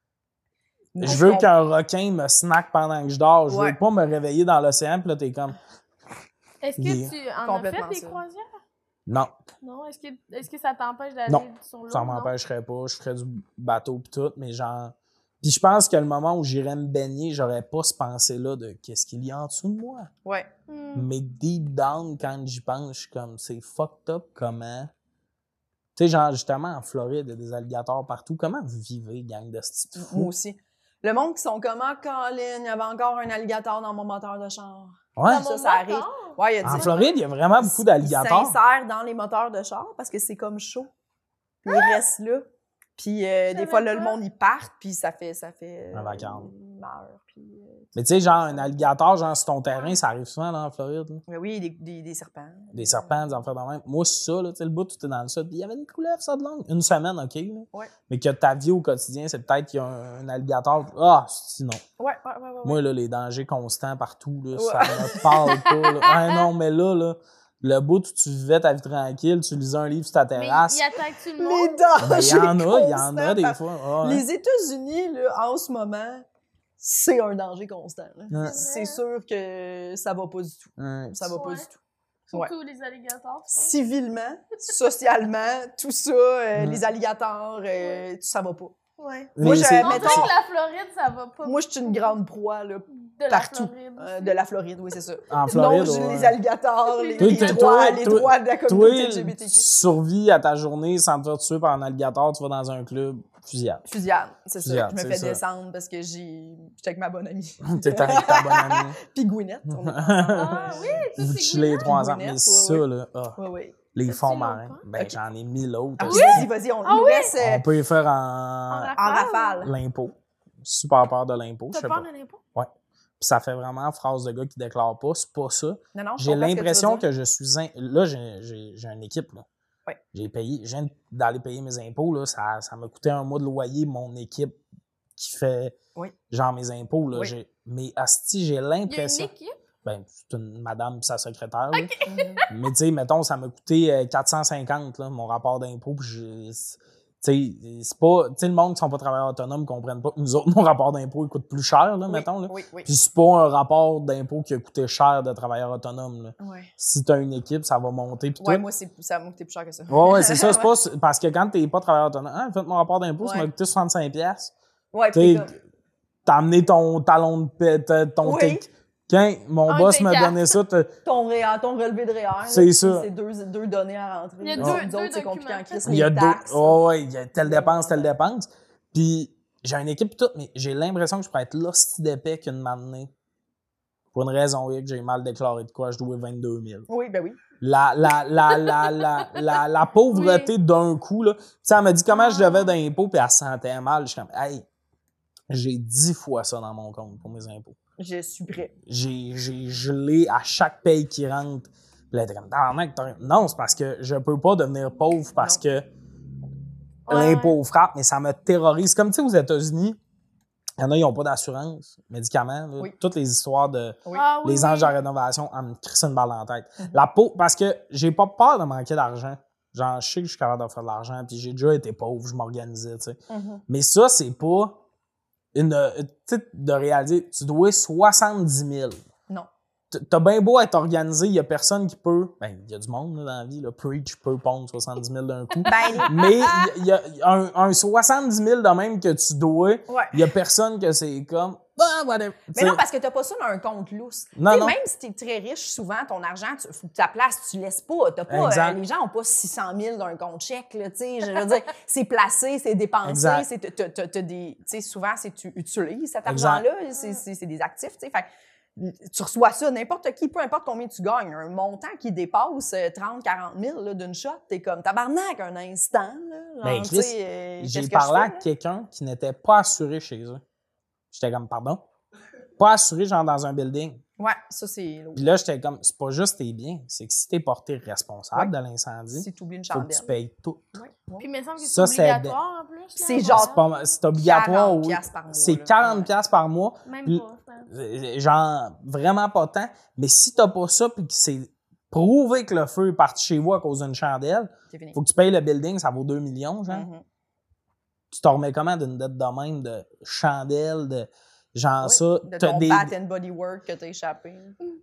Moi, Je veux comprends. qu'un requin me snack pendant que je dors. Je Ouais. veux pas me réveiller dans l'océan, puis là, t'es comme. Est-ce que Yeah. tu en as fait Complètement des ça. croisières? Non, Non. Est-ce que, est-ce que ça t'empêche d'aller Non. sur l'eau? ça Non? m'empêcherait pas. Je ferais du bateau pis tout, mais genre. Puis je pense que le moment où j'irais me baigner, j'aurais pas ce pensée-là de qu'est-ce qu'il y a en dessous de moi. Ouais. Hmm. Mais deep down, quand j'y pense, je suis comme, c'est fucked up comment. Tu sais, genre, justement, en Floride, il y a des alligators partout. Comment vous vivez, gang de ce type Moi fou? aussi. Le monde qui sont comment, Colin? Il y avait encore un alligator dans mon moteur de char. Ouais. Dans ça, mon ça arrive. moteur? Ouais, il y a En dit. Floride, il y a vraiment beaucoup d'alligators. Ils s'insèrent dans les moteurs de char parce que c'est comme chaud. Puis ils restent là. Puis euh, Je des fois, là, savais le pas. monde, ils partent, puis ça fait... Ça fait Un vacarme. Ils meurent, puis... euh, Mais tu sais, genre, un alligator, genre, sur ton terrain, ça arrive souvent, là, en Floride. là. mais oui, des, des, des serpents. Des serpents, des enfants de même. Moi, c'est ça, là, tu sais, le bout, tout est dans le sud. Puis il y avait une couleuvre, ça, de longue. Une semaine, OK, là. Ouais. Mais que ta vie au quotidien, c'est peut-être qu'il y a un, un alligator. Ah, sinon. Ouais, ouais, ouais, ouais. Moi, là, les dangers constants partout, là, Ouais. ça me parle pas, là. Ah non, mais là, là, le bout où tu vivais ta vie tranquille, tu lisais un livre sur ta Mais terrasse. il attaque-tu le Les monde? Ben, dangers il y en a, il y en a constants des par- fois. Ah, ouais. Les États-Unis, là, en ce moment, c'est un danger constant. là. Ouais. C'est sûr que ça va pas du tout. Ouais. Ça va pas Ouais. du tout. Surtout les alligators, ça. Civilement, socialement, tout ça, euh, Mm. les alligators, euh, ça va pas. Ouais. Moi, Mais je- c'est- On dirait mettons- que la Floride, ça va pas. Moi, je suis une grande proie, là. De la partout. Floride Euh, aussi. de la Floride, oui, c'est ça. En Floride, non, ouais. les alligators, les, Toi, les t'es- droits, toi- les toi- droits de la Toi, communauté L G B T tu Q. survis à ta journée sans te faire tuer par un alligator, tu vas dans un club, fusillade. Fusillade, c'est ça. Fusillade, Je me c'est fais ça. descendre parce que j'ai... j'étais avec ma bonne amie. T'es avec ta bonne amie. Puis Gwyneth. On est Ah oui, ça Vous c'est chillez les Gwyneth. trois ensemble. Gwyneth, Mais ouais, ça, ouais. là, ah, Oui, oui. les T'as-tu fonds l'autre marins, pas? ben Ok. j'en ai mis l'autre. Ah, aussi. vas-y, vas-y, on Ah nous oui? laisse euh, On peut y faire En en en rafale. rafale. l'impôt. Super peur de l'impôt, je T'as sais peur pas. de l'impôt? Puis ça fait vraiment phrase de gars qui déclarent pas, c'est pas ça. Non, non, je J'ai comprends ce que tu veux l'impression dire. que je suis... in- Là, j'ai, j'ai, j'ai une équipe, là. Ouais. J'ai payé... Je viens d'aller payer mes impôts, là. Ça, ça m'a coûté un mois de loyer, mon équipe qui fait, Oui. genre, mes impôts, là. Oui. J'ai... Mais asti, j'ai Il y a une l'impression... équipe? Ben, c'est une madame pis sa secrétaire, là. Mhm. Mais tu sais, mettons, ça m'a coûté euh, quatre cent cinquante, là, mon rapport d'impôt. Puis j'ai... Tu sais, c'est pas... Tu sais, le monde qui sont pas travailleurs autonomes comprennent pas que nous autres, nos rapports d'impôt, ils coûtent plus cher, là, Oui, mettons, là. Oui, oui. Puis c'est pas un rapport d'impôt qui a coûté cher de travailleurs autonomes, là. Ouais. Si t'as une équipe, ça va monter pis Ouais, tout. moi, c'est, ça m'a coûté plus cher que ça. Ouais, ouais, c'est ça. C'est pas... Parce que quand t'es pas travailleur autonome, ah, faites mon rapport d'impôt, ça Ouais. m'a coûté soixante-cinq piastres. Ouais, Tu puis sais, comme- t'as amené ton talon de paie, t'as- ton... Oui. tic- Quand mon Un boss T m'a quatre. donné ça, t'as- ton, ré, ton relevé de R E E R. C'est là, ça. puis C'est deux, deux données à rentrer. Il y a Nous deux- autres, deux c'est compliqué en documents. crise. il y a les deux... taxes. Oh, ouais, il y a telle dépense, telle dépense. Puis j'ai une équipe pis tout, mais j'ai l'impression que je pourrais être l'hostie d'épais qu'une matinée. Pour une raison X, j'ai mal déclaré de quoi, je dois vingt-deux mille. Oui, ben oui. La, la, la, la, la, la, la pauvreté d'un coup, là. Tu sais, elle m'a dit comment je devais d'impôts, puis elle se sentait mal. Je suis comme, hey, j'ai dix fois ça dans mon compte pour mes impôts. Je suis prêt. J'ai, j'ai gelé à chaque paye qui rentre. Puis là, elle était comme, tabarnak, t'as- non, c'est parce que je peux pas devenir pauvre parce Non. que Ouais, l'impôt frappe, mais ça me terrorise. Comme tu sais, aux États-Unis, il y en a, ils n'ont pas d'assurance, médicaments, là. Oui. Toutes les histoires de Oui. Ah oui, les oui. anges de la rénovation, elle me crisse une balle dans la tête. Mhm. La peau, parce que j'ai pas peur de manquer d'argent. Genre, je sais que je suis capable de faire de l'argent, puis j'ai déjà été pauvre, je m'organisais, tu sais. Mhm. Mais ça, c'est pas une. euh, Tu sais, de réaliser, tu dois soixante-dix mille. Non. T- T'as bien beau être organisé, il y a personne qui peut. Ben, il y a du monde là, dans la vie, là. Preach peut pondre soixante-dix mille d'un coup. Ben, Mais il y a, il y a un, un soixante-dix mille de même que tu dois, ouais. il y a personne que c'est comme. Ah, whatever. Mais non, parce que t'as pas ça dans un compte lousse. Non, Tu sais, non. même si t'es très riche, souvent, ton argent, il faut que tu la places, tu laisses pas. T'as pas Exact. euh, les gens ont pas six cent mille d'un compte chèque, là, tu sais. Je veux dire, c'est placé, c'est dépensé. Exact. c'est- t'as- t'as- t'as des, tu sais, souvent, c'est tu utilises cet Exact. argent-là, c'est- c'est c'est des actifs, tu sais. Fait que tu reçois ça, n'importe qui, peu importe combien tu gagnes, un montant qui dépasse euh, trente, quarante mille là, d'une shot, t'es comme tabarnak un instant. Là, genre, Ben, tu Chris, sais, euh, j'ai qu'est-ce que parlé je à fais, là? quelqu'un qui n'était pas assuré chez eux. J'étais comme, pardon? Pas assuré, genre dans un building. Ouais, ça, c'est l'autre. Puis là, j'étais comme, c'est pas juste tes biens, c'est que si t'es porté responsable Ouais. de l'incendie, Si tu oublies une faut que chandelle. tu payes tout. Ouais, ouais. Puis il me semble que Ça, c'est c'est obligatoire en plus. là, C'est avant. genre- C'est, pas, c'est obligatoire, quarante oui. piastres par mois, C'est là. quarante Ouais. piastres par mois. Même Puis- pas. c'est- Euh, Genre, vraiment pas tant. Mais si t'as pas ça, puis que c'est prouvé que le feu est parti chez vous à cause d'une chandelle, C'est fini. faut que tu payes le building, ça vaut deux millions, genre. Mhm. Tu t'en remets comment d'une dette de même, de chandelle, de genre Oui, ça. de T'as ton des, Bath and Body Work que t'as échappé.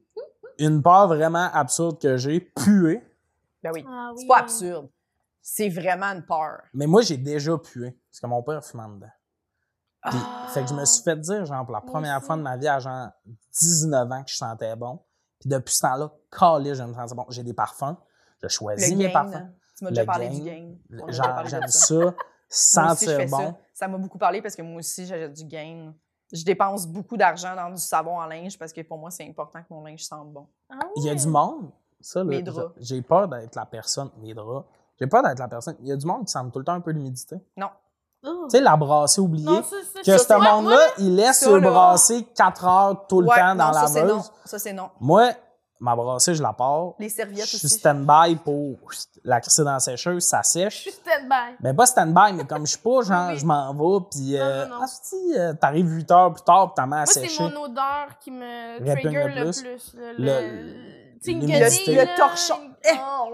une peur vraiment absurde que j'ai, puer. Ben oui. Ah oui. C'est pas absurde. C'est vraiment une peur. Mais moi, j'ai déjà pué. Parce que mon père fumait dedans. Puis, Ah. fait que je me suis fait dire, genre, pour la Moi première aussi. fois de ma vie, à genre dix-neuf ans, que je sentais bon. Puis depuis ce temps-là, calé, je me sentais bon. J'ai des parfums. Je choisis Le mes gain. parfums. Tu m'as déjà Le parlé gain. du gain. On a déjà Genre, parlé de j'aime ça. ça. Moi aussi, je Sentir fais bon. ça. Ça m'a beaucoup parlé parce que moi aussi, j'achète du gain. Je dépense beaucoup d'argent dans du savon en linge parce que pour moi, c'est important que mon linge sente bon. Ah Il y a ouais. du monde. Ça, là, Mes draps. j'ai peur d'être la personne. Mes draps. J'ai peur d'être la personne. Il y a du monde qui sent tout le temps un peu l'humidité. Non. Oh. Tu sais, la brassée oubliée. Non, ça, ça, Que ça, ce moi- monde-là, il laisse ça, se là. brasser quatre heures tout le Ouais, temps dans non, la ça, c'est non. laveuse. Ça, c'est non. Moi, ma brassée, je la pars. Les serviettes Je suis aussi. stand-by pour la crisser dans la sécheuse, ça Je sèche. suis stand-by. Mais pas stand-by, mais comme je suis pas, genre, Oui. je m'en vais, puis euh, Non, non, non. asti, euh, t'arrives huit heures plus tard, puis t'as mis à Moi, c'est sécher. mon odeur qui me Répugne trigger le le plus. plus. Le, Le- le, tu sais, une l'humidité. guenille, Le là, torchon. une- Eh.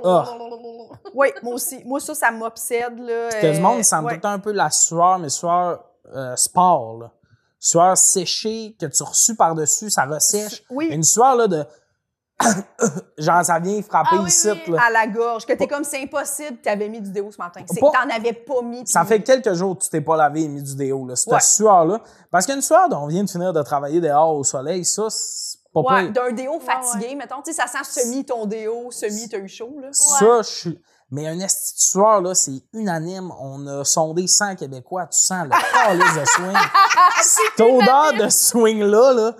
Oh. Oui, moi aussi. Moi, ça, ça m'obsède. Là. Puis t'as du monde qui sent Euh, tout ouais. le temps un peu la sueur, mais sueur euh, sport, là. Sueur séchée, que tu reçus par-dessus, ça ressèche. Oui. Une sueur, là, de genre, ça vient frapper Ah oui, ici, oui. là. À la gorge, que t'es comme, c'est impossible que t'avais mis du déo ce matin. C'est Pas- que t'en avais pas mis. puis- Ça fait quelques jours que tu t'es pas lavé et mis du déo, là. Cette Ouais. sueur-là. Parce qu'une sueur dont on vient de finir de travailler dehors au soleil, ça, c'est pas Ouais, pire. d'un déo fatigué, ouais. mettons. Tu sais, ça sent semi ton déo, semi t'as eu chaud, là. Ça, je suis. Mais un esti de sueur, là, c'est unanime. On a sondé cent Québécois. Tu sens le calice de swing. Cette odeur de swing-là, là,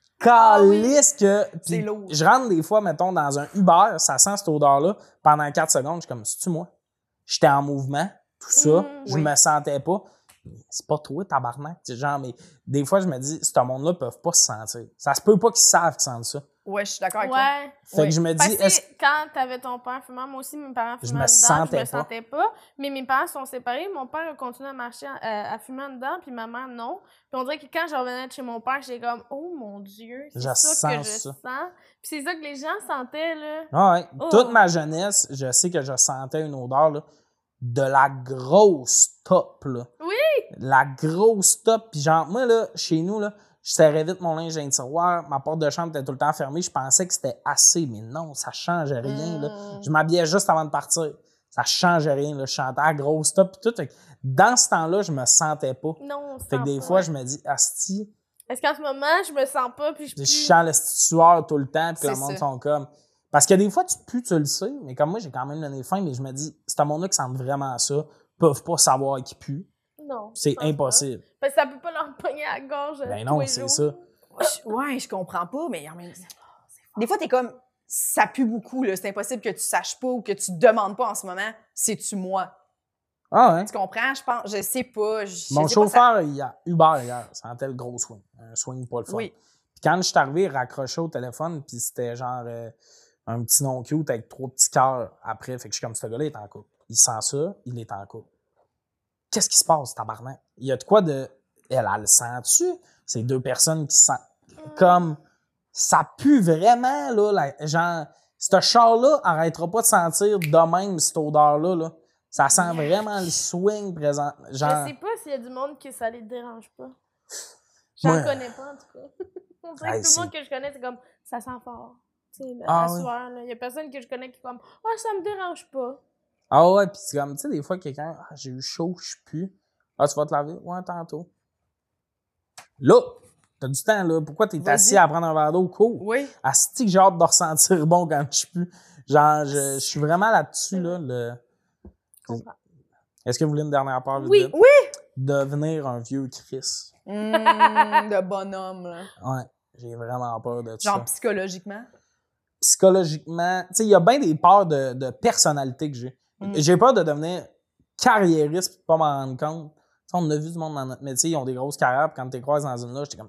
calice que. Puis C'est lourd. je rentre des fois, mettons, dans un Uber, ça sent cette odeur-là. Pendant quatre secondes, je suis comme, c'est-tu moi? J'étais en mouvement, tout ça. Mm, je oui. me sentais pas. C'est pas toi, tabarnak. Genre, mais des fois, je me dis, ce monde-là peuvent pas se sentir. Ça se peut pas qu'ils savent qu'ils sentent ça. Ouais, je suis d'accord avec toi. Ouais. Fait Oui. que je me Parce dis, que est-ce quand t'avais ton père fumant, moi aussi, mes parents Je fumaient me dedans, sentais je me pas. sentais pas. Mais mes parents sont séparés. Mon père a continué à marcher, à, à fumer dedans, puis ma mère, non. Puis on dirait que quand je revenais de chez mon père, j'étais comme, oh mon Dieu, c'est Je ça que sens je ça. sens. Puis c'est ça que les gens sentaient, là. Ah ouais. Oh. Toute ma jeunesse, je sais que je sentais une odeur là, de la grosse top. Là. Oui! La grosse top. Puis genre, moi, là, chez nous, là, je serrais vite mon linge dans le tiroir. Ma porte de chambre était tout le temps fermée. Je pensais que c'était assez, mais non, ça changeait rien. Là. Mm. Je m'habillais juste avant de partir. Ça changeait rien. Là. Je chantais à grosse top. Puis tout. Fait que dans ce temps-là, je me sentais pas. Non, Fait que des fois, je me dis, asti, Est-ce qu'en ce moment, je me sens pas, puis je je pue? sens le sueur tout le temps, puis que le C'est monde ça. sont comme. Parce que des fois, tu pues, tu le sais, mais comme moi, j'ai quand même le nez fin, mais je me dis, c'est un monde-là qui sent vraiment ça, peuvent pas savoir qui pue. Non. C'est je pense pas. impossible. Parce que ça peut pas leur pogner à la gorge. Ben tous non, les c'est jours. ça. Je- Ouais, je comprends pas, mais en même temps. Des fois, t'es comme, ça pue beaucoup, là. C'est impossible que tu saches pas ou que tu te demandes pas en ce moment, c'est-tu moi? Ah ouais. Tu comprends? Je pense, je sais pas. Je, Mon je sais pas, ça- chauffeur, il a Uber hier, sentait le gros swing. Un swing pas le fun. Oui. Puis quand je suis arrivé, il raccrochait au téléphone, puis c'était genre euh, un petit nom cute avec trois petits cœurs après. Fait que je suis comme, ce gars-là, il est en couple. Il sent ça, il est en couple. Qu'est-ce qui se passe, tabarnak? Il y a de quoi de. Elle, elle le sent-tu? C'est deux personnes qui sentent. Comme. Ça pue vraiment, là. La... Genre, ce char-là arrêtera pas de sentir de même cette odeur-là, là. Ça sent vraiment le swing présent. Genre. Je sais pas s'il y a du monde que ça les dérange pas. J'en Ouais. connais pas, en tout cas. On dirait Hey, que tout c'est- le monde que je connais, c'est comme, ça sent fort. Tu sais, la, Ah la oui. sueur, là. Il y a personne que je connais qui est comme, oh, ça me dérange pas. Ah ouais, pis c'est comme, tu sais, des fois, quelqu'un, ah, j'ai eu chaud, je suis plus. Ah, tu vas te laver? Ouais, tantôt. Là, t'as du temps, là. Pourquoi t'es Vas-y. assis à prendre un verre d'eau? Cool. Oui. Asti que j'ai hâte de ressentir bon quand je suis plus. Genre, je, je suis vraiment là-dessus, là. Le... Je comprends. Est-ce que vous voulez une dernière part? vite, Oui. vite? Oui! Devenir un vieux Chris. Mmh, de bonhomme, là. Ouais, j'ai vraiment peur de Genre ça. psychologiquement. Psychologiquement, tu sais, il y a bien des peurs de, de personnalité que j'ai. Mm. J'ai peur de devenir carriériste et de pas m'en rendre compte. Tu sais, on a vu du monde dans notre métier, ils ont des grosses carrières, puis quand tu les croises dans une loge, t'es comme.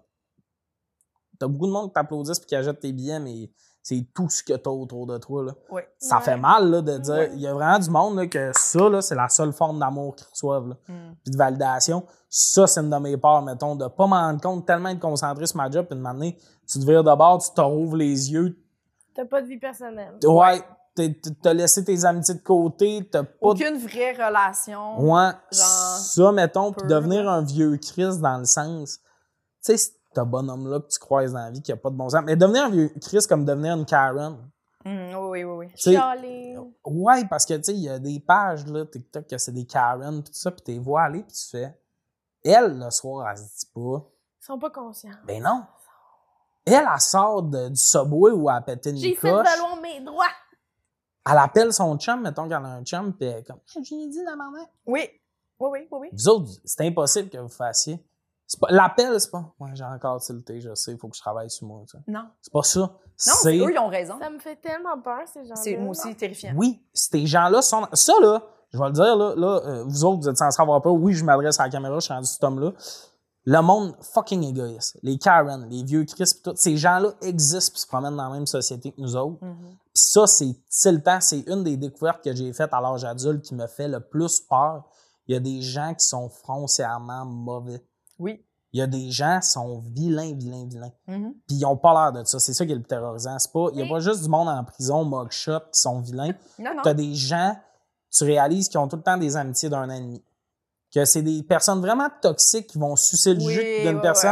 T'as beaucoup de monde qui t'applaudissent puis qui achètent tes billets, mais c'est tout ce que t'as autour de toi, là. Oui. Ça Ouais. fait mal, là, de dire. Ouais. Il y a vraiment du monde, là, que ça, là, c'est la seule forme d'amour qu'ils reçoivent, là. Mm. Puis de validation. Ça, c'est une de mes peurs, mettons, de pas m'en rendre compte, tellement être concentré sur ma job, puis de m'amener, tu te vires de bord, tu te rouvres les yeux. T'as pas de vie personnelle. Ouais, t'es- t'as laissé tes amitiés de côté, t'as pas de. Aucune vraie relation. Ouais, genre, ça, mettons, puis peu, devenir là. un vieux Chris dans le sens. Tu sais, ce bonhomme-là que tu croises dans la vie qui a pas de bon sens. Mais devenir un vieux Chris comme devenir une Karen. Mm, oui, oui, oui. Tu sais, Chialer. ouais, parce que, tu sais, il y a des pages, là, TikTok, que c'est des Karen, pis tout ça, pis t'es vois aller, pis tu fais. Elle, le soir, elle se dit pas. Ils sont pas conscients. Ben non. Elle, elle sort de- du Subway où elle a pété une J'ai fait coche. valoir mes droits. Elle appelle son chum, mettons qu'elle a un chum, pis elle est comme, j'ai dit la maman. Oui. Oui, oui, oui, oui. Vous autres, c'est impossible que vous fassiez. C'est pas, l'appel, c'est pas, ouais, j'ai encore tilté, je sais, il faut que je travaille sur moi, tu sais. Non. C'est pas ça. Non, c'est eux, ils ont raison. Ça me fait tellement peur, ces gens-là. C'est moi aussi terrifiant. Oui, ces gens-là sont. Ça, là, je vais le dire, là, là euh, vous autres, vous êtes censés avoir peur. Oui, je m'adresse à la caméra, je suis rendu cet homme-là. Le monde fucking égoïste. Les Karen, les vieux Chris, pis tout. Ces gens-là existent pis se promènent dans la même société que nous autres. Mhm. Pis ça, c'est, c'est le temps, c'est une des découvertes que j'ai faites à l'âge adulte qui me fait le plus peur. Il y a des gens qui sont foncièrement mauvais. Oui. Il y a des gens qui sont vilains, vilains, vilains. Mhm. Puis ils ont pas l'air de ça. C'est ça qui est le plus terrorisant. C'est pas, il y a Oui. pas juste du monde en prison, mugshot, qui sont vilains. Non, non. T'as des gens, tu réalises, qui ont tout le temps des amitiés d'un ennemi. Que c'est des personnes vraiment toxiques qui vont sucer le Oui, jus d'une ouais, personne. ouais, ouais.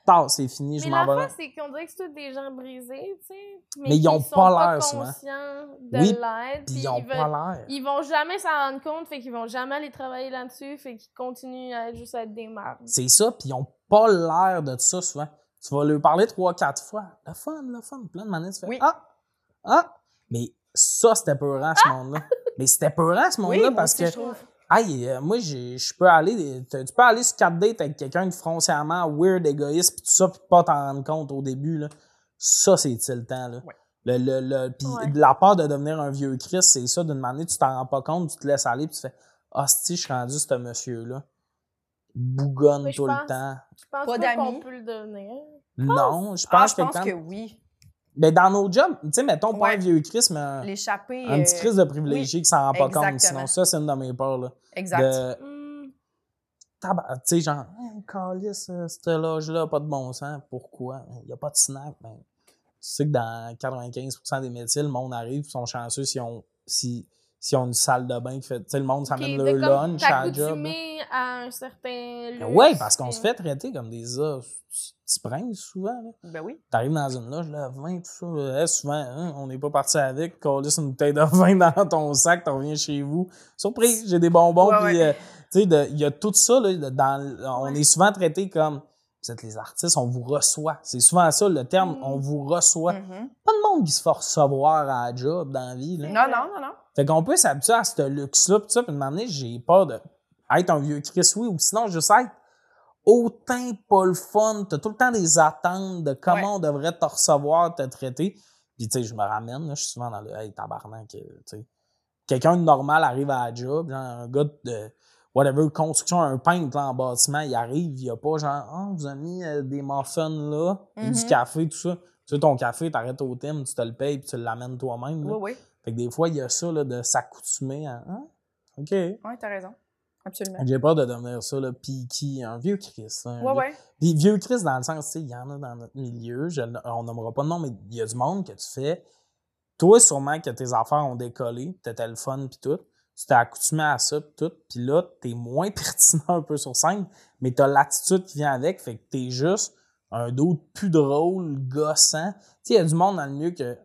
tard, c'est fini, je Mais m'en vais. l'affaire, c'est qu'on dirait que c'est tous des gens brisés, tu sais. Mais, Mais ils ont qui sont pas l'air, souvent. conscients de Oui, l'aide. Puis puis ils ont ils pas veulent- l'air. Ils vont jamais s'en rendre compte, fait qu'ils vont jamais aller travailler là-dessus, fait qu'ils continuent à être juste à être des mardes. C'est ça, puis ils ont pas l'air de ça souvent. Tu vas leur parler trois, quatre fois. Le fun, le fun, plein de manières, tu fais Oui. Ah! Ah! Mais ça, c'était peurant, ce monde-là. Mais c'était peurant, ce monde-là, Oui, moi parce aussi, que. je trouve. Hey, euh, moi, j'ai- je peux aller. Tu tu peux aller sur quatre dates avec quelqu'un de foncièrement weird, égoïste, pis tout ça, pis pas t'en rendre compte au début, là. Ça, c'est le temps, là. Ouais. Le, le, le, pis Ouais. la peur de devenir un vieux Christ, c'est ça, d'une manière, tu t'en rends pas compte, tu te laisses aller, pis tu fais Ah, si, je suis rendu, ce monsieur-là. Bougonne Mais je tout pense- le temps. Je pense Pas pas qu'on d'amis. peut le devenir. Non, je Ah, pense je que pense quand. que oui. Ben, dans nos jobs, tu sais, mettons pas Ouais. un vieux Christ, mais un, L'échappée. un petit euh, Christ de privilégié qui s'en rend pas compte. exactement. Sinon, ça, c'est une de mes peurs, là. Exact. De, Hmm. Tabar- tu sais, genre, hey, câlisse, euh, cette loge-là, pas de bon sens. Pourquoi? Il n'y a pas de snack. Ben, tu sais que dans quatre-vingt-quinze pour cent des métiers, le monde arrive, ils sont chanceux s'ils ont, si, s'ils ont une salle de bain qui fait. Tu sais, le monde s'amène Ok, leur de comme lunch à la job. là. t'accoutumer à un certain luxe. Ben ouais, parce qu'on puis- se fait traiter comme des ah, petits princes souvent. Là. Ben oui. T'arrives dans une loge, là, vin, tout ça. là, souvent, hein, on n'est pas parti avec. Câlisse une bouteille de vin dans ton sac, tu reviens chez vous. Surprise, j'ai des bonbons. Ouais, Puis, ouais. euh, tu sais, de- il y a tout ça. Là, de- dans, on Ouais. est souvent traité comme vous êtes les artistes, on vous reçoit. C'est souvent ça le terme, Mm. on vous reçoit. Mhm. Pas de monde qui se fait recevoir à la job dans la vie. Là. Non, non, non, non. Fait qu'on peut s'habituer à ce luxe-là. Puis ça, puis de m'amener, j'ai peur de être un vieux Chris, oui, ou sinon juste être autant pas le fun. T'as tout le temps des attentes de comment Ouais. on devrait te recevoir, te traiter. Puis tu sais, je me ramène, là, je suis souvent dans le « Hey, tabarnak », tu sais. Quelqu'un de normal arrive à la job, genre un gars de whatever, construction, un peintre là, en bâtiment, il arrive, il y a pas genre « Ah, vous avez mis euh, des muffins là, et du Mhm. café, tout ça. » Tu sais, ton café, t'arrêtes au thème, tu te le payes, puis tu l'amènes toi-même. là. Oui, oui. Fait que des fois, il y a ça là, de s'accoutumer à ah, OK. Oui, t'as raison. Absolument. J'ai peur de devenir ça, là, piqué, un vieux Christ. Un Ouais, vieux... ouais. Puis vieux Christ, dans le sens, tu sais, il y en a dans notre milieu, je, on nommera pas de nom, mais il y a du monde que tu fais. Toi, sûrement que tes affaires ont décollé, t'étais le fun, puis tout. Tu t'es accoutumé à ça, puis tout. Puis là, t'es moins pertinent un peu sur scène, mais t'as l'attitude qui vient avec, fait que t'es juste un d'autre plus drôle, gossant. Tu sais, il y a du monde dans le milieu que.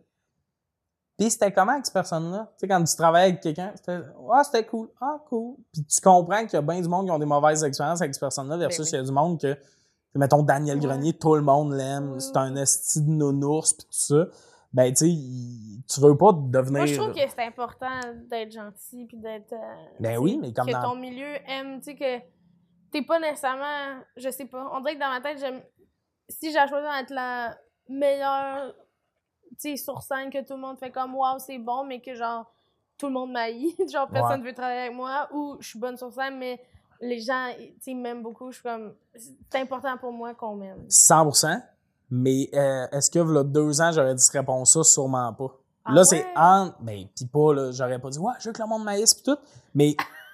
Puis c'était comment avec cette personne-là? Tu sais, quand tu travailles avec quelqu'un, c'était ah, c'était cool, ah, cool. Puis tu comprends qu'il y a bien du monde qui ont des mauvaises expériences avec cette personne-là, versus il Ben oui. y a du monde que, mettons, Daniel Ouais. Grenier, tout le monde l'aime, Oui, c'est oui. un esti de nounours, puis tout ça. Ben, tu sais, il- tu veux pas devenir. Moi, je trouve que c'est important d'être gentil puis d'être. euh, Ben tu sais, oui, mais comme que dans- ton milieu aime, tu sais, que t'es pas nécessairement. Je sais pas. On dirait que dans ma tête, j'aime. Si j'ai choisi d'être la meilleure, tu sais, sur scène, que tout le monde fait comme waouh, c'est bon, mais que genre, tout le monde m'haït. Genre, personne Ouais. veut travailler avec moi, ou je suis bonne sur scène, mais les gens, tu sais, m'aiment beaucoup. Je suis comme. C'est important pour moi qu'on m'aime. cent pour cent. Mais euh, est-ce que, là, deux ans, j'aurais dit te répondre ça? Sûrement pas. Ah là, c'est ouais? en. Ben, pis pas, là, j'aurais pas dit, ouais, je veux que le monde maïs pis tout. Mais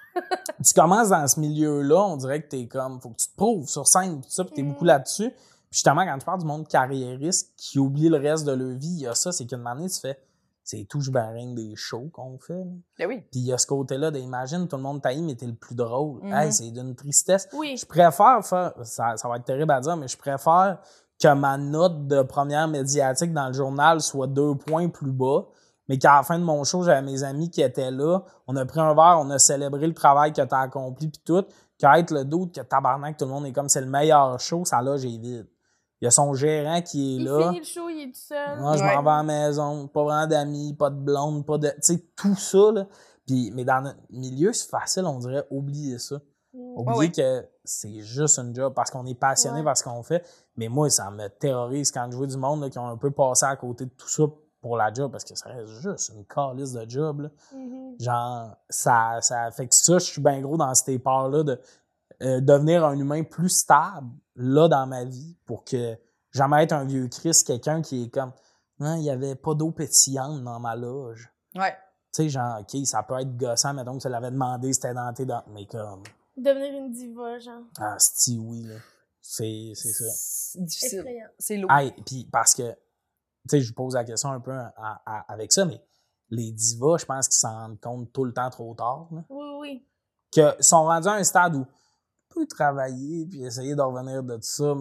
tu commences dans ce milieu-là, on dirait que t'es comme, faut que tu te prouves sur scène pis tout ça, pis t'es Mm. beaucoup là-dessus. Puis justement, quand tu parles du monde carriériste qui oublie le reste de leur vie, il y a ça, c'est qu'une année, tu fais, c'est touche barring des shows qu'on fait. Là. Ben oui. Puis il y a ce côté-là d'imagine, tout le monde taille, mais t'es le plus drôle. Mhm. Hey, c'est d'une tristesse. Oui. Je préfère faire, ça, ça va être terrible à dire, mais je préfère que ma note de première médiatique dans le journal soit deux points plus bas, mais qu'à la fin de mon show, j'avais mes amis qui étaient là, on a pris un verre, on a célébré le travail que t'as accompli puis tout, qu'à être le doute que tabarnak, tout le monde est comme c'est le meilleur show, ça là, j'ai vide. Il y a son gérant qui est Il là. finit le show, il est tout seul. Moi, je Ouais. m'en vais à la maison, pas vraiment d'amis, pas de blonde, pas de. Tu sais, tout ça, là. Puis, mais dans notre milieu, c'est facile, on dirait, oublier ça. Mm. Oublier Ouais, ouais. que c'est juste une job parce qu'on est passionné Ouais. par ce qu'on fait. Mais moi, ça me terrorise quand je vois du monde là, qui ont un peu passé à côté de tout ça pour la job parce que ça reste juste une calice de job. Là. Mhm. Genre, ça, ça fait que ça, je suis bien gros dans cette peur-là de euh, devenir un humain plus stable là dans ma vie pour que jamais être un vieux Chris, quelqu'un qui est comme non, il n'y avait pas d'eau pétillante dans ma loge. Ouais. Tu sais, genre, OK, ça peut être gossant, mettons que tu l'avais demandé, c'était dans tes dents. Mais comme, Devenir une diva, genre. ah, c'ti, oui, là. C'est, c'est ça. C'est difficile. Effrayant. C'est lourd. Hey, puis parce que, tu sais, je vous pose la question un peu à- à- avec ça, mais les divas, je pense qu'ils s'en rendent compte tout le temps trop tard, là. Oui, oui. Que sont rendus à un stade où tu peux travailler puis essayer de revenir de tout ça, mais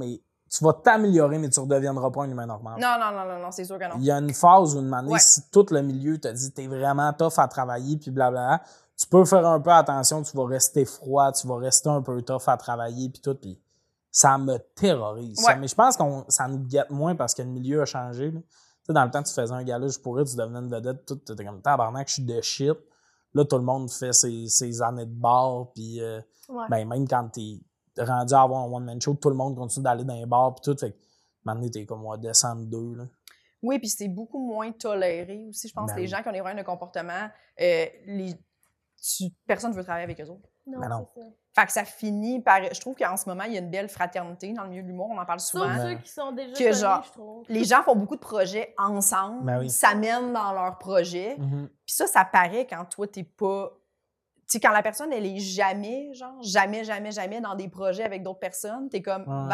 tu vas t'améliorer, mais tu ne redeviendras pas un humain normal. Non, non, non, non, non, c'est sûr que non. Il y a une phase où, une année, Ouais. si tout le milieu te dit t'es vraiment tough à travailler, puis blablabla, tu peux faire un peu attention, tu vas rester froid, tu vas rester un peu tough à travailler, puis tout, puis ça me terrorise. Ouais. Ça. Mais je pense que ça nous guette moins parce que le milieu a changé. Là. Tu sais, dans le temps, tu faisais un gala, je pourrais, tu devenais une vedette, tout, t'étais comme tabarnak, je suis de shit. Là, tout le monde fait ses, ses années de bar, puis euh, Ouais. ben, même quand t'es rendu à avoir un one-man show, tout le monde continue d'aller dans les bars, puis tout, fait que maintenant, t'es comme, ouais, descendre deux, là. Oui, puis c'est beaucoup moins toléré aussi. Je pense Ben que les oui. gens qui ont des problèmes de comportement, euh, les, tu- personne ne veut travailler avec eux autres. Non, Ben non. c'est ça. Fait que ça finit par... Je trouve qu'en ce moment, il y a une belle fraternité dans le milieu de l'humour. On en parle Sauf souvent. Ouais. ceux qui sont déjà Que connus, genre, je trouve. Les gens font beaucoup de projets ensemble, Ben oui. s'amènent dans leurs projets. Mhm. Puis ça, ça paraît quand toi, t'es pas... Tu sais, quand la personne, elle est jamais, genre, jamais, jamais, jamais dans des projets avec d'autres personnes, t'es comme, Ouais.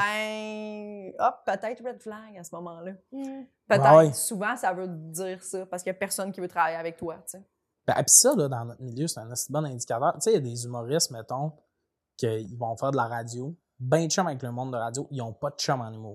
ben, hop, peut-être red flag à ce moment-là. Mm. Peut-être. Ouais, ouais. Souvent, ça veut dire ça, parce qu'il y a personne qui veut travailler avec toi, tu sais. Ben, puis ça, là, dans notre milieu, c'est un assez bon indicateur. Tu sais, il y a des humoristes, mettons, qu'ils vont faire de la radio. Ben de chum avec le monde de radio, ils n'ont pas de chum en humour.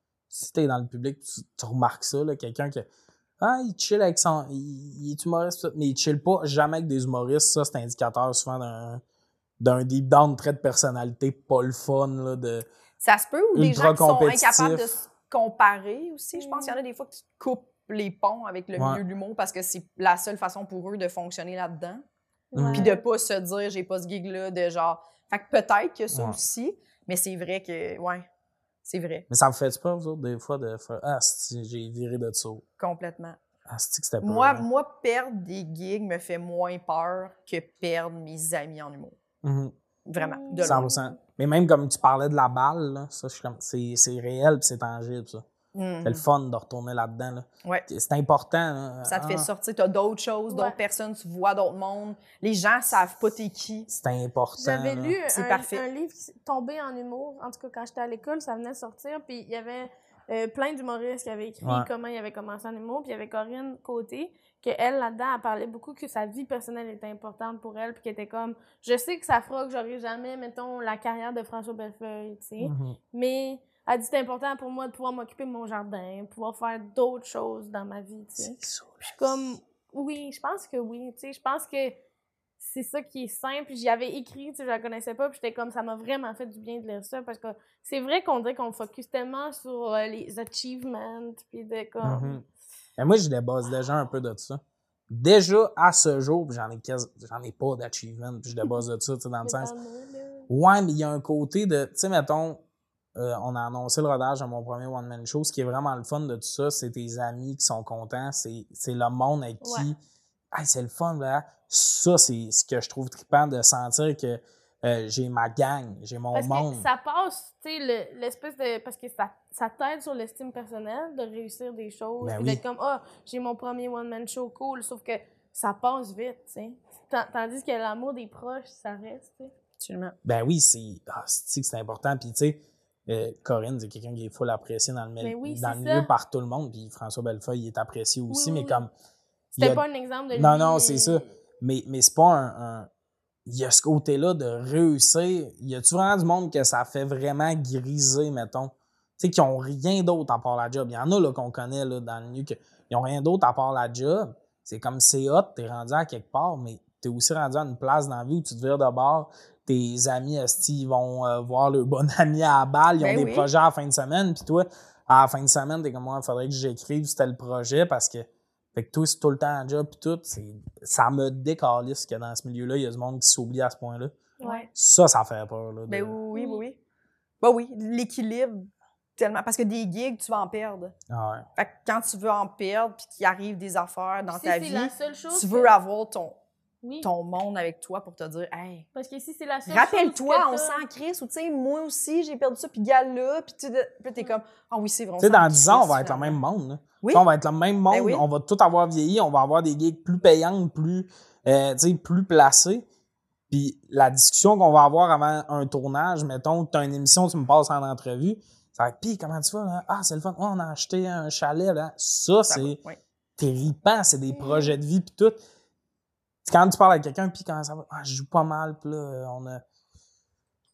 Si t'es dans le public, tu, tu remarques ça, là, quelqu'un qui... Ah, il chill avec son... Il, il est humoriste, tout, mais il chill pas jamais avec des humoristes. Ça, c'est indicateur souvent d'un, d'un deep down trait de personnalité pas le fun, là, de... Ça se peut, ou des Ultra gens qui sont compétitif. incapables de se comparer aussi. Je pense qu'il y en a des fois qui coupent les ponts avec le Ouais. milieu de l'humour parce que c'est la seule façon pour eux de fonctionner là-dedans. Mhm. Puis de pas se dire, j'ai pas ce gig-là, de genre... Fait que peut-être que ça Ouais. aussi, mais c'est vrai que, ouais, c'est vrai, Mais ça me fait peur, vous autres, des fois, de faire « Ah, c'ti, j'ai viré de ça. complètement. Ah, c'ti que c'était pas... Moi, moi, perdre des gigs me fait moins peur que perdre mes amis en humour. Mhm. Vraiment, Mm. de cent loin. pour cent. Mais même comme tu parlais de la balle, là, ça, je suis comme, c'est, c'est réel puis c'est tangible, ça. Mhm. C'est le fun de retourner là-dedans. Là. Ouais. C'est important. Là. Ça te Ah, fait sortir, t'as d'autres choses, Ouais. d'autres personnes, tu vois d'autres mondes. Les gens savent pas t'es qui. C'est important. J'avais là. lu C'est un, parfait. un livre qui tombé en humour. En tout cas, quand j'étais à l'école, ça venait de sortir. Puis il y avait euh, plein d'humoristes qui avaient écrit Ouais. comment ils avaient commencé en humour. Puis il y avait Corinne Côté, que elle, là-dedans, elle parlait beaucoup que sa vie personnelle était importante pour elle. Puis qu'elle était comme, je sais que ça fera que j'aurai jamais, mettons, la carrière de François Bellefeuille, tu sais. Mhm. Mais elle dit, c'est important pour moi de pouvoir m'occuper de mon jardin, pouvoir faire d'autres choses dans ma vie, tu sais. C'est ça. Je suis comme, oui, je pense que oui, tu sais, je pense que c'est ça qui est simple. J'y avais écrit, tu sais, je la connaissais pas, puis j'étais comme, ça m'a vraiment fait du bien de lire ça, parce que c'est vrai qu'on dirait qu'on focus tellement sur euh, les achievements, puis de comme... Mhm. Mais moi, je débosse déjà un peu de ça. Déjà, à ce jour, puis j'en ai, quasi- j'en ai pas d'achievement, puis je débosse de ça, tu sais, dans le le sens... temps de moi, là. Ouais, mais il y a un côté de... Tu sais, mettons, euh, on a annoncé le rodage de mon premier one-man show. Ce qui est vraiment le fun de tout ça, c'est tes amis qui sont contents. C'est, c'est le monde avec qui... Ouais. Hey, c'est le fun, là. Ça, c'est ce que je trouve trippant de sentir que euh, j'ai ma gang, j'ai mon Parce monde. que ça passe, tu sais, le- l'espèce de... Parce que ça, ça t'aide sur l'estime personnelle de réussir des choses. Ben puis oui. d'être comme, ah, j'ai mon premier one-man show, cool. Sauf que ça passe vite, tu sais. Tan- Tandis que l'amour des proches, ça reste, tu sais. Absolument. Ben oui, c'est, ah, c'est, c'est important. Puis, tu sais, euh, Corinne, c'est quelqu'un qui est full apprécié dans le, mil- Mais oui, dans c'est le ça. milieu par tout le monde. Puis François Bellefeuille, il est apprécié aussi, Oui, mais oui, comme. il y C'était a- pas un exemple de lui. Non, non, c'est ça. Mais, mais c'est pas un, un- Il y a ce côté-là de réussir. Y a-tu vraiment du monde que ça fait vraiment griser, mettons? Tu sais, qui ont rien d'autre à part la job. Il y en a là, qu'on connaît là, dans le milieu qui ont rien d'autre à part la job. C'est comme c'est hot, t'es rendu à quelque part, mais t'es aussi rendu à une place dans la vie où tu te vires de bord. Tes amis, esti, ils vont euh, voir leur bon ami à la balle. Ils ont Ben des oui. projets à la fin de semaine. Puis toi, à la fin de semaine, t'es comme moi, il faudrait que j'écrive c'était le projet parce que. Fait que toi, c'est tout le temps un job puis tout. C'est, ça me décalisse que dans ce milieu-là, il y a du monde qui s'oublie à ce point-là. Ouais. Ça, ça fait peur. Là, de- Ben oui, oui, Oui. oui. Ben oui, l'équilibre, tellement. Parce que des gigs, tu vas en perdre. Ah ouais. Fait que quand tu veux en perdre puis qu'il arrive des affaires dans Si ta c'est vie, la seule chose tu que- veux avoir ton, Oui. ton monde avec toi pour te dire, hey, Parce que si c'est la seule rappelle-toi, chose que on t'as- s'en crisse, ou tu sais, moi aussi, j'ai perdu ça, puis gars là, puis tu puis là, t'es comme, ah oui, c'est vrai. on Tu sais, s'en dans dix ans, on crisse, va être le finalement. même monde. Là. Oui. Tu sais, on va être le même monde. Ben oui. On va tout avoir vieilli. On va avoir des gigs plus payantes, plus, euh, tu sais, plus placés. Puis la discussion qu'on va avoir avant un tournage, mettons, tu as une émission, tu me passes en entrevue, ça va être, pis comment tu vas? Là? Ah, c'est le fun. Oh, on a acheté un chalet. Là. Ça, Ça c'est va, oui. terrifiant. C'est des projets de vie, puis tout. Quand tu parles avec quelqu'un, puis quand ça va, ah, je joue pas mal, puis là, on a.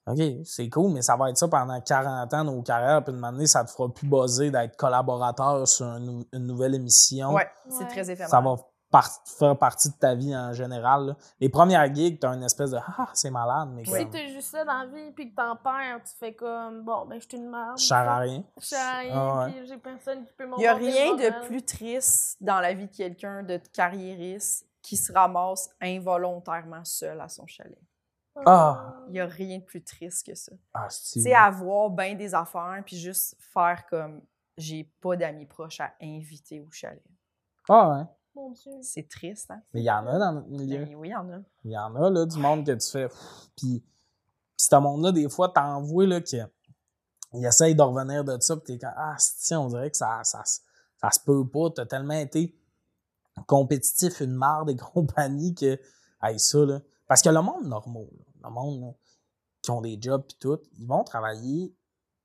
OK, c'est cool, mais ça va être ça pendant quarante ans, nos carrières, puis de m'amener, ça te fera plus buzzer d'être collaborateur sur un nou- une nouvelle émission. Ouais, c'est Ouais. très éphémère. Ça va par- faire partie de ta vie en général. Là. Les premières gigs, t'as une espèce de « Ah, c'est malade », mais Si comme, t'as juste ça dans la vie puis que t'en perds, tu fais comme bon, ben je suis une merde. je sers à rien. Je sers à rien, Ah ouais. puis j'ai personne qui peut m'en Il n'y a rien de plus triste dans la vie de quelqu'un de carriériste qui se ramasse involontairement seul à son chalet. Ah. Il n'y a rien de plus triste que ça. Ah, c'est Tu sais, avoir bien des affaires puis juste faire comme j'ai pas d'amis proches à inviter au chalet. Ah, ouais. Mon Dieu. C'est triste, hein? Mais il y en a dans notre milieu. Ben oui, il y en a. Il y en a, là, du monde que tu fais. pff, Puis, puis ce monde-là, des fois, t'en vois, là, qu'il il essaye de revenir de ça, puis t'es comme, ah, si, on dirait que ça, ça, ça se peut pas. T'as tellement été compétitif, une marde et compagnie que, hey, ça, là. Parce que le monde normal, là, le monde, là, qui ont des jobs pis tout, ils vont travailler.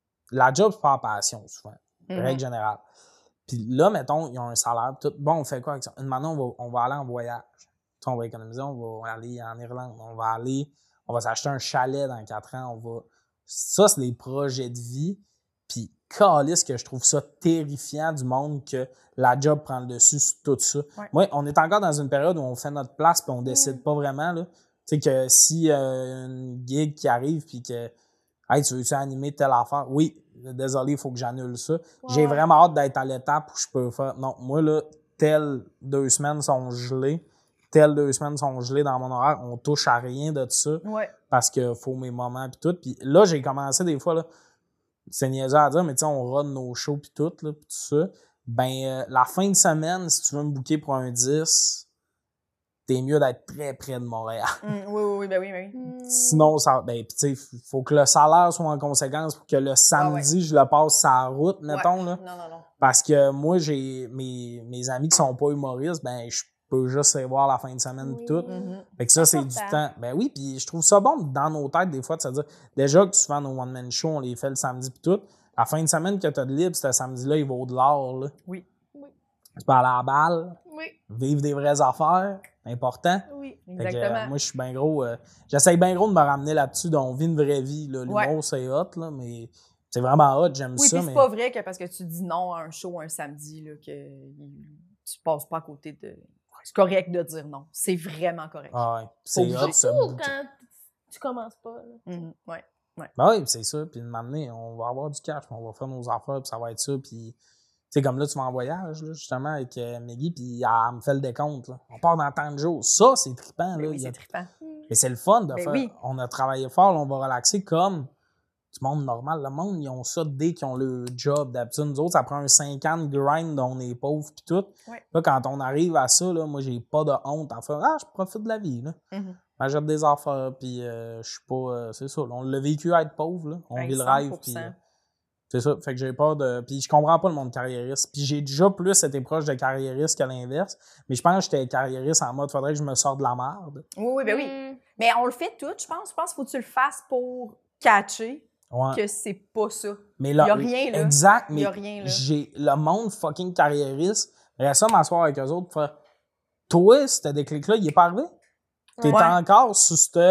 La job, c'est pas en passion, souvent. Mhm. Règle générale. Puis là, mettons, ils ont un salaire, pis tout. Bon, on fait quoi avec ça? Maintenant, on va, on va aller en voyage. Tu sais, on va économiser, on va aller en Irlande. On va aller, on va s'acheter un chalet dans quatre ans. On va. Ça, c'est des projets de vie. Puis, calisse que je trouve ça terrifiant du monde que la job prend le dessus sur tout ça. Ouais. Moi, on est encore dans une période où on fait notre place puis on décide Mm. pas vraiment, là. Tu sais, que si euh, une gig qui arrive puis que, hey, tu veux-tu animer telle affaire? Oui, désolé, il faut que j'annule ça. J'ai Ouais. vraiment hâte d'être à l'étape où je peux faire. Non, moi, là, telles deux semaines sont gelées. Telles deux semaines sont gelées dans mon horaire. On touche à rien de ça Ouais. parce qu'il faut mes moments puis tout. Puis là, j'ai commencé des fois, là, c'est niaiseux à dire, mais tu sais, on run nos shows puis tout, là, puis tout ça. Ben, euh, la fin de semaine, si tu veux me booker pour un dix, t'es mieux d'être très près de Montréal. Mm, oui, oui, oui, ben oui, ben oui. Hmm. Sinon, ça, ben, pis tu sais, faut que le salaire soit en conséquence pour que le samedi, je le passe sur la route, mettons, là. Non, non, non. Parce que moi, j'ai mes, mes amis qui sont pas humoristes, ben, je peux juste les voir la fin de semaine pis Oui. tout. Mhm. Fait que ça, c'est du Important. temps. Ben oui, puis je trouve ça bon dans nos têtes, des fois, de se dire, déjà que souvent nos one-man shows, on les fait le samedi pis tout. La fin de semaine que t'as de libre, ce samedi-là, il vaut de l'or, là. Oui. Oui. Tu peux aller à la balle, Oui, vivre des vraies affaires, important. oui. Fait que, Exactement. euh, moi, je suis bien gros. Euh, J'essaye bien gros de me ramener là-dessus. On vit une vraie vie. là. L'humour, Ouais. c'est hot, là, mais c'est vraiment hot. J'aime Oui, ça. puis c'est mais... pas vrai que parce que tu dis non à un show un samedi, là, que y- tu passes pas à côté de. C'est correct de dire non. C'est vraiment correct. Ah ouais. C'est Obligé. hot, ça. Ou quand tu commences pas. Là. Mhm. Ouais. Ben oui, c'est ça. Puis de m'amener, on va avoir du cash, on va faire nos affaires, puis ça va être ça. Puis, tu sais, comme là, tu vas en voyage, là, justement, avec euh, Maggie, puis elle me fait le décompte. Là. On part dans tant de jours. Ça, c'est trippant. Ben là. oui, Il y a- c'est trippant. Mais c'est le fun de Ben faire. oui. On a travaillé fort, là, on va relaxer comme du monde normal. Le monde, ils ont ça dès qu'ils ont le job. D'habitude, nous autres, ça prend un cinq ans de grind, on est pauvres puis tout. Ouais. Là, quand on arrive à ça, là, moi, j'ai pas de honte à faire « Ah, je profite de la vie. » là. Mhm. J'achète des affaires, puis euh, je suis pas... euh, c'est ça, là, on l'a vécu à être pauvre, là. On Hey, vit le cent rêve, pour puis... cent. euh, c'est ça, fait que j'ai pas de... Puis je comprends pas le monde carriériste. Puis j'ai déjà plus été proche de carriériste qu'à l'inverse. Mais je pense que j'étais carriériste en mode « Faudrait que je me sorte de la merde. Oui, oui, ben oui. Hmm. Mais on le fait tout, je pense. Je pense qu'il faut que tu le fasses pour catcher » Ouais. que c'est pas ça. Mais là, Il y a rien, là. Exact, Il mais y a rien, là. j'ai le monde fucking carriériste. J'aimerais ça m'asseoir avec eux autres pour faire toi, ce déclic-là, il est pas arrivé? T'es Ouais. encore sur ce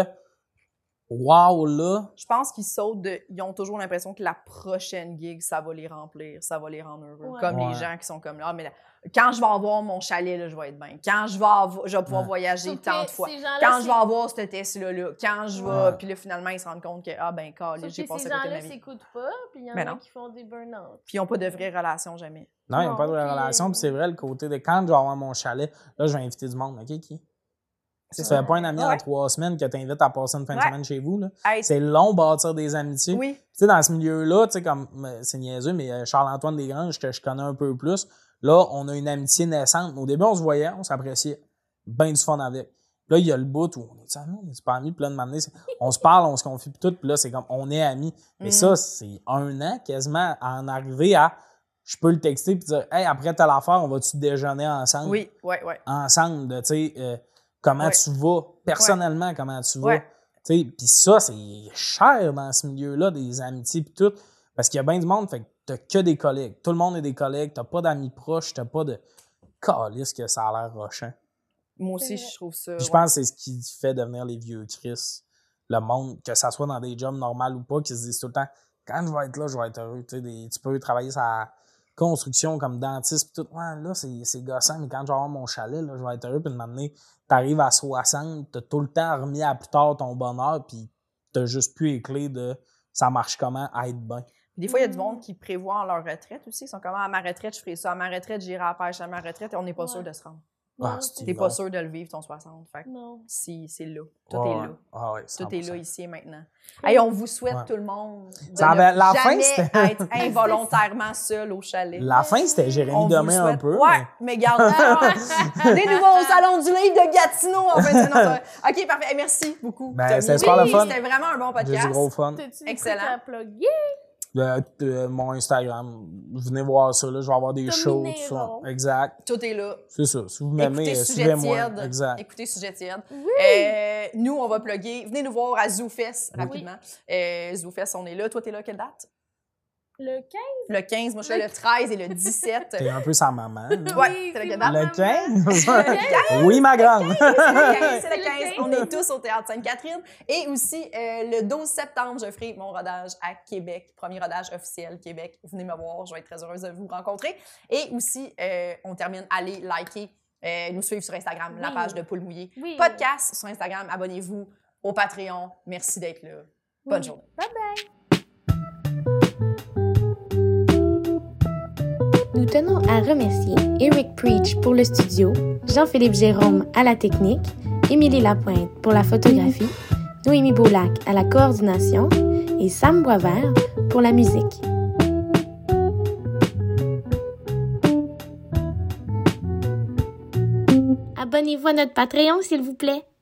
wow-là. Je pense qu'ils sautent de. Ils ont toujours l'impression que la prochaine gig, ça va les remplir, ça va les rendre heureux. Ouais. Comme Ouais. les gens qui sont comme là, ah, mais là, quand je vais avoir mon chalet, là, je vais être bien. Quand je vais, avoir- je vais pouvoir Ouais. voyager Sauf tant que de fois. ces gens-là, Quand je c'est- vais avoir cette Tesla-là, quand je vais. Ouais. Puis là, finalement, ils se rendent compte que, ah, ben, calé, Sauf j'ai que passé ces à côté de gens-là ma vie. s'écoutent pas, puis il y en Mais a non. qui font des burn-out. Puis ils n'ont pas de vraie relation jamais. Non, ils n'ont Non, pas de vraie puis- relation. Puis c'est vrai, le côté de quand je vais avoir mon chalet, là, je vais inviter du monde. OK, qui? Tu ça. fais pas un ami en Ouais. trois semaines que t'invites à passer une fin de Ouais. semaine chez vous. Là. Hey, C'est long bâtir des amitiés. oui. Tu sais, dans ce milieu-là, tu sais, comme, euh, c'est niaiseux, mais euh, Charles-Antoine Desgranges, que je connais un peu plus, là, on a une amitié naissante. Au début, on se voyait, on s'appréciait. Ben du fun avec. Là, il y a le bout où on est amis, on est pas amis, puis là, de m'amener, c'est- on se parle, on se confie, puis tout, puis là, c'est comme, on est amis. Mais Mhm. ça, c'est un an quasiment à en arriver à, je peux le texter, puis dire, hey, après telle affaire, on va-tu déjeuner ensemble? Oui, ouais, ouais. Ensemble, de, tu sais, euh, comment Ouais. tu vas, personnellement, comment tu vas. Ouais. Tu sais, puis ça, c'est cher dans ce milieu-là, des amitiés puis tout, parce qu'il y a bien du monde, fait que t'as que des collègues. Tout le monde est des collègues, t'as pas d'amis proches, t'as pas de... Calisse que ça a l'air rochant. Moi aussi, C'est vrai. je trouve ça. Puis je ouais. pense que c'est ce qui fait devenir les vieux Chris. le monde, que ça soit dans des jobs normaux ou pas, qui se disent tout le temps, quand je vais être là, je vais être heureux. Tu sais, des, tu peux travailler sa construction comme dentiste, pis tout. Ouais, là, c'est, c'est gossant, mais quand je vais avoir mon chalet, là, je vais être heureux. Puis de m'amener, t'arrives à soixante, t'as tout le temps remis à plus tard ton bonheur, puis t'as juste plus les clés de ça marche comment à être bien. Des fois, il y a du monde qui prévoit leur retraite aussi. Ils sont comme, à ma retraite, je ferai ça. À ma retraite, j'irai à la pêche. À ma retraite, on n'est pas Ouais. sûr de se rendre. Ah, Non, c'est T'es long. pas sûr de le vivre, ton soixante. Fait que Non. si, c'est là. Tout Ouais, est ouais. là. Ah ouais, Tout cent pour est cent. là, ici et maintenant. Hey, on vous souhaite, Ouais. tout le monde, de Ça ne avait- la fin, jamais c'était- être involontairement seul au chalet. La fin, c'était Jérémy On vous Demé un souhaite- peu. Ouais, mais garde. Des nouveaux au Salon du Livre de Gatineau en fait. Non, ça va. OK, parfait. Hey, merci beaucoup. Ben, Tommy. c'était super le fun. C'était vraiment un bon J'ai podcast. du gros fun. T'as-tu des Excellent. trucs à plugger? De, de mon Instagram. Venez voir ça, là. Je vais avoir des Tommy shows, tout ça. Néron. Exact. Tout est là. C'est ça. Si vous m'aimez, Écoutez euh, Sujet suivez-moi. tiède. Exact. Écoutez Sujet tiède. Oui. Euh, nous, on va plugger. Venez nous voir à ZooFest Oui. rapidement. Euh, ZooFest, on est là. Toi, t'es là quelle date? Le quinze? Le quinze. Moi, je suis là le treize et le dix-sept. T'es un peu sa maman. là. Ouais, Oui, t'es là c'est quelle ma date? Le quinze? quinze? Oui, ma grande. C'est le quinze, c'est C'est le le quinze. quinze. On est tous au Théâtre Sainte-Catherine. Et aussi, euh, le douze septembre, je ferai mon rodage à Québec. Premier rodage officiel Québec. Venez me voir, je vais être très heureuse de vous rencontrer. Et aussi, euh, on termine, allez liker, euh, nous suivre sur Instagram, la Oui. page de Poule Mouillé. Oui. Podcast sur Instagram, abonnez-vous au Patreon. Merci d'être là. Bonne Oui. journée. Bye bye. Nous tenons à remercier Eric Preach pour le studio, Jean-Philippe Jérôme à la technique, Émilie Lapointe pour la photographie, Noémie Boulac à la coordination et Sam Boisvert pour la musique. Abonnez-vous à notre Patreon, s'il vous plaît.